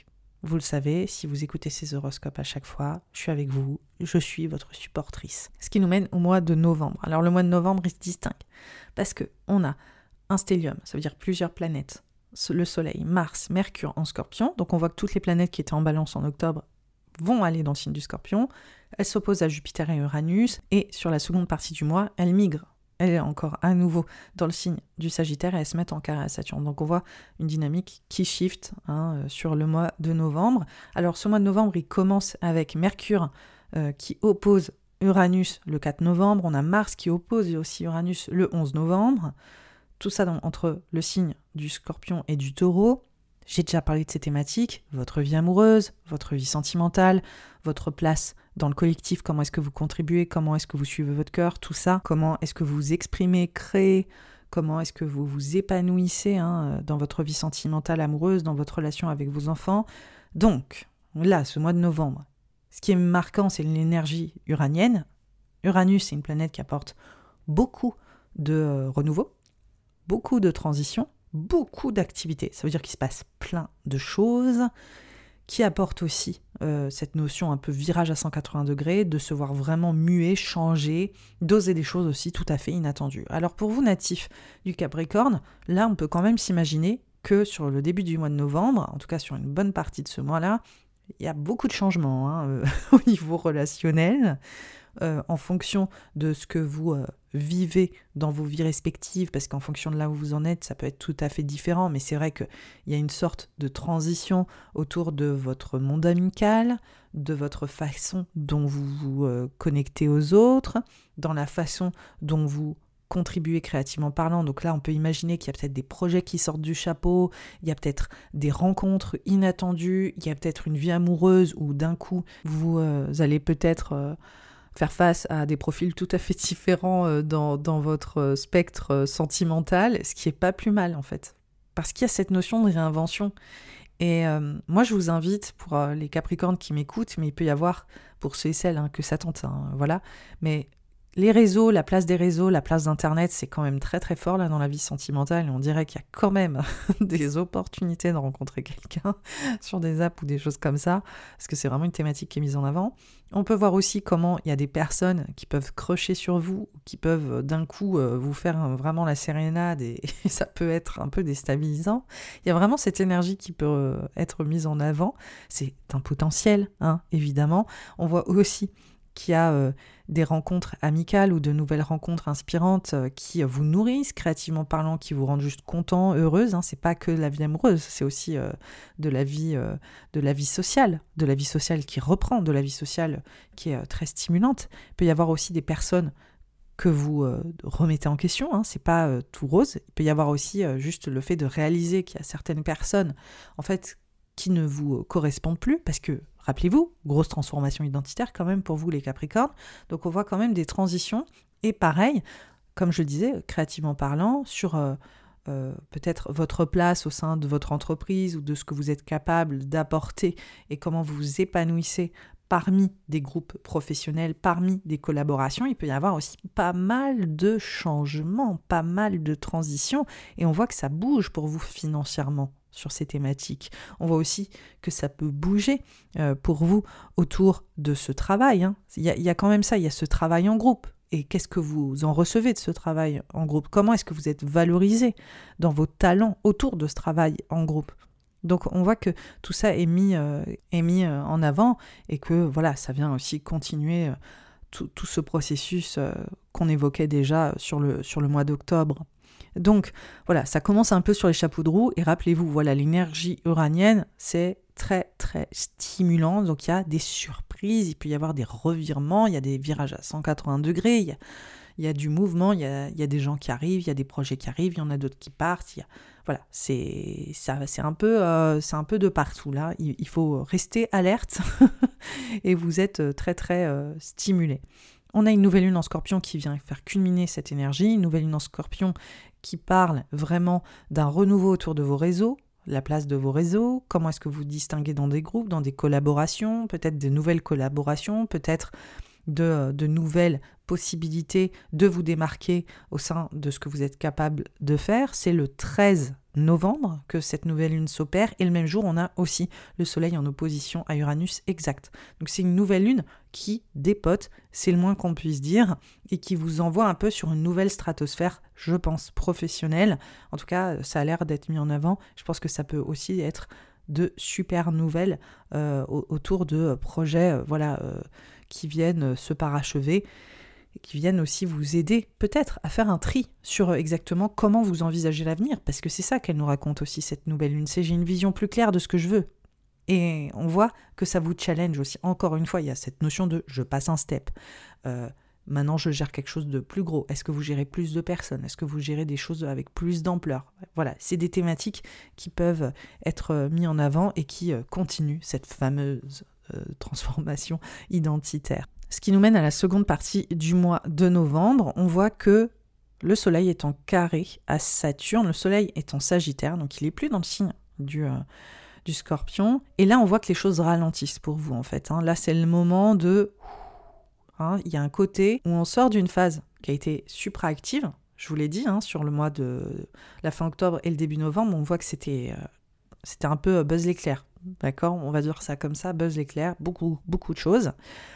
Vous le savez, si vous écoutez ces horoscopes à chaque fois, je suis avec vous, je suis votre supportrice. Ce qui nous mène au mois de novembre. Alors le mois de novembre, il se distingue parce qu'on a un stellium, ça veut dire plusieurs planètes, le Soleil, Mars, Mercure en Scorpion. Donc on voit que toutes les planètes qui étaient en Balance en octobre vont aller dans le signe du Scorpion. Elles s'opposent à Jupiter et Uranus et sur la seconde partie du mois, elles migrent. Elle est encore à nouveau dans le signe du Sagittaire et elles se mettent en carré à Saturne. Donc on voit une dynamique qui shift hein, sur le mois de novembre. Alors ce mois de novembre, il commence avec Mercure euh, qui oppose Uranus le quatre novembre. On a Mars qui oppose aussi Uranus le onze novembre. Tout ça dans, entre le signe du Scorpion et du Taureau. J'ai déjà parlé de ces thématiques, votre vie amoureuse, votre vie sentimentale, votre place dans le collectif, comment est-ce que vous contribuez, comment est-ce que vous suivez votre cœur, tout ça, comment est-ce que vous vous exprimez, créez, comment est-ce que vous vous épanouissez hein, dans votre vie sentimentale, amoureuse, dans votre relation avec vos enfants. Donc, là, ce mois de novembre, ce qui est marquant, c'est l'énergie uranienne. Uranus, c'est une planète qui apporte beaucoup de euh, renouveau, beaucoup de transition, beaucoup d'activités. Ça veut dire qu'il se passe plein de choses qui apportent aussi euh, cette notion un peu virage à cent quatre-vingts degrés, de se voir vraiment muer, changer, d'oser des choses aussi tout à fait inattendues. Alors pour vous natifs du Capricorne, là on peut quand même s'imaginer que sur le début du mois de novembre, en tout cas sur une bonne partie de ce mois-là, il y a beaucoup de changements hein, euh, au niveau relationnel, euh, en fonction de ce que vous euh, vivez dans vos vies respectives, parce qu'en fonction de là où vous en êtes, ça peut être tout à fait différent, mais c'est vrai qu'il y a une sorte de transition autour de votre monde amical, de votre façon dont vous vous euh, connectez aux autres, dans la façon dont vous contribuer créativement parlant. Donc là, on peut imaginer qu'il y a peut-être des projets qui sortent du chapeau, il y a peut-être des rencontres inattendues, il y a peut-être une vie amoureuse où d'un coup, vous euh, allez peut-être euh, faire face à des profils tout à fait différents euh, dans, dans votre spectre euh, sentimental, ce qui n'est pas plus mal en fait. Parce qu'il y a cette notion de réinvention. Et euh, moi, je vous invite, pour euh, les Capricornes qui m'écoutent, mais il peut y avoir, pour ceux et celles hein, que ça tente, hein, voilà, mais les réseaux, la place des réseaux, la place d'Internet, c'est quand même très très fort là dans la vie sentimentale et on dirait qu'il y a quand même des opportunités de rencontrer quelqu'un sur des apps ou des choses comme ça, parce que c'est vraiment une thématique qui est mise en avant. On peut voir aussi comment il y a des personnes qui peuvent crocher sur vous, qui peuvent d'un coup euh, vous faire vraiment la sérénade et, et ça peut être un peu déstabilisant. Il y a vraiment cette énergie qui peut euh, être mise en avant. C'est un potentiel, hein, évidemment. On voit aussi qu'il y a euh, des rencontres amicales ou de nouvelles rencontres inspirantes euh, qui vous nourrissent, créativement parlant, qui vous rendent juste content, heureuse. Hein. C'est pas que la vie amoureuse, c'est aussi euh, de la vie, euh, de la vie sociale, de la vie sociale qui reprend, de la vie sociale qui est euh, très stimulante. Il peut y avoir aussi des personnes que vous euh, remettez en question, hein. C'est pas euh, tout rose. Il peut y avoir aussi euh, juste le fait de réaliser qu'il y a certaines personnes, en fait, qui ne vous euh, correspondent plus, parce que rappelez-vous, grosse transformation identitaire quand même pour vous les Capricornes, donc on voit quand même des transitions, et pareil, comme je le disais, créativement parlant, sur euh, euh, peut-être votre place au sein de votre entreprise ou de ce que vous êtes capable d'apporter et comment vous vous épanouissez parmi des groupes professionnels, parmi des collaborations, il peut y avoir aussi pas mal de changements, pas mal de transitions, et on voit que ça bouge pour vous financièrement sur ces thématiques. On voit aussi que ça peut bouger euh, pour vous autour de ce travail. Hein. Il y a, il y a quand même ça, il y a ce travail en groupe. Et qu'est-ce que vous en recevez de ce travail en groupe ? Comment est-ce que vous êtes valorisé dans vos talents autour de ce travail en groupe ? Donc on voit que tout ça est mis, euh, est mis euh, en avant et que voilà, ça vient aussi continuer euh, tout, tout ce processus euh, qu'on évoquait déjà sur le, sur le mois d'octobre. Donc voilà, ça commence un peu sur les chapeaux de roue et rappelez-vous, voilà, l'énergie uranienne, c'est très très stimulant, donc il y a des surprises, il peut y avoir des revirements, il y a des virages à cent quatre-vingts degrés, il y a, il y a du mouvement, il y a, il y a des gens qui arrivent, il y a des projets qui arrivent, il y en a d'autres qui partent, il y a, voilà, c'est, ça, c'est, un peu, euh, c'est un peu de partout là, il, il faut rester alerte et vous êtes très très euh, stimulé. On a une nouvelle lune en Scorpion qui vient faire culminer cette énergie, une nouvelle lune en Scorpion qui parle vraiment d'un renouveau autour de vos réseaux, la place de vos réseaux, comment est-ce que vous distinguez dans des groupes, dans des collaborations, peut-être des nouvelles collaborations, peut-être de, de nouvelles possibilités de vous démarquer au sein de ce que vous êtes capable de faire. C'est le treize novembre que cette nouvelle lune s'opère et le même jour on a aussi le soleil en opposition à Uranus exact. Donc c'est une nouvelle lune qui dépote, c'est le moins qu'on puisse dire, et qui vous envoie un peu sur une nouvelle stratosphère, je pense, professionnelle. En tout cas, ça a l'air d'être mis en avant. Je pense que ça peut aussi être de super nouvelles euh, autour de projets euh, voilà, euh, qui viennent se parachever et qui viennent aussi vous aider peut-être à faire un tri sur exactement comment vous envisagez l'avenir, parce que c'est ça qu'elle nous raconte aussi, cette nouvelle lune, c'est j'ai une vision plus claire de ce que je veux. Et on voit que ça vous challenge aussi. Encore une fois, il y a cette notion de « je passe un step euh, ». Maintenant, je gère quelque chose de plus gros. Est-ce que vous gérez plus de personnes ? Est-ce que vous gérez des choses avec plus d'ampleur ? Voilà, c'est des thématiques qui peuvent être mises en avant et qui continuent cette fameuse euh, transformation identitaire. Ce qui nous mène à la seconde partie du mois de novembre. On voit que le soleil est en carré à Saturne. Le soleil est en Sagittaire, donc il n'est plus dans le signe du... Euh, du Scorpion, et là on voit que les choses ralentissent pour vous en fait, hein. Là c'est le moment de... Hein, il y a un côté où on sort d'une phase qui a été supraactive, je vous l'ai dit, hein, sur le mois de la fin octobre et le début novembre, on voit que c'était, euh, c'était un peu buzz l'éclair, d'accord ? On va dire ça comme ça, buzz l'éclair, beaucoup, beaucoup de choses.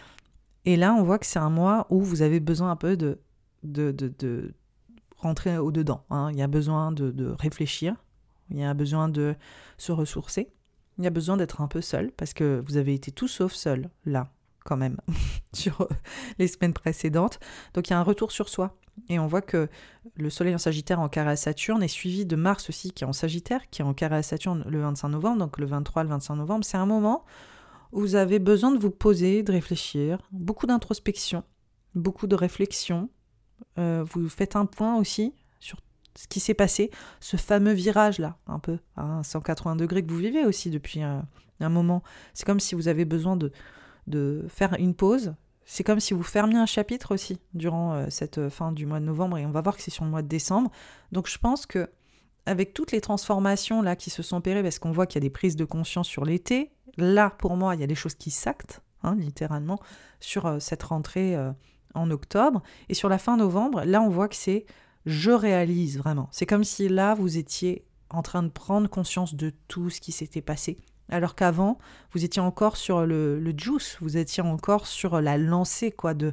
Et là on voit que c'est un mois où vous avez besoin un peu de, de, de, de rentrer au-dedans, hein. Il y a besoin de, de réfléchir, il y a besoin de se ressourcer. Il y a besoin d'être un peu seul, parce que vous avez été tout sauf seul, là, quand même, sur les semaines précédentes. Donc il y a un retour sur soi. Et on voit que le soleil en Sagittaire en carré à Saturne est suivi de Mars aussi, qui est en Sagittaire, qui est en carré à Saturne le vingt-cinq novembre, donc le vingt-trois, le vingt-cinq novembre. C'est un moment où vous avez besoin de vous poser, de réfléchir, beaucoup d'introspection, beaucoup de réflexion. Euh, vous faites un point aussi sur ce qui s'est passé, ce fameux virage-là, un peu, à cent quatre-vingts degrés que vous vivez aussi depuis un, un moment. C'est comme si vous avez besoin de, de faire une pause. C'est comme si vous fermiez un chapitre aussi durant euh, cette fin du mois de novembre, et on va voir que c'est sur le mois de décembre. Donc je pense que avec toutes les transformations là qui se sont opérées, parce qu'on voit qu'il y a des prises de conscience sur l'été, là pour moi il y a des choses qui s'actent, hein, littéralement, sur euh, cette rentrée euh, en octobre. Et sur la fin novembre, là on voit que c'est je réalise vraiment. C'est comme si là, vous étiez en train de prendre conscience de tout ce qui s'était passé. Alors qu'avant, vous étiez encore sur le, le juice, vous étiez encore sur la lancée, quoi, de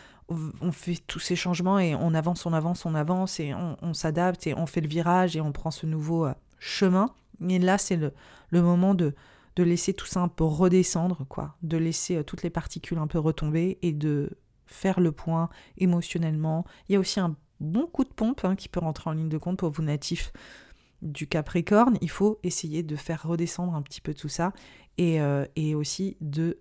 on fait tous ces changements et on avance, on avance, on avance et on, on s'adapte et on fait le virage et on prend ce nouveau euh, chemin. Et là, c'est le, le moment de, de laisser tout ça un peu redescendre, quoi, de laisser euh, toutes les particules un peu retomber et de faire le point émotionnellement. Il y a aussi un bon coup de pompe hein, qui peut rentrer en ligne de compte pour vous natifs du Capricorne. Il faut essayer de faire redescendre un petit peu tout ça et, euh, et aussi de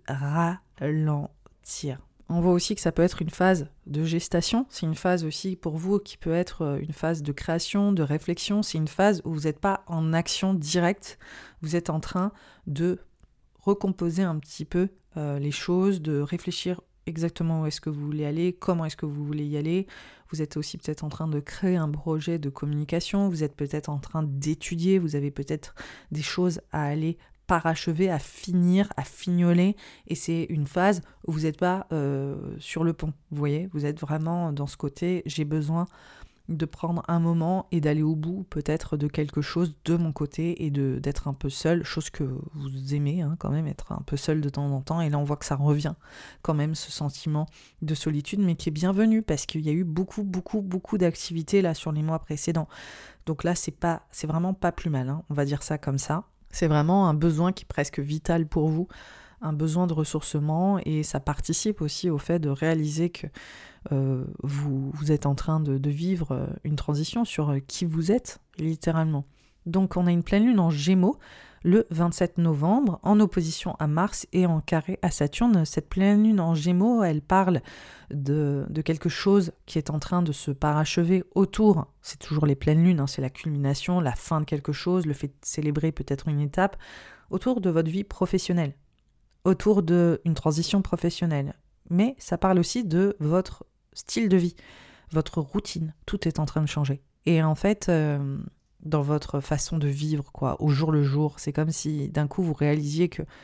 ralentir. On voit aussi que ça peut être une phase de gestation. C'est une phase aussi pour vous qui peut être une phase de création, de réflexion. C'est une phase où vous n'êtes pas en action directe. Vous êtes en train de recomposer un petit peu euh, les choses, de réfléchir exactement où est-ce que vous voulez aller, comment est-ce que vous voulez y aller. Vous êtes aussi peut-être en train de créer un projet de communication, vous êtes peut-être en train d'étudier, vous avez peut-être des choses à aller parachever, à finir, à fignoler, et c'est une phase où vous n'êtes pas euh, sur le pont, vous voyez, vous êtes vraiment dans ce côté, j'ai besoin de prendre un moment et d'aller au bout peut-être de quelque chose de mon côté et de, d'être un peu seul, chose que vous aimez hein, quand même, être un peu seul de temps en temps, et là on voit que ça revient quand même, ce sentiment de solitude, mais qui est bienvenu parce qu'il y a eu beaucoup, beaucoup, beaucoup d'activités là sur les mois précédents. Donc là c'est pas, c'est vraiment pas plus mal, hein, on va dire ça comme ça. C'est vraiment un besoin qui est presque vital pour vous, un besoin de ressourcement, et ça participe aussi au fait de réaliser que euh, vous, vous êtes en train de, de vivre une transition sur qui vous êtes, littéralement. Donc on a une pleine lune en Gémeaux le vingt-sept novembre, en opposition à Mars et en carré à Saturne. Cette pleine lune en Gémeaux, elle parle de, de quelque chose qui est en train de se parachever autour. C'est toujours les pleines lunes, hein, c'est la culmination, la fin de quelque chose, le fait de célébrer peut-être une étape, autour de votre vie professionnelle, autour d'une transition professionnelle. Mais ça parle aussi de votre style de vie, votre routine. Tout est en train de changer. Et en fait, euh, dans votre façon de vivre, quoi, au jour le jour, c'est comme si d'un coup vous réalisiez que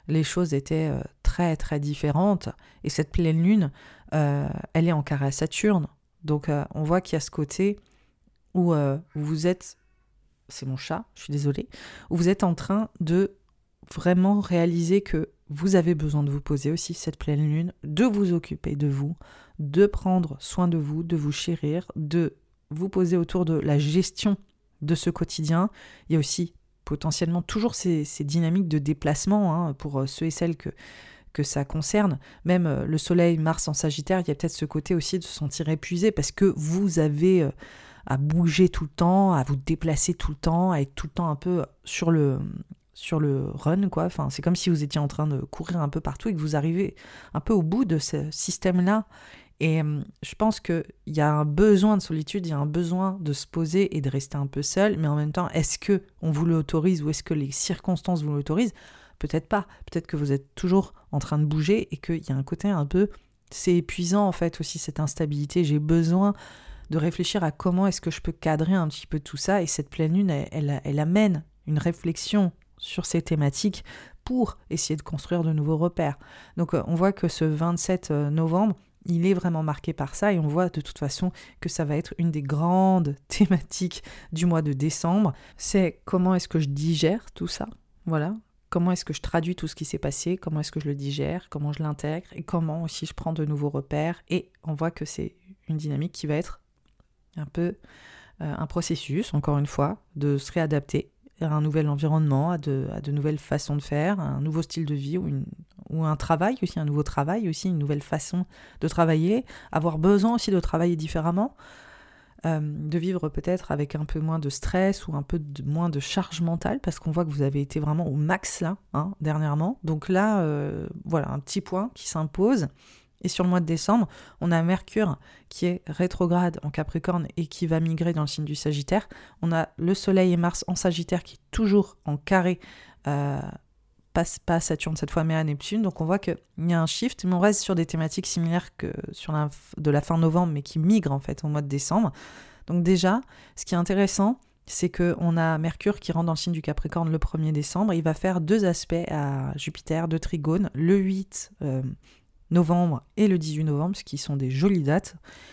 les choses étaient euh, très très différentes. Et cette pleine lune, euh, elle est en carré à Saturne. Donc euh, on voit qu'il y a ce côté où euh, vous êtes, c'est mon chat, je suis désolée, où vous êtes en train de vraiment réaliser que vous avez besoin de vous poser aussi cette pleine lune, de vous occuper de vous, de prendre soin de vous, de vous chérir, de vous poser autour de la gestion de ce quotidien. Il y a aussi potentiellement toujours ces, ces dynamiques de déplacement hein, pour ceux et celles que, que ça concerne. Même euh, le soleil, Mars en Sagittaire, il y a peut-être ce côté aussi de se sentir épuisé parce que vous avez euh, à bouger tout le temps, à vous déplacer tout le temps, à être tout le temps un peu sur le... sur le run, quoi. Enfin, c'est comme si vous étiez en train de courir un peu partout et que vous arrivez un peu au bout de ce système-là. Et euh, je pense qu'il y a un besoin de solitude, il y a un besoin de se poser et de rester un peu seul, mais en même temps, est-ce qu'on vous l'autorise ou est-ce que les circonstances vous l'autorisent ? Peut-être pas. Peut-être que vous êtes toujours en train de bouger et qu'il y a un côté un peu... C'est épuisant, en fait, aussi, cette instabilité. J'ai besoin de réfléchir à comment est-ce que je peux cadrer un petit peu tout ça. Et cette pleine lune, elle, elle, elle amène une réflexion sur ces thématiques pour essayer de construire de nouveaux repères. Donc euh, on voit que ce vingt-sept novembre, il est vraiment marqué par ça et on voit de toute façon que ça va être une des grandes thématiques du mois de décembre. C'est comment est-ce que je digère tout ça, voilà. Comment est-ce que je traduis tout ce qui s'est passé, comment est-ce que je le digère, comment je l'intègre et comment aussi je prends de nouveaux repères. Et on voit que c'est une dynamique qui va être un peu euh, un processus, encore une fois, de se réadapter à un nouvel environnement, à de, à de nouvelles façons de faire, un nouveau style de vie ou, une, ou un travail aussi, un nouveau travail aussi, une nouvelle façon de travailler, avoir besoin aussi de travailler différemment, euh, de vivre peut-être avec un peu moins de stress ou un peu de, moins de charge mentale parce qu'on voit que vous avez été vraiment au max là, hein, dernièrement. Donc là, euh, voilà, un petit point qui s'impose. Et sur le mois de décembre, on a Mercure qui est rétrograde en Capricorne et qui va migrer dans le signe du Sagittaire. On a le Soleil et Mars en Sagittaire qui est toujours en carré, euh, pas, pas à Saturne cette fois, mais à Neptune. Donc on voit qu'il y a un shift, mais on reste sur des thématiques similaires que sur la, de la fin novembre, mais qui migrent en fait au mois de décembre. Donc déjà, ce qui est intéressant, c'est qu'on a Mercure qui rentre dans le signe du Capricorne le premier décembre. Il va faire deux aspects à Jupiter, deux trigones, le huit... Euh, novembre et le dix-huit novembre, ce qui sont des jolies dates.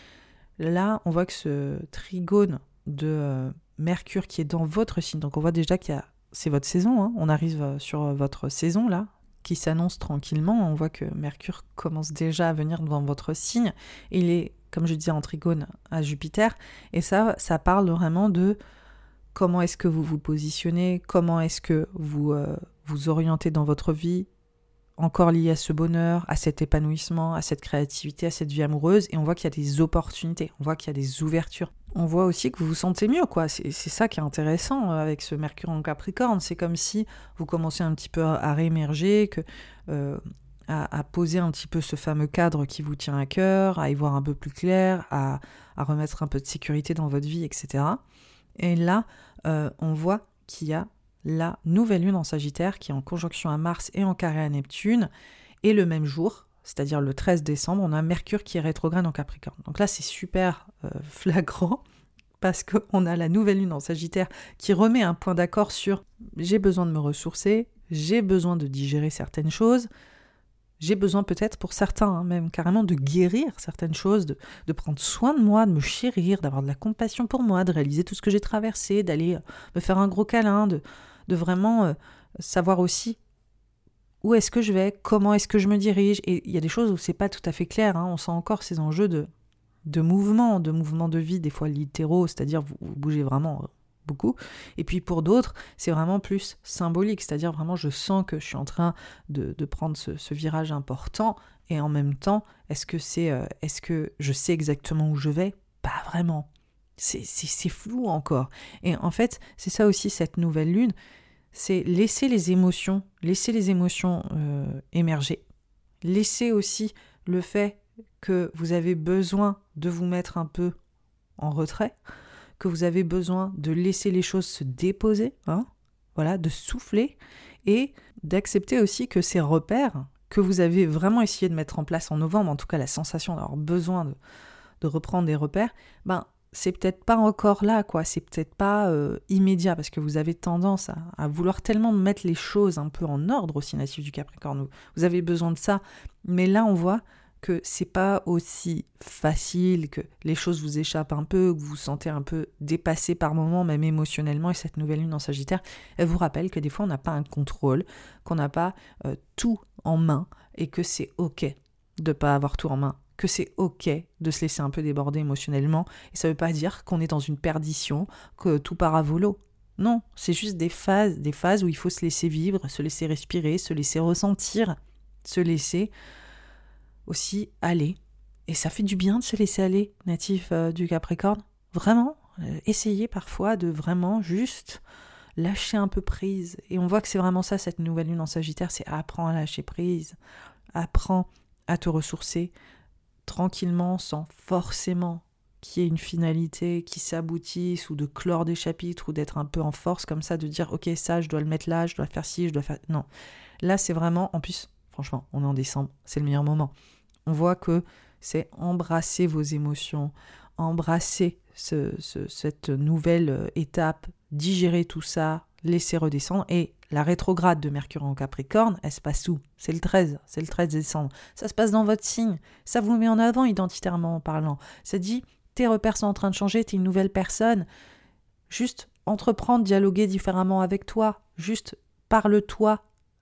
Là, on voit que ce trigone de euh, Mercure qui est dans votre signe, donc on voit déjà qu'il y a, c'est votre saison, hein, on arrive sur votre saison là, qui s'annonce tranquillement, on voit que Mercure commence déjà à venir devant votre signe, et il est, comme je disais, en trigone à Jupiter, et ça, ça parle vraiment de comment est-ce que vous vous positionnez, comment est-ce que vous euh, vous orientez dans votre vie, encore lié à ce bonheur, à cet épanouissement, à cette créativité, à cette vie amoureuse, et on voit qu'il y a des opportunités, on voit qu'il y a des ouvertures. On voit aussi que vous vous sentez mieux, quoi. C'est, c'est ça qui est intéressant avec ce Mercure en Capricorne, c'est comme si vous commencez un petit peu à, à réémerger, que, euh, à, à poser un petit peu ce fameux cadre qui vous tient à cœur, à y voir un peu plus clair, à, à remettre un peu de sécurité dans votre vie, et cetera. Et là, euh, on voit qu'il y a la nouvelle lune en Sagittaire qui est en conjonction à Mars et en carré à Neptune, et le même jour, c'est-à-dire le treize décembre, on a Mercure qui est rétrograde en Capricorne. Donc là, c'est super euh, flagrant, parce qu'on a la nouvelle lune en Sagittaire qui remet un point d'accord sur « j'ai besoin de me ressourcer, j'ai besoin de digérer certaines choses », j'ai besoin peut-être pour certains, hein, même carrément, de guérir certaines choses, de, de prendre soin de moi, de me chérir, d'avoir de la compassion pour moi, de réaliser tout ce que j'ai traversé, d'aller me faire un gros câlin, de, de vraiment euh, savoir aussi où est-ce que je vais, comment est-ce que je me dirige. Et il y a des choses où c'est pas tout à fait clair, hein, on sent encore ces enjeux de, de mouvement, de mouvement de vie, des fois littéraux, c'est-à-dire vous, vous bougez vraiment beaucoup. Et puis pour d'autres, c'est vraiment plus symbolique, c'est-à-dire vraiment je sens que je suis en train de, de prendre ce, ce virage important, et en même temps, est-ce que c'est, euh, est-ce que je sais exactement où je vais ? Pas vraiment. C'est, c'est, c'est flou encore. Et en fait, c'est ça aussi cette nouvelle lune, c'est laisser les émotions, laisser les émotions euh, émerger, laisser aussi le fait que vous avez besoin de vous mettre un peu en retrait, que vous avez besoin de laisser les choses se déposer, hein, voilà, de souffler, et d'accepter aussi que ces repères que vous avez vraiment essayé de mettre en place en novembre, en tout cas la sensation d'avoir besoin de, de reprendre des repères, ben c'est peut-être pas encore là, quoi. C'est peut-être pas euh, immédiat, parce que vous avez tendance à, à vouloir tellement mettre les choses un peu en ordre aussi, natif du Capricorne. Vous, vous avez besoin de ça. Mais là, on voit que c'est pas aussi facile, que les choses vous échappent un peu, que vous vous sentez un peu dépassé par moments, même émotionnellement. Et cette nouvelle lune en Sagittaire, elle vous rappelle que des fois, on n'a pas un contrôle, qu'on n'a pas euh, tout en main, et que c'est OK de pas avoir tout en main, que c'est OK de se laisser un peu déborder émotionnellement, et ça veut pas dire qu'on est dans une perdition, que tout part à volo. Non, c'est juste des phases, des phases où il faut se laisser vivre, se laisser respirer, se laisser ressentir, se laisser aussi aller. Et ça fait du bien de se laisser aller, natif euh, du Capricorne. Vraiment, euh, essayez parfois de vraiment juste lâcher un peu prise. Et on voit que c'est vraiment ça, cette nouvelle lune en Sagittaire, c'est apprends à lâcher prise, apprends à te ressourcer tranquillement, sans forcément qu'il y ait une finalité qui s'aboutisse, ou de clore des chapitres, ou d'être un peu en force comme ça, de dire ok, ça je dois le mettre là, je dois faire ci, je dois faire... Non, là c'est vraiment, en plus franchement on est en décembre, c'est le meilleur moment. On voit que c'est embrasser vos émotions, embrasser ce, ce, cette nouvelle étape, digérer tout ça, laisser redescendre. Et la rétrograde de Mercure en Capricorne, elle se passe où ? C'est le treize, c'est le treize décembre. Ça se passe dans votre signe, ça vous met en avant identitairement parlant. Ça dit, tes repères sont en train de changer, t'es une nouvelle personne. Juste entreprendre, dialoguer différemment avec toi, juste parle-toi.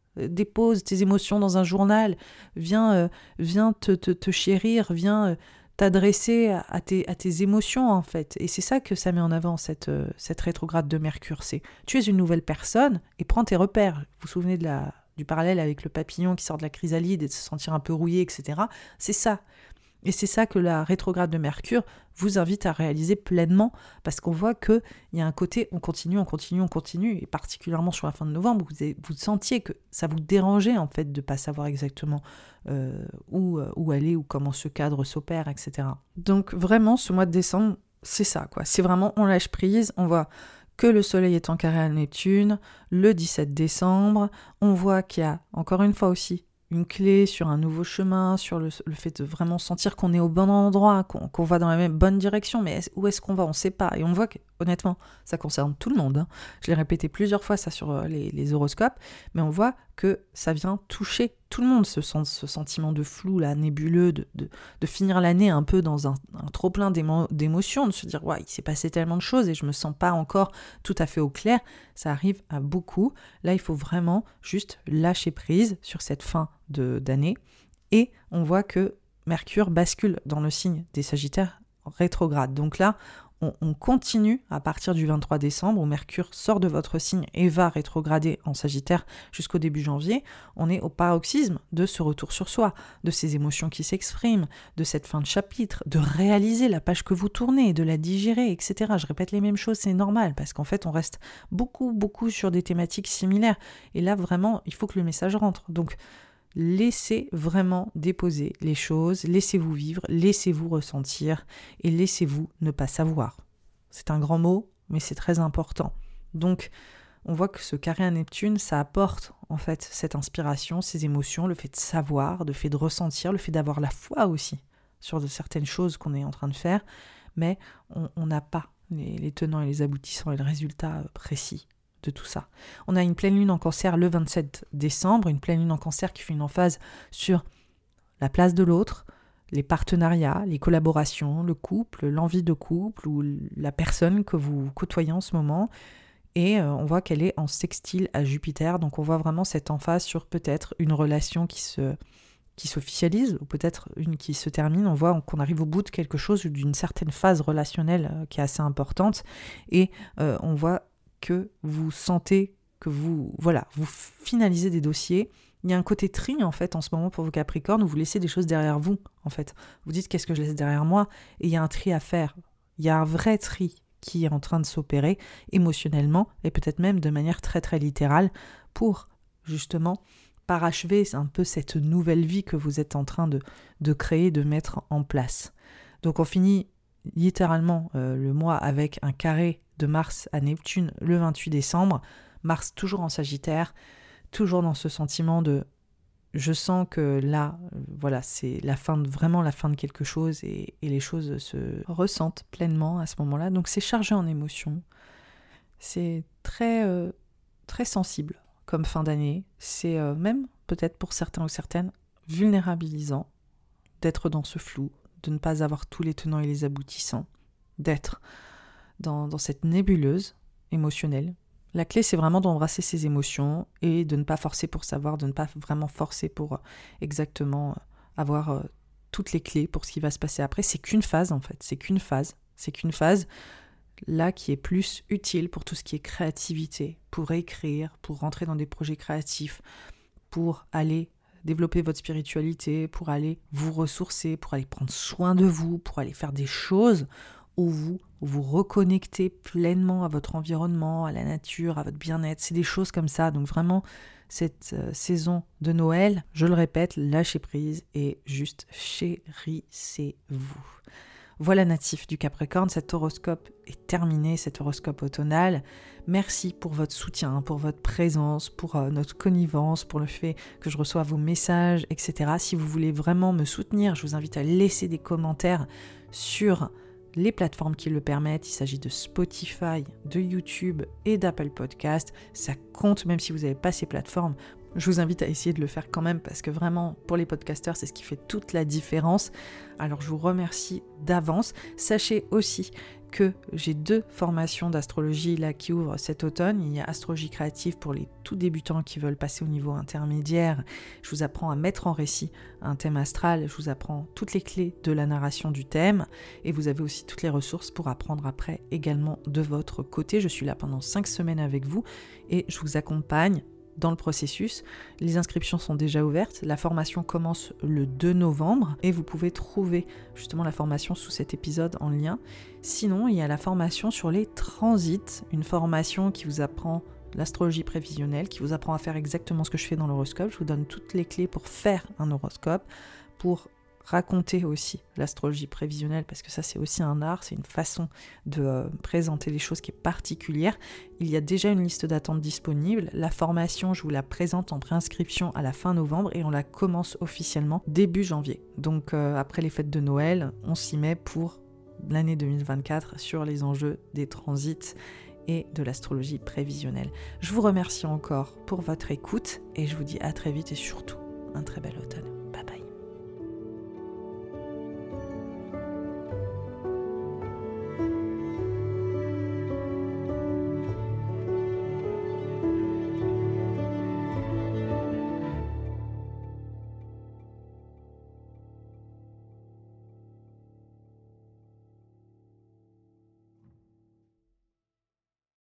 Dépose tes émotions dans un journal, viens, euh, viens te, te, te chérir, viens euh, t'adresser à, à, tes, à tes émotions en fait. Et c'est ça que ça met en avant, cette, euh, cette rétrograde de Mercure. C'est tu es une nouvelle personne et prends tes repères. Vous vous souvenez de la, du parallèle avec le papillon qui sort de la chrysalide et de se sentir un peu rouillé, et cetera. C'est ça. Et c'est ça que la rétrograde de Mercure vous invite à réaliser pleinement, parce qu'on voit qu'il y a un côté, on continue, on continue, on continue, et particulièrement sur la fin de novembre, vous, avez, vous sentiez que ça vous dérangeait en fait de ne pas savoir exactement euh, où, où aller, ou comment ce cadre s'opère, et cetera. Donc vraiment, ce mois de décembre, c'est ça, quoi. C'est vraiment, on lâche prise, on voit que le soleil est en carré à Neptune, le dix-sept décembre, on voit qu'il y a, encore une fois aussi, une clé sur un nouveau chemin, sur le, le fait de vraiment sentir qu'on est au bon endroit, qu'on, qu'on va dans la même bonne direction, mais est, où est-ce qu'on va ? On ne sait pas. Et on voit que, honnêtement, ça concerne tout le monde. Hein. Je l'ai répété plusieurs fois ça sur les, les horoscopes, mais on voit que ça vient toucher tout le monde, ce, ce sentiment de flou, là, nébuleux, de, de, de finir l'année un peu dans un, un trop-plein d'émo, d'émotions, de se dire, ouais, il s'est passé tellement de choses et je me sens pas encore tout à fait au clair. Ça arrive à beaucoup. Là, il faut vraiment juste lâcher prise sur cette fin de, d'année. Et on voit que Mercure bascule dans le signe des Sagittaires rétrograde. Donc là, on, on continue à partir du vingt-trois décembre, où Mercure sort de votre signe et va rétrograder en Sagittaire jusqu'au début janvier. On est au paroxysme de ce retour sur soi, de ces émotions qui s'expriment, de cette fin de chapitre, de réaliser la page que vous tournez, de la digérer, et cetera. Je répète les mêmes choses, c'est normal, parce qu'en fait, on reste beaucoup, beaucoup sur des thématiques similaires. Et là, vraiment, il faut que le message rentre. Donc, laissez vraiment déposer les choses, laissez-vous vivre, laissez-vous ressentir et laissez-vous ne pas savoir. C'est un grand mot, mais c'est très important. Donc, on voit que ce carré à Neptune, ça apporte en fait cette inspiration, ces émotions, le fait de savoir, le fait de ressentir, le fait d'avoir la foi aussi sur de certaines choses qu'on est en train de faire, mais on n'a pas les, les tenants et les aboutissants et le résultat précis de tout ça. On a une pleine lune en Cancer le vingt-sept décembre, une pleine lune en Cancer qui fait une emphase sur la place de l'autre, les partenariats, les collaborations, le couple, l'envie de couple ou la personne que vous côtoyez en ce moment. Et euh, on voit qu'elle est en sextile à Jupiter, donc on voit vraiment cette emphase sur peut-être une relation qui se qui s'officialise, ou peut-être une qui se termine. On voit qu'on arrive au bout de quelque chose, d'une certaine phase relationnelle euh, qui est assez importante, et euh, on voit que vous sentez que vous, voilà, vous finalisez des dossiers. Il y a un côté tri, en fait, en ce moment pour vos Capricornes, où vous laissez des choses derrière vous, en fait. Vous dites, qu'est-ce que je laisse derrière moi ? Et il y a un tri à faire. Il y a un vrai tri qui est en train de s'opérer émotionnellement, et peut-être même de manière très, très littérale, pour, justement, parachever un peu cette nouvelle vie que vous êtes en train de, de créer, de mettre en place. Donc, on finit littéralement euh, le mois avec un carré de Mars à Neptune le vingt-huit décembre, Mars toujours en Sagittaire, toujours dans ce sentiment de je sens que là, euh, voilà, c'est la fin de, vraiment la fin de quelque chose et, et les choses se ressentent pleinement à ce moment-là. Donc c'est chargé en émotions, c'est très, euh, très sensible comme fin d'année. C'est euh, même, peut-être pour certains ou certaines, vulnérabilisant d'être dans ce flou, de ne pas avoir tous les tenants et les aboutissants, d'être dans, dans cette nébuleuse émotionnelle. La clé, c'est vraiment d'embrasser ses émotions et de ne pas forcer pour savoir, de ne pas vraiment forcer pour exactement avoir toutes les clés pour ce qui va se passer après. C'est qu'une phase, en fait. C'est qu'une phase. C'est qu'une phase, là, qui est plus utile pour tout ce qui est créativité, pour écrire, pour rentrer dans des projets créatifs, pour aller développer votre spiritualité, pour aller vous ressourcer, pour aller prendre soin de vous, pour aller faire des choses où vous vous reconnectez pleinement à votre environnement, à la nature, à votre bien-être. C'est des choses comme ça. Donc vraiment, cette euh, saison de Noël, je le répète, lâchez prise et juste chérissez-vous. Voilà, natif du Capricorne, cet horoscope est terminé, cet horoscope automnal. Merci pour votre soutien, pour votre présence, pour euh, notre connivence, pour le fait que je reçois vos messages, et cetera. Si vous voulez vraiment me soutenir, je vous invite à laisser des commentaires sur les plateformes qui le permettent. Il s'agit de Spotify, de YouTube et d'Apple Podcast. Ça compte même si vous n'avez pas ces plateformes. Je vous invite à essayer de le faire quand même parce que vraiment, pour les podcasteurs, c'est ce qui fait toute la différence. Alors, je vous remercie d'avance. Sachez aussi que j'ai deux formations d'astrologie là qui ouvrent cet automne. Il y a Astrologie créative pour les tout débutants qui veulent passer au niveau intermédiaire. Je vous apprends à mettre en récit un thème astral. Je vous apprends toutes les clés de la narration du thème. Et vous avez aussi toutes les ressources pour apprendre après également de votre côté. Je suis là pendant cinq semaines avec vous et je vous accompagne dans le processus. Les inscriptions sont déjà ouvertes. La formation commence le deux novembre et vous pouvez trouver justement la formation sous cet épisode en lien. Sinon, il y a la formation sur les transits, une formation qui vous apprend l'astrologie prévisionnelle, qui vous apprend à faire exactement ce que je fais dans l'horoscope. Je vous donne toutes les clés pour faire un horoscope, pour raconter aussi l'astrologie prévisionnelle, parce que ça c'est aussi un art, c'est une façon de euh, présenter les choses qui est particulière. Il y a déjà une liste d'attente disponible. La formation, je vous la présente en préinscription à la fin novembre et on la commence officiellement début janvier. Donc euh, après les fêtes de Noël, on s'y met pour l'année deux mille vingt-quatre sur les enjeux des transits et de l'astrologie prévisionnelle. Je vous remercie encore pour votre écoute et je vous dis à très vite et surtout un très bel automne.